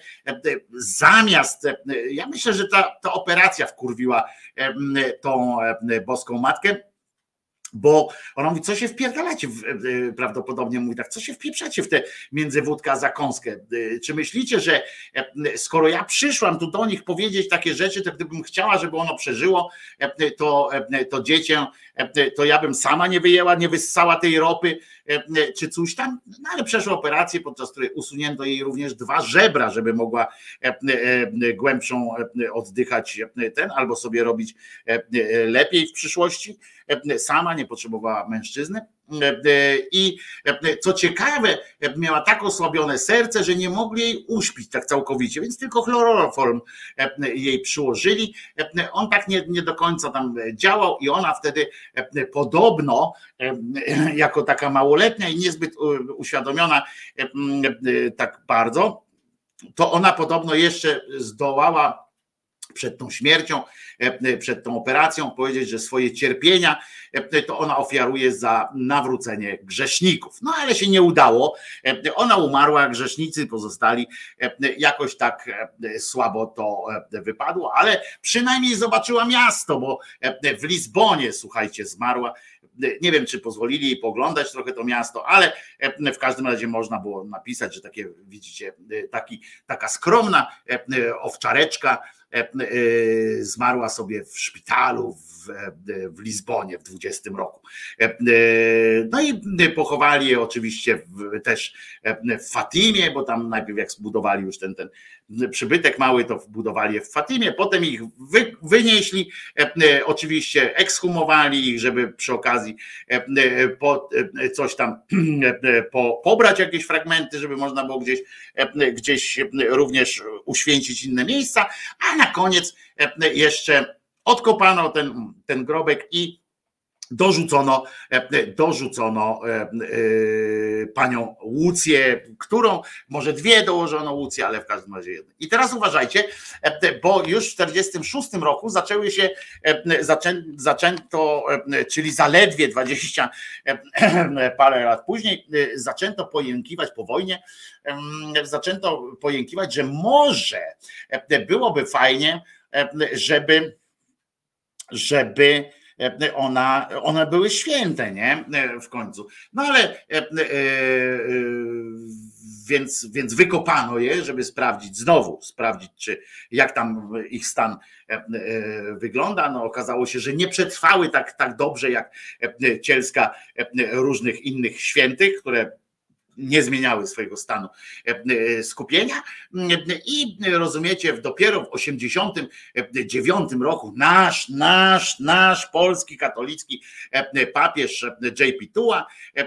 ja myślę, że ta operacja wkurwiła tą boską matkę, bo ona mówi, co się wpierdalacie, prawdopodobnie mówi tak, co się wpieprzacie w tę między wódkę a zakąskę. Czy myślicie, że skoro ja przyszłam tu do nich powiedzieć takie rzeczy, to gdybym chciała, żeby ono przeżyło, to dziecię, to ja bym sama nie wyjęła, nie wyssała tej ropy, czy coś tam, no ale przeszła operację, podczas której usunięto jej również 2 żebra, żeby mogła głębszą oddychać albo sobie robić lepiej w przyszłości. Sama nie potrzebowała mężczyzny. I co ciekawe, miała tak osłabione serce, że nie mogli jej uśpić tak całkowicie, więc tylko chloroform jej przyłożyli. On tak nie do końca tam działał i ona wtedy podobno jako taka małoletnia i niezbyt uświadomiona tak bardzo, to ona podobno jeszcze zdołała przed tą śmiercią, przed tą operacją powiedzieć, że swoje cierpienia to ona ofiaruje za nawrócenie grzeszników. No ale się nie udało. Ona umarła, a grzesznicy pozostali. Jakoś tak słabo to wypadło, ale przynajmniej zobaczyła miasto, bo w Lizbonie, słuchajcie, zmarła. Nie wiem, czy pozwolili jej poglądać trochę to miasto, ale w każdym razie można było napisać, że takie, widzicie, taka skromna owczareczka zmarła sobie w szpitalu w Lizbonie w 20 roku. No i pochowali je oczywiście też w Fatimie, bo tam najpierw jak zbudowali już ten przybytek mały, to wbudowali je w Fatimie, potem ich wynieśli, oczywiście ekshumowali ich, żeby przy okazji coś tam pobrać jakieś fragmenty, żeby można było gdzieś również uświęcić inne miejsca, a na koniec jeszcze odkopano ten grobek i dorzucono panią Łucję, którą może dwie dołożono Łucję, ale w każdym razie jedno. I teraz uważajcie, bo już w 1946 roku zaczęto, czyli zaledwie 20 parę lat później, zaczęto pojękiwać po wojnie, że może byłoby fajnie, żeby one były święte, nie? W końcu. No ale więc wykopano je, żeby sprawdzić, czy jak tam ich stan wygląda. No okazało się, że nie przetrwały tak dobrze jak Cielska różnych innych świętych, które nie zmieniały swojego stanu skupienia i rozumiecie, dopiero w 1989 roku nasz polski katolicki papież JP Tuła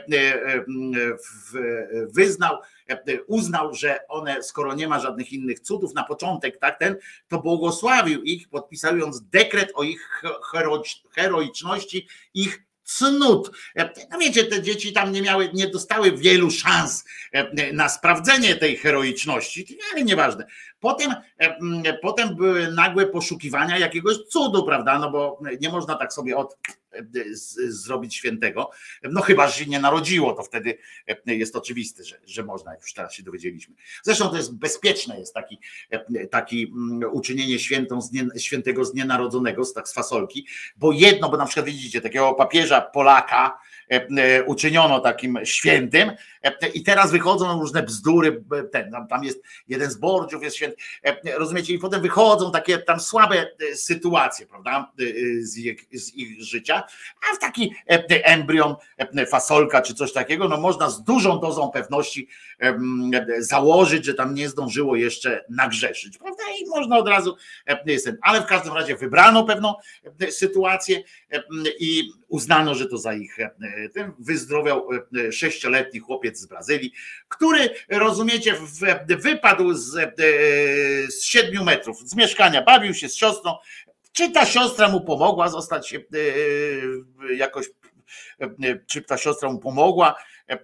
uznał, że one, skoro nie ma żadnych innych cudów na początek, tak, to błogosławił ich, podpisując dekret o ich heroiczności, ich cnót. No wiecie, te dzieci tam nie dostały wielu szans na sprawdzenie tej heroiczności, ale nieważne. Potem były nagłe poszukiwania jakiegoś cudu, prawda, no bo nie można tak sobie zrobić świętego, no chyba, że się nie narodziło, to wtedy jest oczywiste, że można, już teraz się dowiedzieliśmy. Zresztą to jest bezpieczne, jest taki uczynienie świętego z nienarodzonego, z fasolki, bo na przykład widzicie, takiego papieża Polaka uczyniono takim świętym i teraz wychodzą różne bzdury, tam jest jeden z Bordziów jest święty, rozumiecie, i potem wychodzą takie tam słabe sytuacje, prawda, z ich życia, a w taki embrion, fasolka czy coś takiego, no można z dużą dozą pewności założyć, że tam nie zdążyło jeszcze nagrzeszyć, prawda, i można od razu, ale w każdym razie wybrano pewną sytuację i uznano, że to za ich wyzdrowiał 6-letni chłopiec z Brazylii, który, rozumiecie, wypadł z 7 metrów z mieszkania, bawił się z siostrą. Czy ta siostra mu pomogła zostać jakoś, czy ta siostra mu pomogła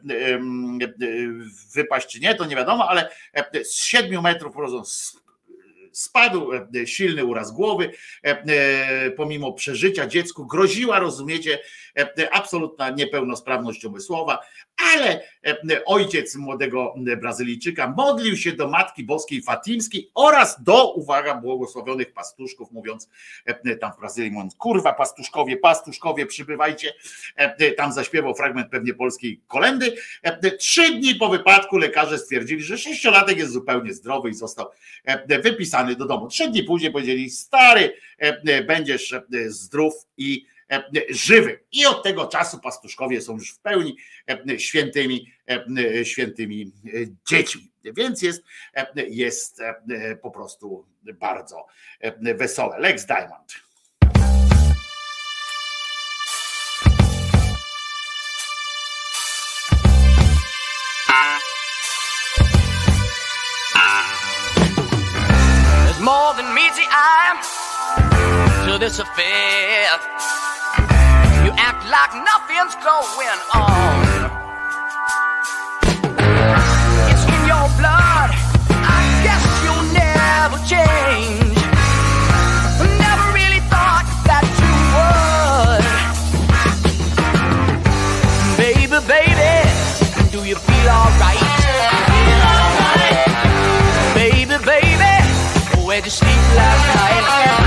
wypaść, czy nie, to nie wiadomo, ale z 7 metrów spadł, silny uraz głowy, pomimo przeżycia dziecku groziła, rozumiecie, absolutna niepełnosprawność umysłowa, ale ojciec młodego Brazylijczyka modlił się do Matki Boskiej Fatimskiej oraz do, uwaga, błogosławionych pastuszków, mówiąc tam w Brazylii, mówiąc, kurwa pastuszkowie, przybywajcie, tam zaśpiewał fragment pewnie polskiej kolendy. 3 dni po wypadku lekarze stwierdzili, że 6-latek jest zupełnie zdrowy i został wypisany do domu. 3 dni później powiedzieli, stary, będziesz zdrów i żywy. I od tego czasu pastuszkowie są już w pełni świętymi dziećmi. Więc jest po prostu bardzo wesołe. Lex Diamond. to this affair. You act like nothing's going on. It's in your blood, I guess you'll never change. Never really thought that you would. Baby, baby, do you feel alright? Baby, baby, where'd you sleep last night?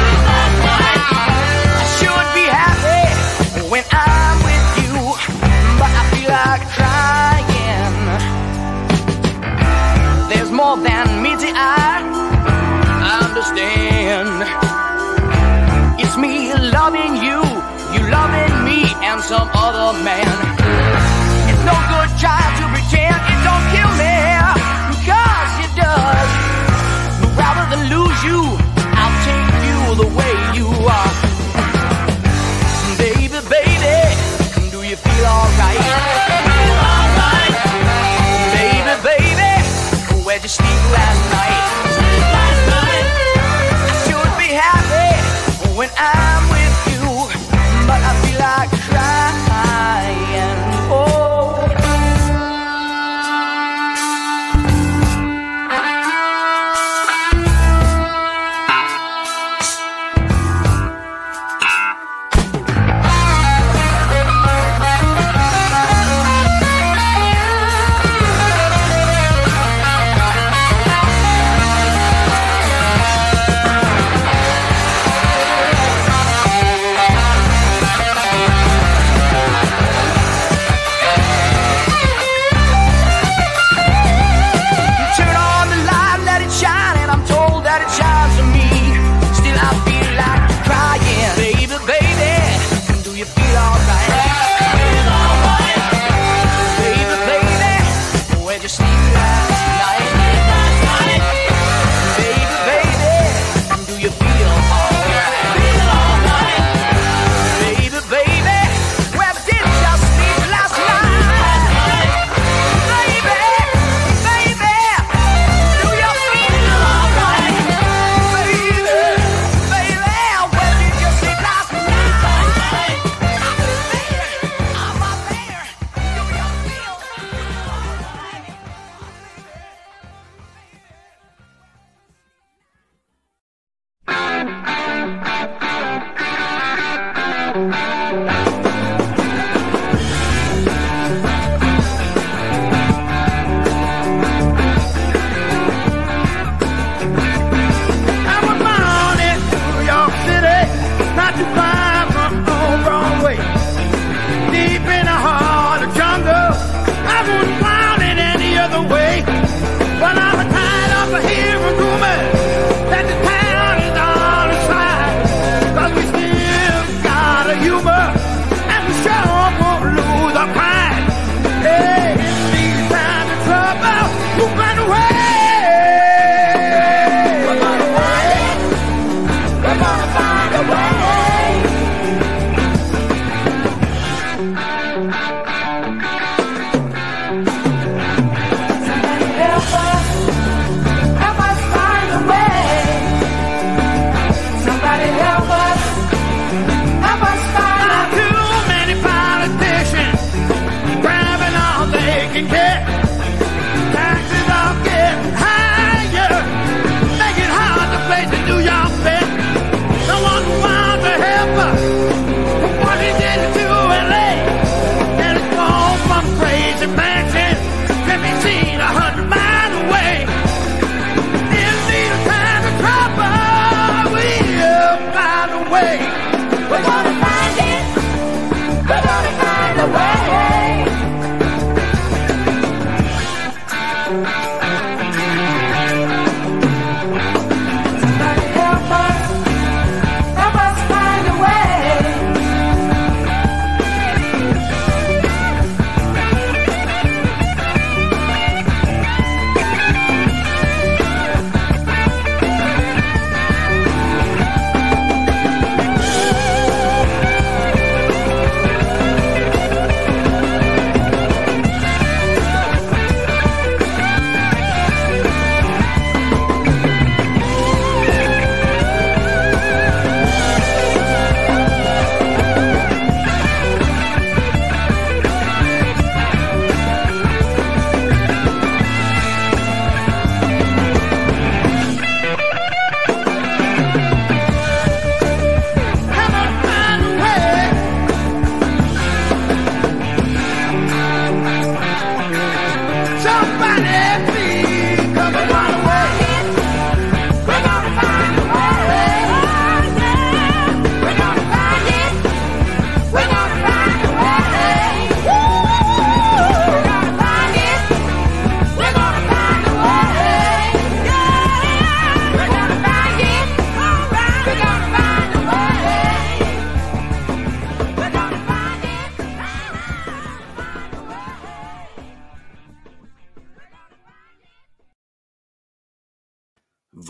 I should be happy when I'm with you, but I feel like crying. There's more than meets the eye, I understand. It's me loving you, you loving me, and some other man. It's no good trying to pretend it don't kill me, because it does. Rather than lose you, I'll take you the way you are. Baby, baby, do you feel alright? Baby, baby, where'd you sleep last night? I should be happy when I'm with you, but I feel like crying.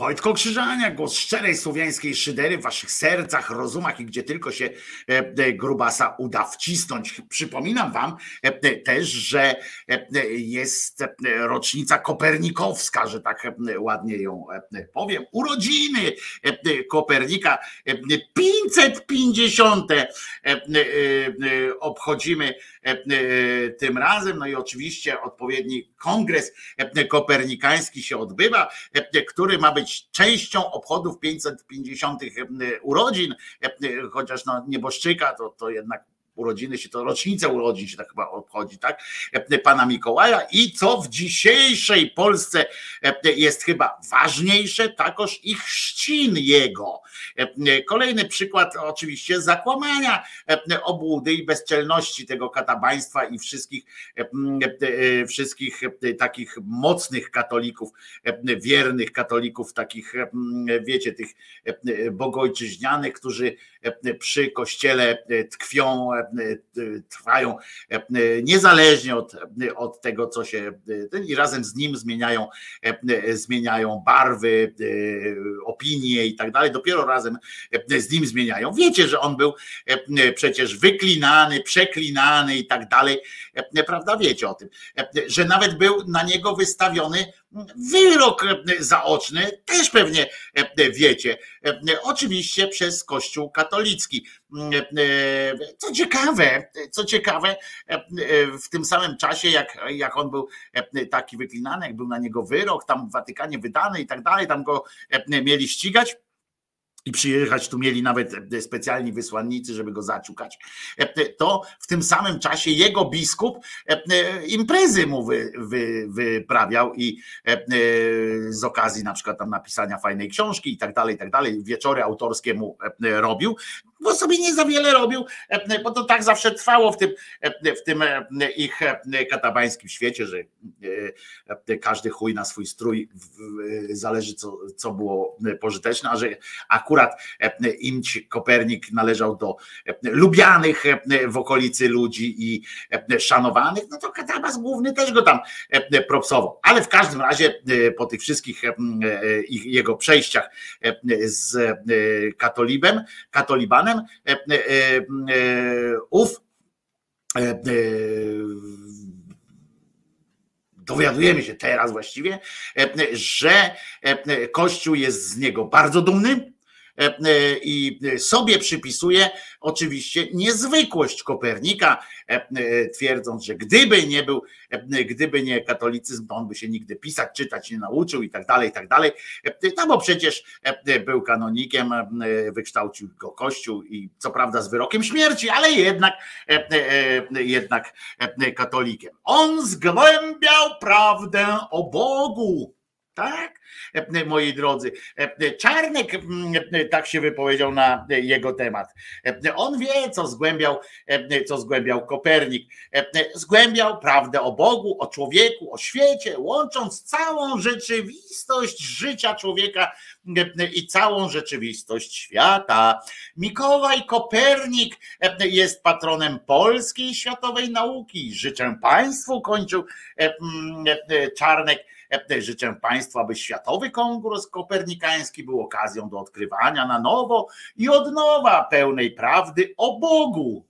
Wojtko Krzyżania, głos szczerej słowiańskiej szydery w waszych sercach, rozumach i gdzie tylko się grubasa uda wcisnąć. Przypominam wam też, że jest rocznica kopernikowska, że tak ładnie ją powiem. Urodziny Kopernika, 550 obchodzimy tym razem. No i oczywiście odpowiedni kongres kopernikański się odbywa, który ma być częścią obchodów 550 urodzin, chociaż no nieboszczyka to jednak urodziny się, to rocznicę urodzin się tak chyba obchodzi, tak? Pana Mikołaja. I co w dzisiejszej Polsce jest chyba ważniejsze, takoż i chrzcin jego. Kolejny przykład oczywiście zakłamania, obłudy i bezczelności tego katabaństwa i wszystkich takich mocnych katolików, wiernych katolików, takich wiecie, tych bogojczyźnianych, którzy przy kościele tkwią, trwają niezależnie od tego, co się, i razem z nim zmieniają barwy, opinie i tak dalej, dopiero razem z nim zmieniają. Wiecie, że on był przecież wyklinany, przeklinany i tak dalej, prawda? Wiecie o tym, że nawet był na niego wystawiony wyrok zaoczny, też pewnie wiecie, oczywiście przez Kościół katolicki. Co ciekawe, w tym samym czasie, jak on był taki wyklinany, jak był na niego wyrok tam w Watykanie wydany i tak dalej, tam go mieli ścigać i przyjechać, tu mieli nawet specjalni wysłannicy, żeby go zaciukać, to w tym samym czasie jego biskup imprezy mu wyprawiał i z okazji na przykład tam napisania fajnej książki i tak dalej, wieczory autorskie mu robił, bo sobie nie za wiele robił, bo to tak zawsze trwało w tym ich katabańskim świecie, że każdy chuj na swój strój, zależy co było pożyteczne, a że akurat Imć Kopernik należał do lubianych w okolicy ludzi i szanowanych, no to katabas główny też go tam propsował. Ale w każdym razie po tych wszystkich jego przejściach z katolibanem dowiadujemy się teraz właściwie, że Kościół jest z niego bardzo dumny i sobie przypisuje oczywiście niezwykłość Kopernika, twierdząc, że gdyby nie katolicyzm, to on by się nigdy pisać, czytać nie nauczył i tak dalej, no bo przecież był kanonikiem, wykształcił go Kościół i co prawda z wyrokiem śmierci, ale jednak katolikiem. On zgłębiał prawdę o Bogu. Tak, moi drodzy. Czarnek tak się wypowiedział na jego temat. On wie, co zgłębiał Kopernik. Zgłębiał prawdę o Bogu, o człowieku, o świecie, łącząc całą rzeczywistość życia człowieka i całą rzeczywistość świata. Mikołaj Kopernik jest patronem polskiej światowej nauki. Życzę Państwu, kończył Czarnek, życzę Państwu, aby Światowy Kongres Kopernikański był okazją do odkrywania na nowo i od nowa pełnej prawdy o Bogu.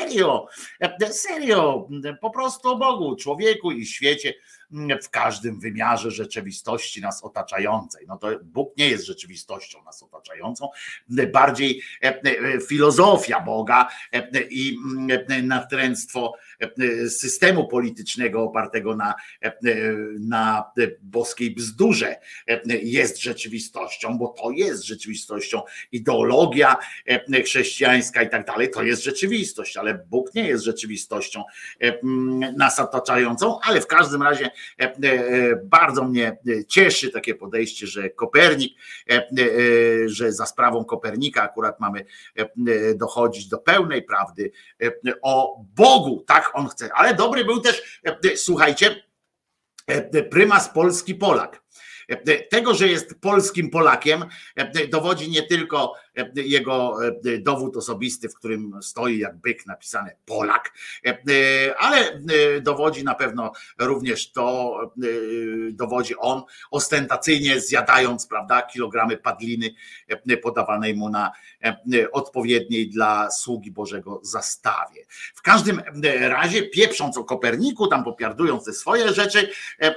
Serio, po prostu o Bogu, człowieku i świecie w każdym wymiarze rzeczywistości nas otaczającej. No to Bóg nie jest rzeczywistością nas otaczającą, bardziej filozofia Boga i natręctwo systemu politycznego opartego na boskiej bzdurze jest rzeczywistością, bo to jest rzeczywistością. Ideologia chrześcijańska i tak dalej, to jest rzeczywistość, ale Bóg nie jest rzeczywistością nas otaczającą, ale w każdym razie bardzo mnie cieszy takie podejście, że Kopernik, że za sprawą Kopernika akurat mamy dochodzić do pełnej prawdy o Bogu, tak on chce. Ale dobry był też, słuchajcie, prymas Polski Polak. Tego, że jest polskim Polakiem, dowodzi nie tylko jego dowód osobisty, w którym stoi jak byk napisane Polak, ale dowodzi na pewno również to, dowodzi on ostentacyjnie zjadając, prawda, kilogramy padliny podawanej mu na odpowiedniej dla sługi Bożego zastawie. W każdym razie pieprząc o Koperniku, tam popiardując te swoje rzeczy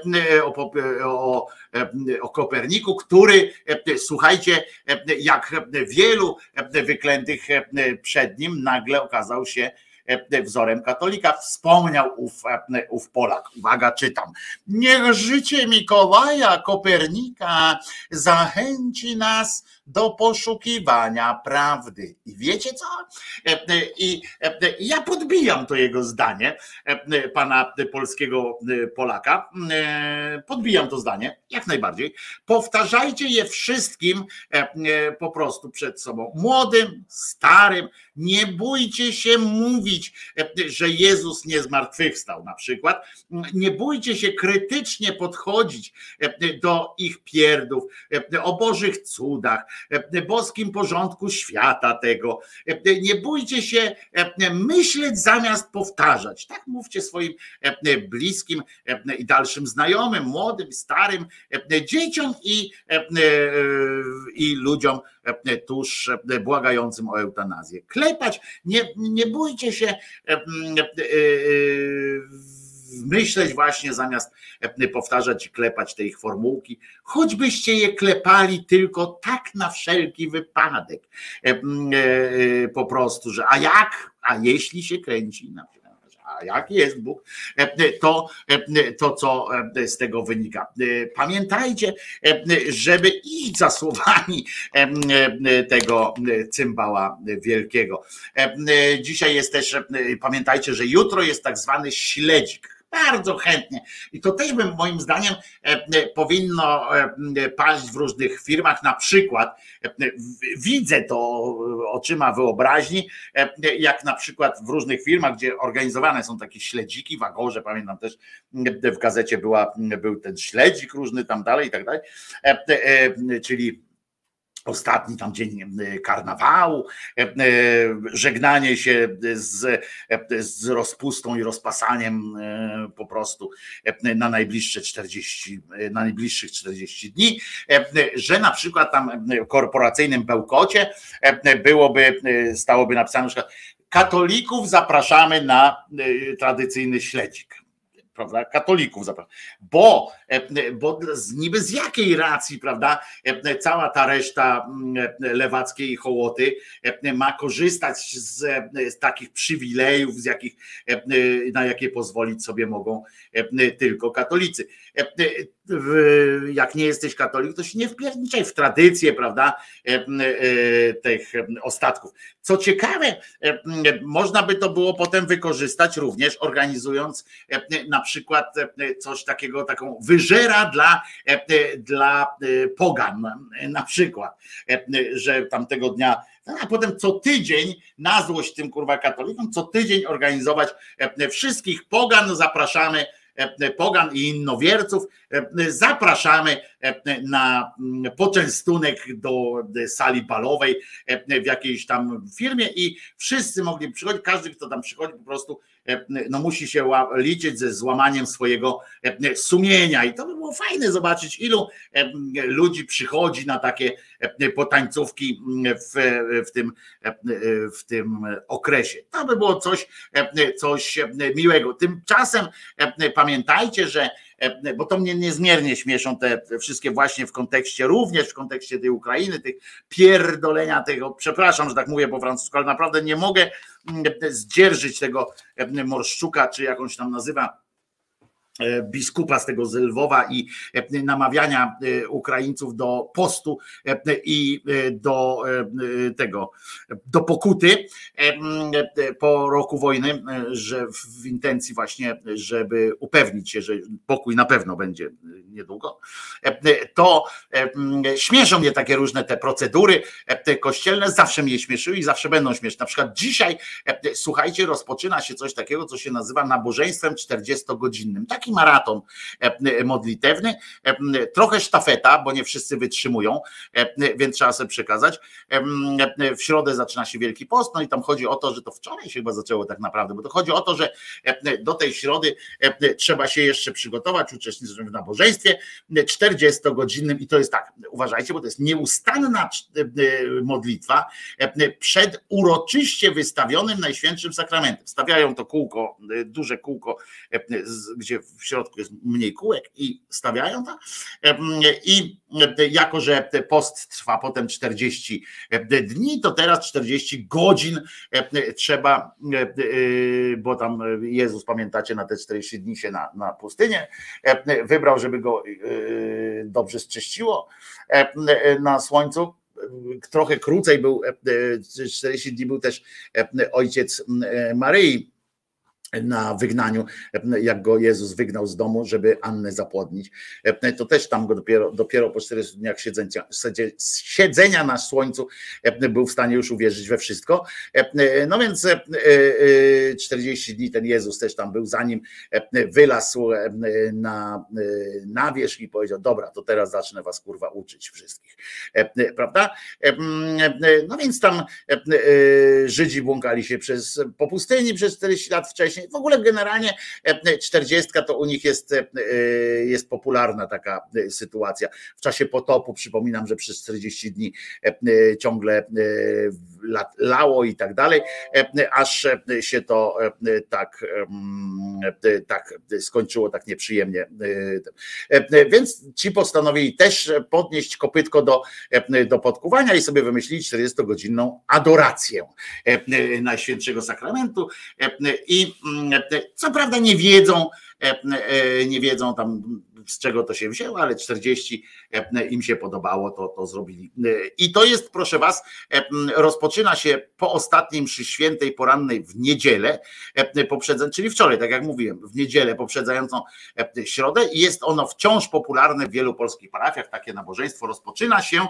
o Koperniku, który, słuchajcie, jak wielu wyklętych przed nim, nagle okazał się wzorem katolika. Wspomniał ów Polak. Uwaga, czytam. Niech życie Mikołaja Kopernika zachęci nas do poszukiwania prawdy. I wiecie co? I ja podbijam to jego zdanie, pana polskiego Polaka. Podbijam to zdanie, jak najbardziej. Powtarzajcie je wszystkim po prostu przed sobą. Młodym, starym. Nie bójcie się mówić, że Jezus nie zmartwychwstał na przykład. Nie bójcie się krytycznie podchodzić do ich pierdów, o Bożych cudach, boskim porządku świata tego. Nie bójcie się myśleć zamiast powtarzać. Tak mówcie swoim bliskim i dalszym znajomym, młodym, starym, dzieciom i ludziom tuż błagającym o eutanazję. Klepać, nie bójcie się myśleć właśnie zamiast powtarzać i klepać te ich formułki, choćbyście je klepali tylko tak na wszelki wypadek. Po prostu, że a jeśli się kręci na przykład, a jak jest Bóg, to co z tego wynika. Pamiętajcie, żeby iść za słowami tego cymbała wielkiego. Dzisiaj jest też, pamiętajcie, że jutro jest tak zwany śledzik. Bardzo chętnie. I to też bym moim zdaniem powinno paść w różnych firmach. Na przykład widzę to oczyma wyobraźni, jak na przykład w różnych firmach, gdzie organizowane są takie śledziki w Agorze, pamiętam też w gazecie był ten śledzik różny tam dalej i tak dalej, czyli ostatni tam dzień karnawału, żegnanie się z rozpustą i rozpasaniem po prostu na najbliższych 40 dni, że na przykład tam w korporacyjnym bełkocie stałoby napisane na przykład: katolików zapraszamy na tradycyjny śledzik. Prawda? Katolików zapraszam. Bo niby z jakiej racji, prawda, cała ta reszta lewackiej hołoty ma korzystać z takich przywilejów, na jakie pozwolić sobie mogą tylko katolicy. Jak nie jesteś katolik, to się nie wpierniczaj w tradycję, prawda, tych ostatków. Co ciekawe, można by to było potem wykorzystać również organizując na przykład coś takiego, taką wyżera dla pogan na przykład, że tamtego dnia, a potem co tydzień na złość tym kurwa katolikom, co tydzień organizować wszystkich pogan, zapraszamy pogan i innowierców, zapraszamy na poczęstunek do sali balowej w jakiejś tam firmie i wszyscy mogli przychodzić, każdy kto tam przychodzi po prostu musi się liczyć ze złamaniem swojego sumienia i to by było fajne zobaczyć, ilu ludzi przychodzi na takie potańcówki w tym okresie. To by było coś miłego. Tymczasem pamiętajcie, że bo to mnie niezmiernie śmieszą te wszystkie właśnie również w kontekście tej Ukrainy, tych pierdolenia tego, przepraszam, że tak mówię po francusku, ale naprawdę nie mogę zdzierżyć tego Morszczuka, czy jakąś tam nazywa, biskupa z tego z Lwowa i namawiania Ukraińców do postu i do pokuty po roku wojny, że w intencji właśnie, żeby upewnić się, że pokój na pewno będzie niedługo, to śmieszą mnie takie różne te procedury te kościelne, zawsze mnie śmieszyły i zawsze będą śmieszne. Na przykład dzisiaj, słuchajcie, rozpoczyna się coś takiego, co się nazywa nabożeństwem 40-godzinnym. Taki taki maraton modlitewny, trochę sztafeta, bo nie wszyscy wytrzymują, więc trzeba sobie przekazać. W środę zaczyna się Wielki Post, no i tam chodzi o to, że to wczoraj się chyba zaczęło tak naprawdę, bo to chodzi o to, że do tej środy trzeba się jeszcze przygotować, uczestniczyć w nabożeństwie 40-godzinnym i to jest tak, uważajcie, bo to jest nieustanna modlitwa przed uroczyście wystawionym Najświętszym Sakramentem. Stawiają to kółko, duże kółko, gdzie w środku jest mniej kółek i stawiają to i jako, że post trwa potem 40 dni, to teraz 40 godzin trzeba, bo tam Jezus, pamiętacie, na te 40 dni się na pustynię wybrał, żeby go dobrze zczyściło na słońcu. Trochę krócej był, 40 dni był też ojciec Maryi na wygnaniu, jak go Jezus wygnał z domu, żeby Annę zapłodnić. To też tam go dopiero po 40 dniach siedzenia na słońcu był w stanie już uwierzyć we wszystko. No więc 40 dni ten Jezus też tam był, zanim wylasł na wierzch i powiedział: dobra, to teraz zacznę was kurwa uczyć wszystkich. Prawda? No więc tam Żydzi błąkali się po pustyni przez 40 lat wcześniej. W ogóle generalnie 40 to u nich jest popularna taka sytuacja. W czasie potopu przypominam, że przez 40 dni ciągle lało i tak dalej, aż się to tak skończyło tak nieprzyjemnie. Więc ci postanowili też podnieść kopytko do podkuwania i sobie wymyślili 40-godzinną adorację Najświętszego Sakramentu i co prawda nie wiedzą tam, z czego to się wzięło, ale 40 im się podobało, to zrobili. I to jest, proszę was, rozpoczyna się po ostatniej mszy świętej porannej w niedzielę, czyli wczoraj, tak jak mówiłem, w niedzielę poprzedzającą środę i jest ono wciąż popularne w wielu polskich parafiach. Takie nabożeństwo rozpoczyna się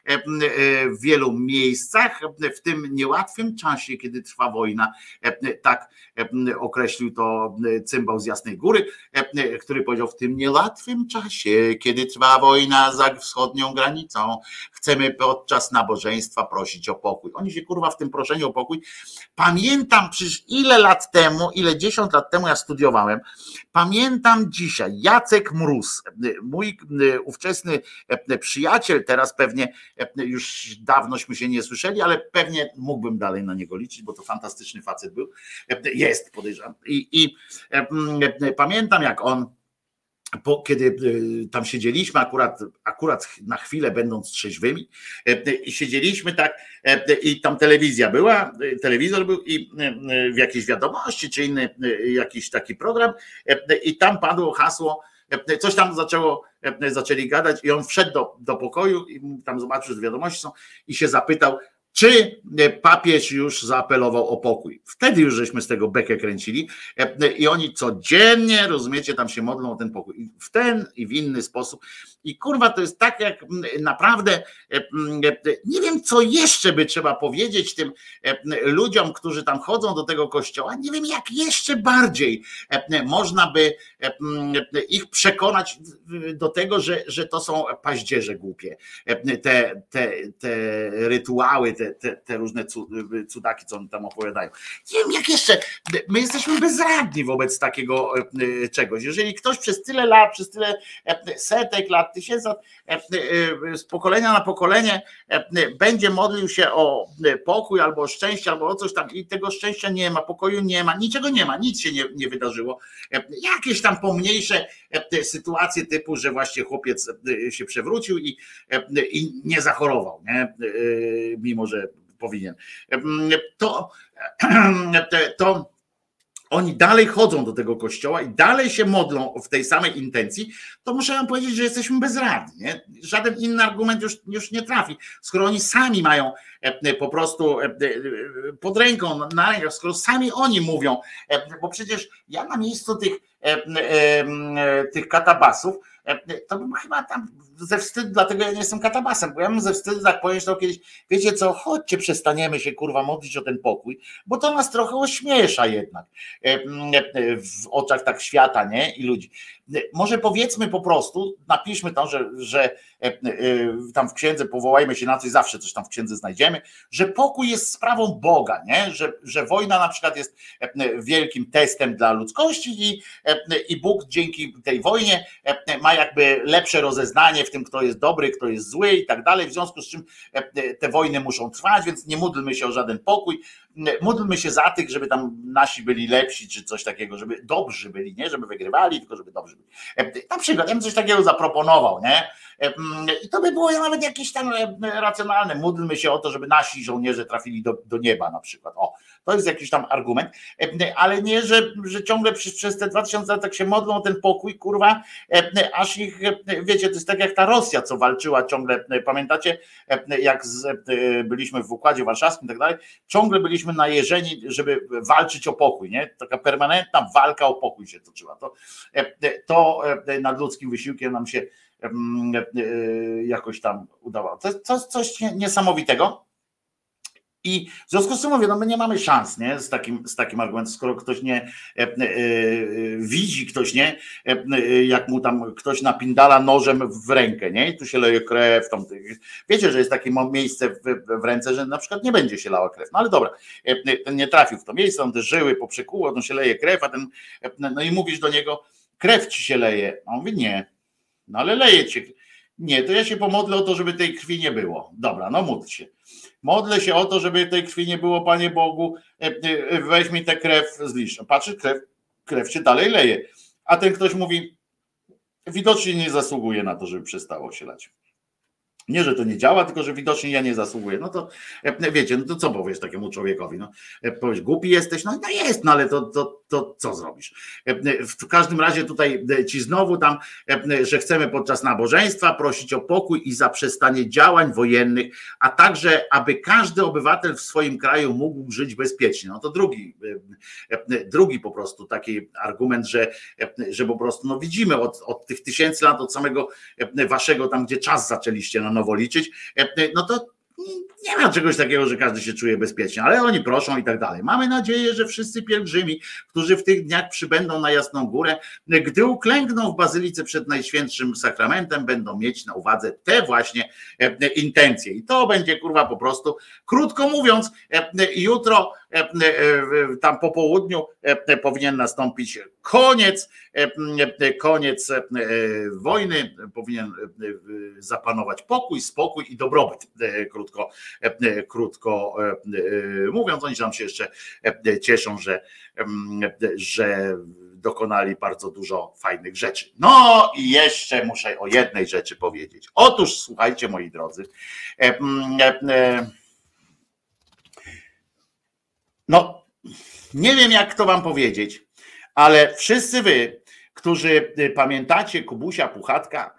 w wielu miejscach w tym niełatwym czasie, kiedy trwa wojna. Tak określił to cymbał z Jasnej Góry, który powiedział: w tym niełatwym czasie, kiedy trwa wojna za wschodnią granicą, chcemy podczas nabożeństwa prosić o pokój. Oni się kurwa w tym proszeniu o pokój. Pamiętam przecież ile 10 lat temu ja studiowałem. Pamiętam dzisiaj Jacek Mróz, mój ówczesny przyjaciel, teraz pewnie już dawnośmy się nie słyszeli, ale pewnie mógłbym dalej na niego liczyć, bo to fantastyczny facet był. Jest, podejrzewam. I pamiętam, jak on, kiedy tam siedzieliśmy, akurat na chwilę będąc trzeźwymi, siedzieliśmy tak i tam telewizor był i w jakiejś wiadomości czy inny jakiś taki program i tam padło hasło, coś tam zaczęli gadać i on wszedł do pokoju i tam zobaczył, że wiadomości są i się zapytał, czy papież już zaapelował o pokój. Wtedy już żeśmy z tego bekę kręcili i oni codziennie, rozumiecie, tam się modlą o ten pokój. W ten i w inny sposób. I kurwa, to jest tak, jak naprawdę nie wiem, co jeszcze by trzeba powiedzieć tym ludziom, którzy tam chodzą do tego kościoła. Nie wiem, jak jeszcze bardziej można by ich przekonać do tego, że to są paździerze głupie. Te rytuały, te różne cudaki, co oni tam opowiadają. Nie wiem, jak jeszcze, my jesteśmy bezradni wobec takiego czegoś. Jeżeli ktoś przez tyle lat, przez tyle setek lat, tysięcy lat, z pokolenia na pokolenie będzie modlił się o pokój albo o szczęście, albo o coś tam i tego szczęścia nie ma, pokoju nie ma, niczego nie ma, nic się nie wydarzyło. Jakieś tam pomniejsze sytuacje typu, że właśnie chłopiec się przewrócił i nie zachorował, nie? Mimo że powinien. To oni dalej chodzą do tego kościoła i dalej się modlą w tej samej intencji, to muszę wam powiedzieć, że jesteśmy bezradni. Nie? Żaden inny argument już nie trafi. Skoro oni sami mają po prostu pod ręką, na rękach, skoro sami oni mówią, bo przecież ja na miejscu tych katabasów, to bym chyba tam ze wstydu, dlatego ja nie jestem katabasem, bo ja bym ze wstydu tak powiedział kiedyś, wiecie co, chodźcie, przestaniemy się kurwa modlić o ten pokój, bo to nas trochę ośmiesza jednak w oczach tak świata, nie? I ludzi. Może powiedzmy po prostu, napiszmy tam, że tam w księdze powołajmy się na coś, zawsze coś tam w księdze znajdziemy, że pokój jest sprawą Boga, nie? Że wojna na przykład jest wielkim testem dla ludzkości i Bóg dzięki tej wojnie ma jakby lepsze rozeznanie w tym, kto jest dobry, kto jest zły i tak dalej, w związku z czym te wojny muszą trwać, więc nie módlmy się o żaden pokój, módlmy się za tych, żeby tam nasi byli lepsi, czy coś takiego, żeby dobrzy byli, nie żeby wygrywali, tylko żeby dobrzy byli. Na przykład, ja bym coś takiego zaproponował, nie? I to by było nawet jakieś tam racjonalne. Módlmy się o to, żeby nasi żołnierze trafili do nieba na przykład. O, to jest jakiś tam argument, ale nie, że ciągle przez te 2000 lat tak się modlą o ten pokój, kurwa, aż ich, wiecie, to jest tak jak ta Rosja, co walczyła ciągle, pamiętacie, jak byliśmy w Układzie Warszawskim i tak dalej, ciągle byliśmy najeżeni, żeby walczyć o pokój, nie? Taka permanentna walka o pokój się toczyła. To nad ludzkim wysiłkiem nam się jakoś tam udawało. To jest coś niesamowitego. I w związku z tym mówię, no my nie mamy szans, nie? Z takim argumentem, skoro ktoś nie widzi, ktoś nie, jak mu tam ktoś napindala nożem w rękę, nie? I tu się leje krew. Tam, wiecie, że jest takie miejsce w ręce, że na przykład nie będzie się lała krew. No ale dobra, ten nie trafił w to miejsce, on te żyły poprzekuło, on się leje krew, a ten, no i mówisz do niego, krew ci się leje. A on mówi, nie, no ale leje cię. Nie, to ja się pomodlę o to, żeby tej krwi nie było. Dobra, no módl się. Modlę się o to, żeby tej krwi nie było, Panie Bogu, weź mi tę krew z liścia. Patrzysz, krew się dalej leje. A ten ktoś mówi, widocznie nie zasługuje na to, żeby przestało się lać. Nie, że to nie działa, tylko że widocznie ja nie zasługuję. No to wiecie, no to co powiesz takiemu człowiekowi? No, powiesz, głupi jesteś? No jest, no ale to co zrobisz? W każdym razie tutaj ci znowu tam, że chcemy podczas nabożeństwa prosić o pokój i zaprzestanie działań wojennych, a także, aby każdy obywatel w swoim kraju mógł żyć bezpiecznie. No to drugi po prostu taki argument, że po prostu no widzimy od tych 1000 lat, od samego waszego tam, gdzie czas zaczęliście na nowo liczyć, no to nie ma czegoś takiego, że każdy się czuje bezpiecznie, ale oni proszą i tak dalej. Mamy nadzieję, że wszyscy pielgrzymi, którzy w tych dniach przybędą na Jasną Górę, gdy uklękną w bazylice przed Najświętszym Sakramentem, będą mieć na uwadze te właśnie intencje. I to będzie, kurwa, po prostu, krótko mówiąc, jutro tam po południu powinien nastąpić koniec wojny, powinien zapanować pokój, spokój i dobrobyt, krótko mówiąc. Oni tam się jeszcze cieszą, że dokonali bardzo dużo fajnych rzeczy. No i jeszcze muszę o jednej rzeczy powiedzieć. Otóż słuchajcie, moi drodzy, no nie wiem, jak to wam powiedzieć, ale wszyscy wy, którzy pamiętacie Kubusia Puchatka,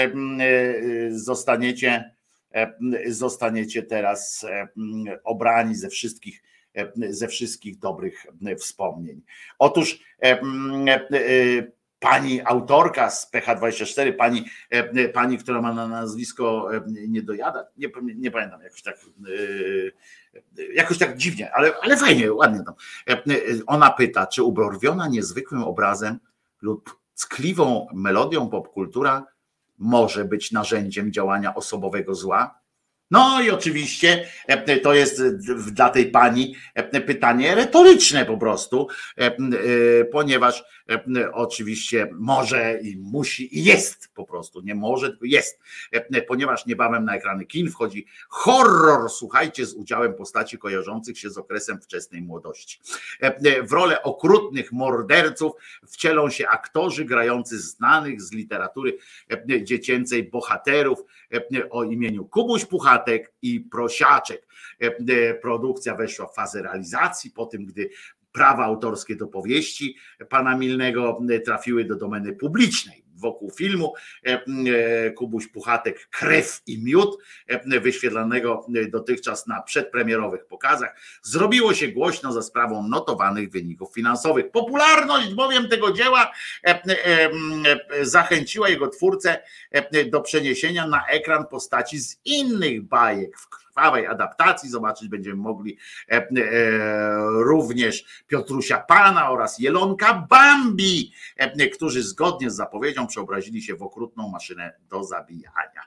zostaniecie teraz obrani ze wszystkich dobrych wspomnień. Otóż pani autorka z PH24, pani, która ma na nazwisko Niedojada, nie pamiętam, jakoś tak dziwnie, ale fajnie, ładnie tam. Ona pyta, czy ubarwiona niezwykłym obrazem lub ckliwą melodią popkultura może być narzędziem działania osobowego zła? No i oczywiście to jest dla tej pani pytanie retoryczne po prostu, ponieważ oczywiście może i musi i jest po prostu, nie może, tylko jest, ponieważ niebawem na ekrany kin wchodzi horror, słuchajcie, z udziałem postaci kojarzących się z okresem wczesnej młodości. W rolę okrutnych morderców wcielą się aktorzy grający znanych z literatury dziecięcej bohaterów o imieniu Kubuś Puchatek i Prosiaczek. Produkcja weszła w fazę realizacji po tym, gdy prawa autorskie do powieści pana Milnego trafiły do domeny publicznej. Wokół filmu Kubuś Puchatek Krew i miód, wyświetlanego dotychczas na przedpremierowych pokazach, zrobiło się głośno za sprawą notowanych wyników finansowych. Popularność bowiem tego dzieła zachęciła jego twórcę do przeniesienia na ekran postaci z innych bajek, krwawej adaptacji. Zobaczyć będziemy mogli również Piotrusia Pana oraz Jelonka Bambi, którzy zgodnie z zapowiedzią przeobrazili się w okrutną maszynę do zabijania.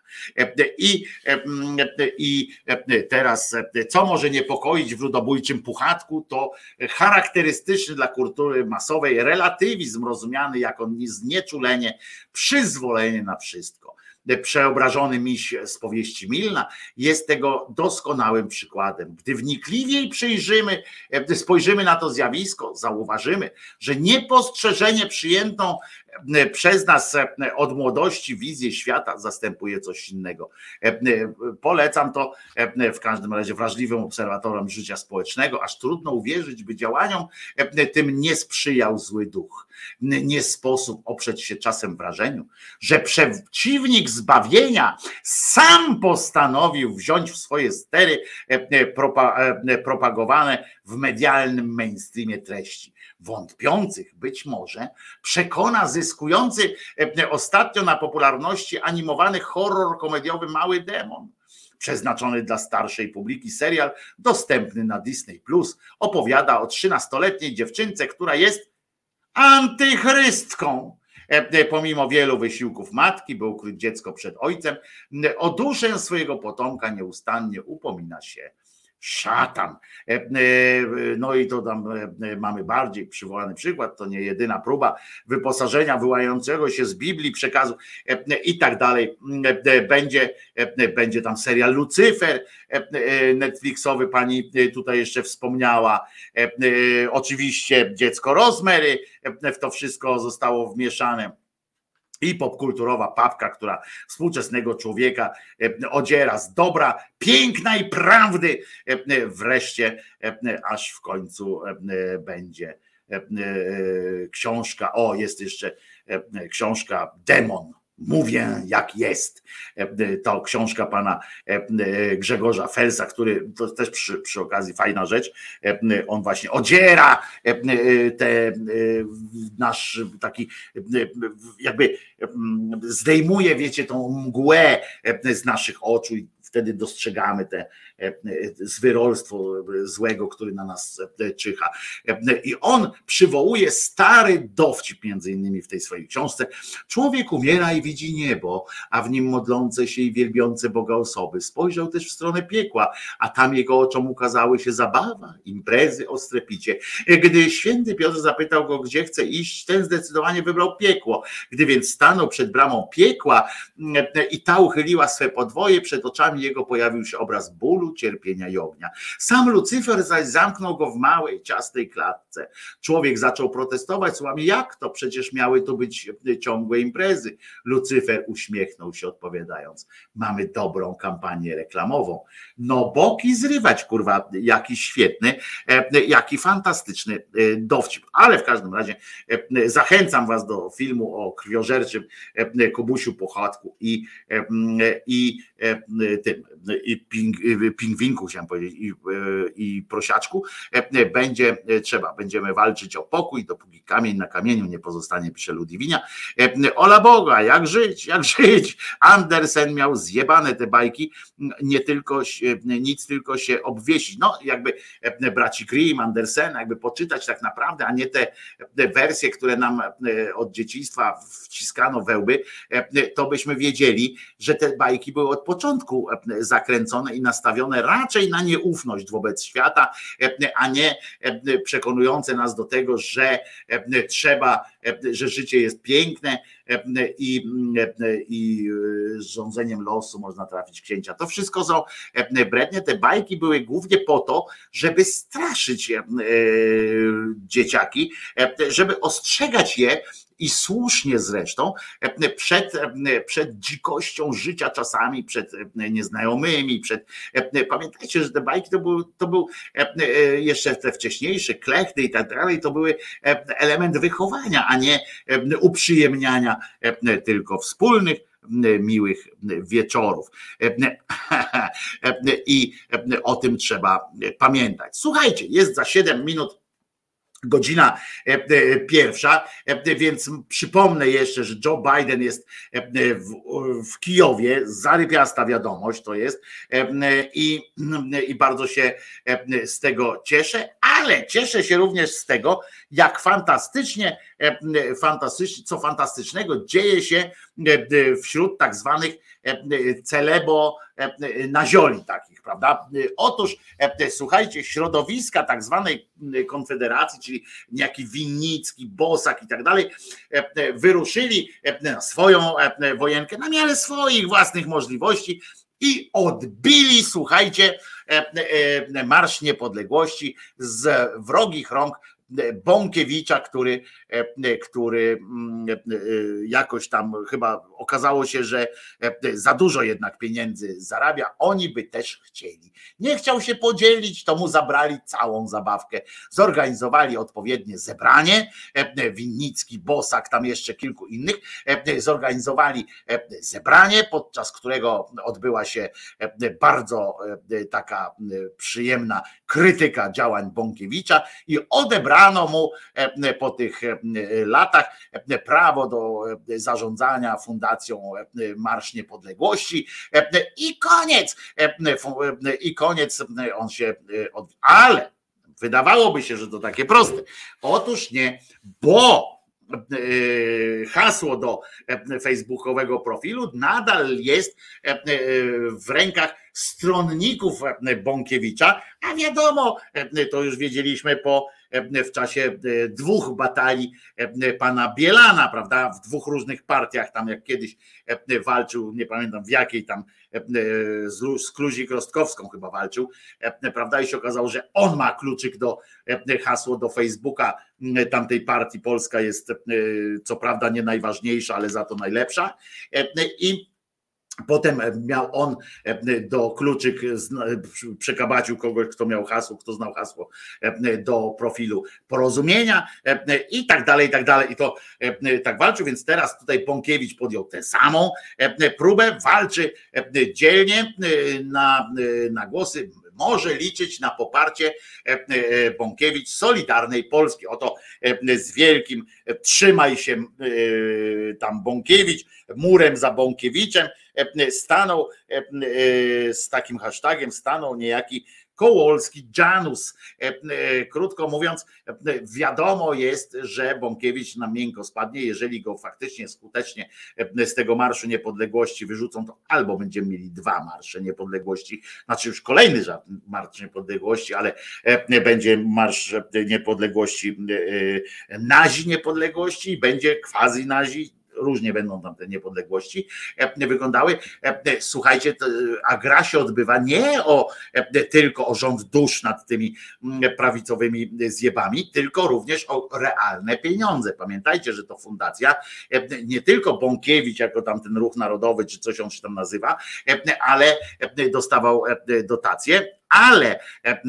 I teraz, co może niepokoić w ludobójczym Puchatku, to charakterystyczny dla kultury masowej relatywizm rozumiany jako znieczulenie, przyzwolenie na wszystko. Przeobrażony miś z powieści Milna jest tego doskonałym przykładem. Gdy wnikliwiej spojrzymy na to zjawisko, zauważymy, że niepostrzeżenie przyjętą przez nas od młodości wizję świata zastępuje coś innego. Polecam to w każdym razie wrażliwym obserwatorom życia społecznego, aż trudno uwierzyć, by działaniom tym nie sprzyjał zły duch. Nie sposób oprzeć się czasem wrażeniu, że przeciwnik zbawienia sam postanowił wziąć w swoje stery propagowane w medialnym mainstreamie treści. Wątpiących być może przekona zyskujący ostatnio na popularności animowany horror komediowy Mały Demon. Przeznaczony dla starszej publiki serial dostępny na Disney Plus opowiada o 13-letniej dziewczynce, która jest antychrystką. Pomimo wielu wysiłków matki, by ukryć dziecko przed ojcem, o duszę swojego potomka nieustannie upomina się szatan. No i to tam mamy bardziej przywołany przykład, to nie jedyna próba wyposażenia wyłającego się z Biblii przekazu i tak dalej. Będzie tam serial Lucyfer Netflixowy, pani tutaj jeszcze wspomniała. Oczywiście dziecko Rosemary w to wszystko zostało wmieszane. I popkulturowa papka, która współczesnego człowieka odziera z dobra, pięknej prawdy, wreszcie, aż w końcu będzie książka, jest jeszcze książka Demon. Mówię jak jest. To książka pana Grzegorza Felsa, który to też przy okazji fajna rzecz. On właśnie odziera nasz taki jakby zdejmuje, wiecie, tą mgłę z naszych oczu i wtedy dostrzegamy te zwyrolstwo złego, który na nas czyha. I on przywołuje stary dowcip, między innymi w tej swojej książce. Człowiek umiera i widzi niebo, a w nim modlące się i wielbiące Boga osoby. Spojrzał też w stronę piekła, a tam jego oczom ukazały się zabawa, imprezy, ostre picie. Gdy święty Piotr zapytał go, gdzie chce iść, ten zdecydowanie wybrał piekło. Gdy więc stanął przed bramą piekła i ta uchyliła swe podwoje, przed oczami jego pojawił się obraz bólu, cierpienia i ognia. Sam Lucyfer zaś zamknął go w małej, ciasnej klatce. Człowiek zaczął protestować słowami, jak to? Przecież miały to być ciągłe imprezy. Lucyfer uśmiechnął się, odpowiadając, mamy dobrą kampanię reklamową. No boki zrywać, kurwa, jaki świetny, jaki fantastyczny dowcip. Ale w każdym razie zachęcam was do filmu o krwiożerczym Kubusiu Puchatku i pingwinku, chciałem powiedzieć, i prosiaczku. Będziemy walczyć o pokój, dopóki kamień na kamieniu nie pozostanie, pisze Ludwinia. Ola Boga, jak żyć? Andersen miał zjebane te bajki, nic tylko się obwiesić. No jakby braci Grimm, Andersena, jakby poczytać tak naprawdę, a nie te wersje, które nam od dzieciństwa wciskano we łby, to byśmy wiedzieli, że te bajki były od początku zakręcone i nastawione raczej na nieufność wobec świata, a nie przekonujące nas do tego, że że życie jest piękne i z rządzeniem losu można trafić księcia. To wszystko są brednie. Te bajki były głównie po to, żeby straszyć dzieciaki, żeby ostrzegać je, i słusznie zresztą, przed dzikością życia czasami, przed nieznajomymi, pamiętajcie, że te bajki to był jeszcze te wcześniejsze klechty i tak dalej, to były element wychowania, a nie uprzyjemniania tylko wspólnych, miłych wieczorów. I o tym trzeba pamiętać. Słuchajcie, jest za 7 minut godzina pierwsza, więc przypomnę jeszcze, że Joe Biden jest w Kijowie, zarypiasta wiadomość to jest i bardzo się z tego cieszę, ale cieszę się również z tego, jak fantastycznie, co fantastycznego dzieje się wśród tak zwanych celebo nazioli takich, prawda? Otóż słuchajcie, środowiska tak zwanej Konfederacji, czyli niejaki Winnicki, Bosak i tak dalej, wyruszyli na swoją wojenkę, na miarę swoich własnych możliwości i odbili, słuchajcie, Marsz Niepodległości z wrogich rąk Bąkiewicza, który jakoś tam chyba okazało się, że za dużo jednak pieniędzy zarabia. Oni by też chcieli. Nie chciał się podzielić, to mu zabrali całą zabawkę. Zorganizowali odpowiednie zebranie. Winnicki, Bosak, tam jeszcze kilku innych. Zorganizowali zebranie, podczas którego odbyła się bardzo taka przyjemna krytyka działań Bąkiewicza i odebrano mu po tych latach prawo do zarządzania Fundacją Marsz Niepodległości i koniec on się ale wydawałoby się, że to takie proste. Otóż nie, bo hasło do facebookowego profilu nadal jest w rękach stronników Bąkiewicza, a wiadomo, to już wiedzieliśmy w czasie dwóch batalii pana Bielana, prawda, w dwóch różnych partiach, tam jak kiedyś walczył, nie pamiętam w jakiej tam, z Kluzik-Rostkowską chyba walczył, prawda, i się okazało, że on ma kluczyk do hasło do Facebooka tamtej partii. Polska jest co prawda nie najważniejsza, ale za to najlepsza, i potem miał on do kluczyk, przekabacił kogoś, kto miał hasło, kto znał hasło do profilu Porozumienia i tak dalej, i tak dalej. I to tak walczył, więc teraz tutaj Bąkiewicz podjął tę samą próbę, walczy dzielnie na głosy. Może liczyć na poparcie Bąkiewicz Solidarnej Polski. Oto z wielkim trzymaj się tam Bąkiewicz, murem za Bąkiewiczem stanął, z takim hashtagiem stanął niejaki Kołolski Janus. Krótko mówiąc, wiadomo jest, że Bąkiewicz na miękko spadnie. Jeżeli go faktycznie skutecznie z tego Marszu Niepodległości wyrzucą, to albo będziemy mieli dwa Marsze Niepodległości, znaczy już kolejny Marsz Niepodległości, ale będzie Marsz Niepodległości nazi niepodległości i będzie quasi nazi. Różnie będą tam te niepodległości wyglądały. Słuchajcie, a gra się odbywa nie tylko o rząd dusz nad tymi prawicowymi zjebami, tylko również o realne pieniądze. Pamiętajcie, że to fundacja, nie tylko Bąkiewicz jako tam ten Ruch Narodowy, czy coś on się tam nazywa, ale dostawał dotacje, ale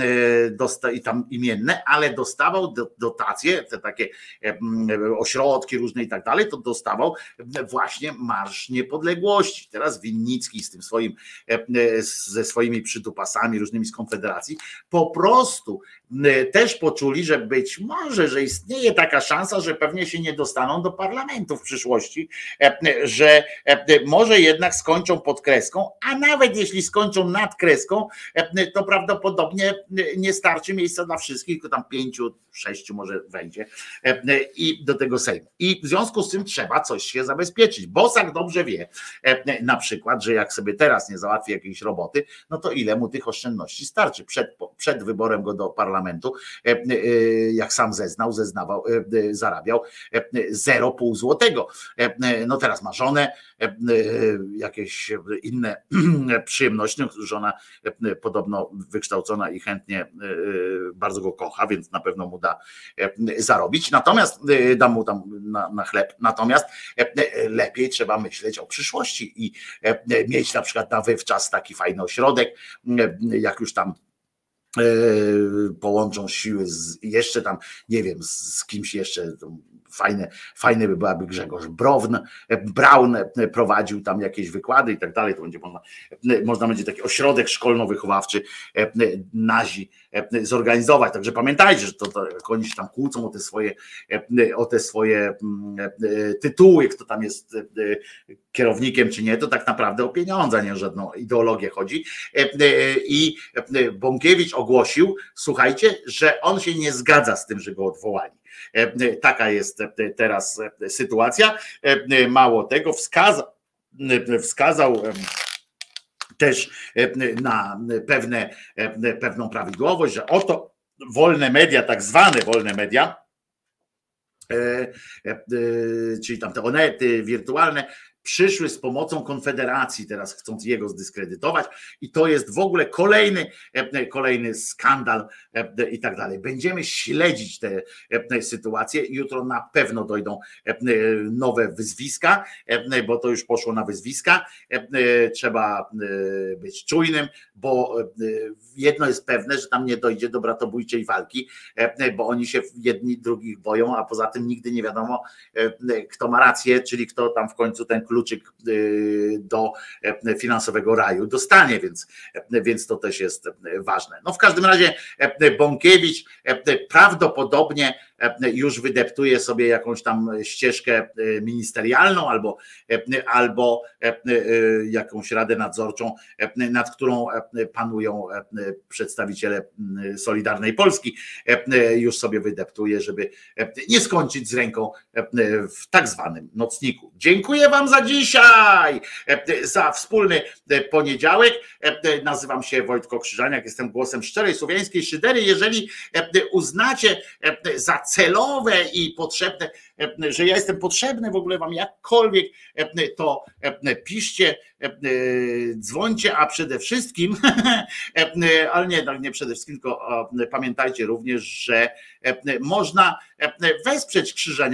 i tam imienne, ale dostawał dotacje, te takie ośrodki różne i tak dalej, to dostawał właśnie Marsz Niepodległości. Teraz Winnicki z tym swoim, ze swoimi przydupasami różnymi z Konfederacji po prostu też poczuli, że być może, że istnieje taka szansa, że pewnie się nie dostaną do parlamentu w przyszłości, że może jednak skończą pod kreską, a nawet jeśli skończą nad kreską, to prawdopodobnie nie starczy miejsca dla wszystkich, tylko tam 5, 6 może wejdzie i do tego Sejmu. I w związku z tym trzeba coś się zabezpieczyć. Bosak dobrze wie na przykład, że jak sobie teraz nie załatwi jakiejś roboty, no to ile mu tych oszczędności starczy. Przed wyborem go do parlamentu, jak sam zarabiał 0,5 złotego. No teraz ma żonę, jakieś inne przyjemności, żona podobno wykształcona i chętnie bardzo go kocha, więc na pewno mu da zarobić, natomiast da mu tam na chleb, natomiast lepiej trzeba myśleć o przyszłości i mieć na przykład na wywczas taki fajny ośrodek, jak już tam połączą siły jeszcze tam, nie wiem, z kimś jeszcze. Fajne by byłaby Grzegorz Braun prowadził tam jakieś wykłady i tak dalej, to będzie można będzie taki ośrodek szkolno-wychowawczy nazi zorganizować, także pamiętajcie, że to jak oni się tam kłócą o te swoje tytuły, kto tam jest kierownikiem czy nie, to tak naprawdę o pieniądze, nie o żadną ideologię chodzi. I Bąkiewicz ogłosił, słuchajcie, że on się nie zgadza z tym, że go odwołali. Taka jest teraz sytuacja. Mało tego, wskazał też na pewną prawidłowość, że oto wolne media, tak zwane wolne media, czyli tam te onety wirtualne, przyszły z pomocą Konfederacji, teraz chcąc jego zdyskredytować, i to jest w ogóle kolejny skandal i tak dalej. Będziemy śledzić tę sytuację. Jutro na pewno dojdą nowe wyzwiska, bo to już poszło na wyzwiska. Trzeba być czujnym, bo jedno jest pewne, że tam nie dojdzie do bratobójczej walki, bo oni się jedni drugich boją, a poza tym nigdy nie wiadomo, kto ma rację, czyli kto tam w końcu ten kluczyk do finansowego raju dostanie, więc to też jest ważne. No w każdym razie Bąkiewicz prawdopodobnie już wydeptuje sobie jakąś tam ścieżkę ministerialną albo jakąś radę nadzorczą, nad którą panują przedstawiciele Solidarnej Polski. Już sobie wydeptuje, żeby nie skończyć z ręką w tak zwanym nocniku. Dziękuję wam za dzisiaj, za wspólny poniedziałek. Nazywam się Wojtko Krzyżaniak, jestem głosem szczerej słowiańskiej szydery. Jeżeli uznacie za celowe i potrzebne, że ja jestem potrzebny w ogóle wam jakkolwiek, to piszcie, dzwońcie, a przede wszystkim, ale nie przede wszystkim, tylko pamiętajcie również, że można wesprzeć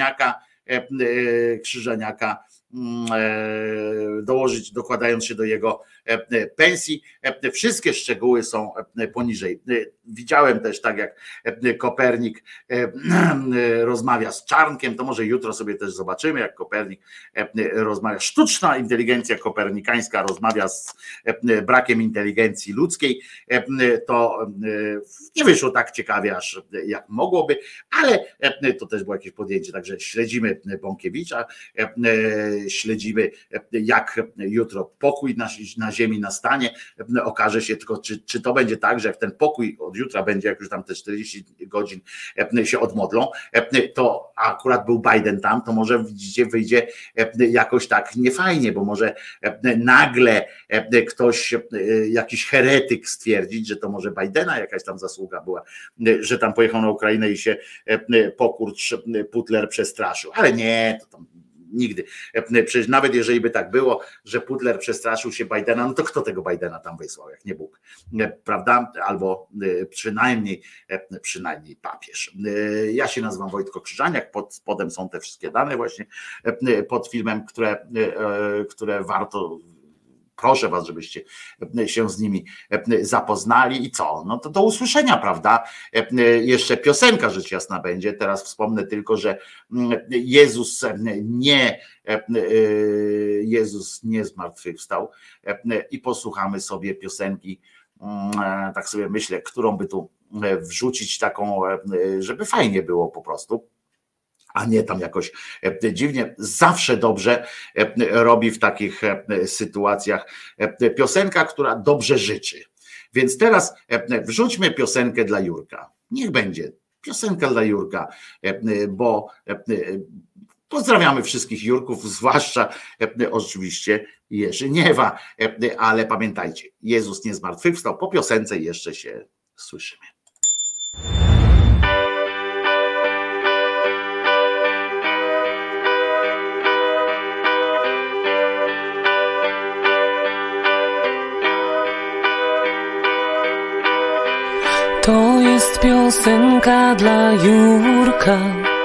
Krzyżaniaka, dołożyć, dokładając się do jego pensji. Wszystkie szczegóły są poniżej. Widziałem też, tak jak Kopernik rozmawia z Czarnkiem, to może jutro sobie też zobaczymy, jak Kopernik rozmawia, sztuczna inteligencja kopernikańska rozmawia z brakiem inteligencji ludzkiej. To nie wyszło tak ciekawie, aż jak mogłoby, ale to też było jakieś podjęcie, także śledzimy Bąkiewicza, śledzimy, jak jutro pokój na ziemi nastanie. Okaże się tylko, czy to będzie tak, że jak ten pokój od jutra będzie, jak już tam te 40 godzin się odmodlą, to akurat był Biden tam, to może widzicie, wyjdzie jakoś tak niefajnie, bo może nagle ktoś, jakiś heretyk stwierdzić, że to może Bidena jakaś tam zasługa była, że tam pojechał na Ukrainę i się pokurcz Putler przestraszył, ale nie, to tam nigdy. Przecież nawet jeżeli by tak było, że Putler przestraszył się Bidena, no to kto tego Bidena tam wysłał, jak nie Bóg, prawda? Albo przynajmniej papież. Ja się nazywam Wojtko Krzyżaniak, pod spodem są te wszystkie dane właśnie pod filmem, które warto. Proszę was, żebyście się z nimi zapoznali i co? No to do usłyszenia, prawda? Jeszcze piosenka rzecz jasna będzie. Teraz wspomnę tylko, że Jezus nie zmartwychwstał i posłuchamy sobie piosenki, tak sobie myślę, którą by tu wrzucić taką, żeby fajnie było po prostu, a nie tam jakoś dziwnie. Zawsze dobrze robi w takich sytuacjach piosenka, która dobrze życzy. Więc teraz wrzućmy piosenkę dla Jurka. Niech będzie piosenka dla Jurka, bo pozdrawiamy wszystkich Jurków, zwłaszcza oczywiście Jerzyniewa, ale pamiętajcie, Jezus nie zmartwychwstał. Po piosence jeszcze się słyszymy. To jest piosenka dla Jurka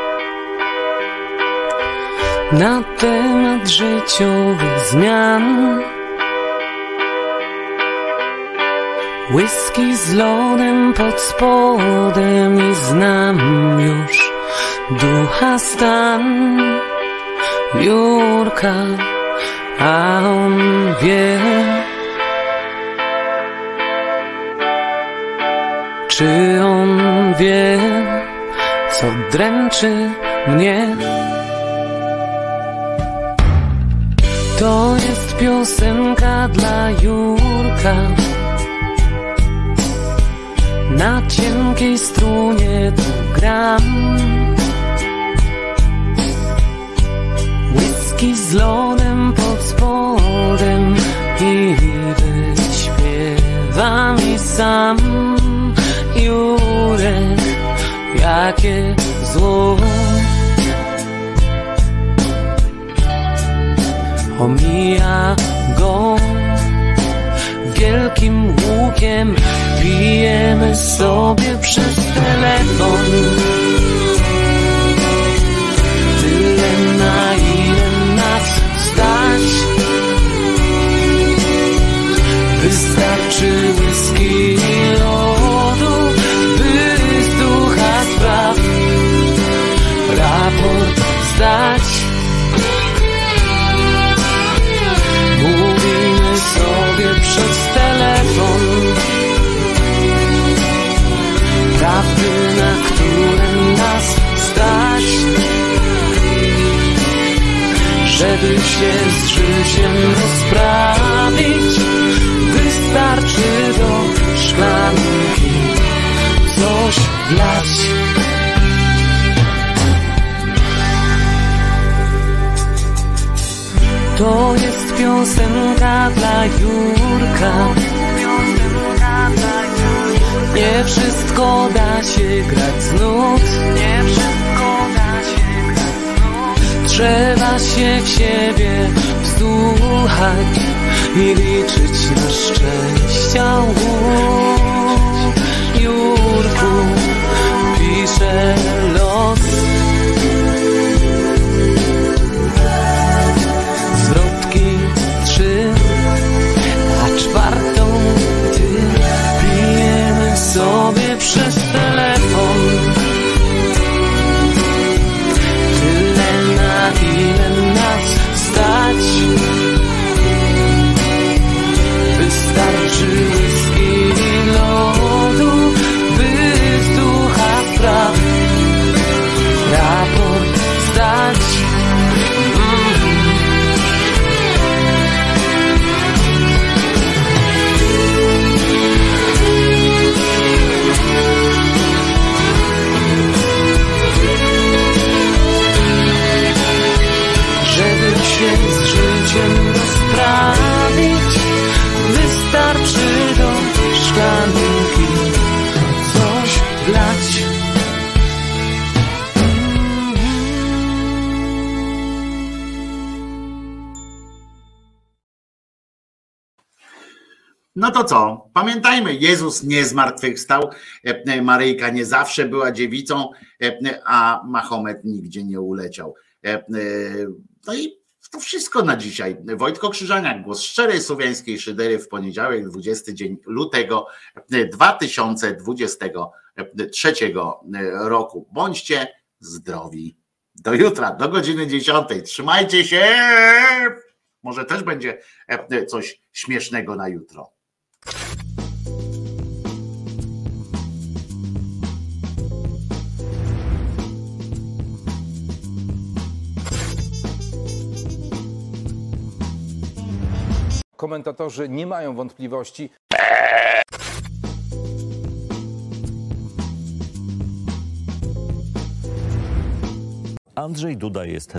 na temat życiowych zmian. Whisky z lodem pod spodem i znam już ducha stan Jurka, a on wie, czy on wie, co dręczy mnie. To jest piosenka dla Jurka. Na cienkiej strunie tu gram. Whisky z lodem pod spodem i wyśpiewa mi sam Jurek, jakie zło. Omija go wielkim łukiem, pijemy sobie przez telefon. Tyle na ile nas stać, wystarczy whisky i lodu, by z ducha spraw raport zdać. Mówimy sobie przez telefon prawdy, na które nas stać, żeby się z życiem rozprawić. Wystarczy do szklanki coś wlać. To jest piosenka dla Jurka. Nie wszystko da się grać z nut. Trzeba się w siebie wsłuchać i liczyć na szczęścia łód. Jurku, pisze los. Zwrotki 3, a czwartą ty. Pijemy sobie przez telefon. Tyle na ile nas stać, wystarczy whisky i lodu, by z ducha spraw raport zdać. Żeby się z życiem rozprawić, wystarczy do szklanki coś wlać. No to co? Pamiętajmy, Jezus nie zmartwychwstał, Maryjka nie zawsze była dziewicą, a Mahomet nigdzie nie uleciał. No i to wszystko na dzisiaj. Wojtko Krzyżaniak, głos szczerej słowiańskiej szydery w poniedziałek, 20 dzień lutego 2023 roku. Bądźcie zdrowi. Do jutra, do godziny 10. Trzymajcie się. Może też będzie coś śmiesznego na jutro. Komentatorzy nie mają wątpliwości. Andrzej Duda jest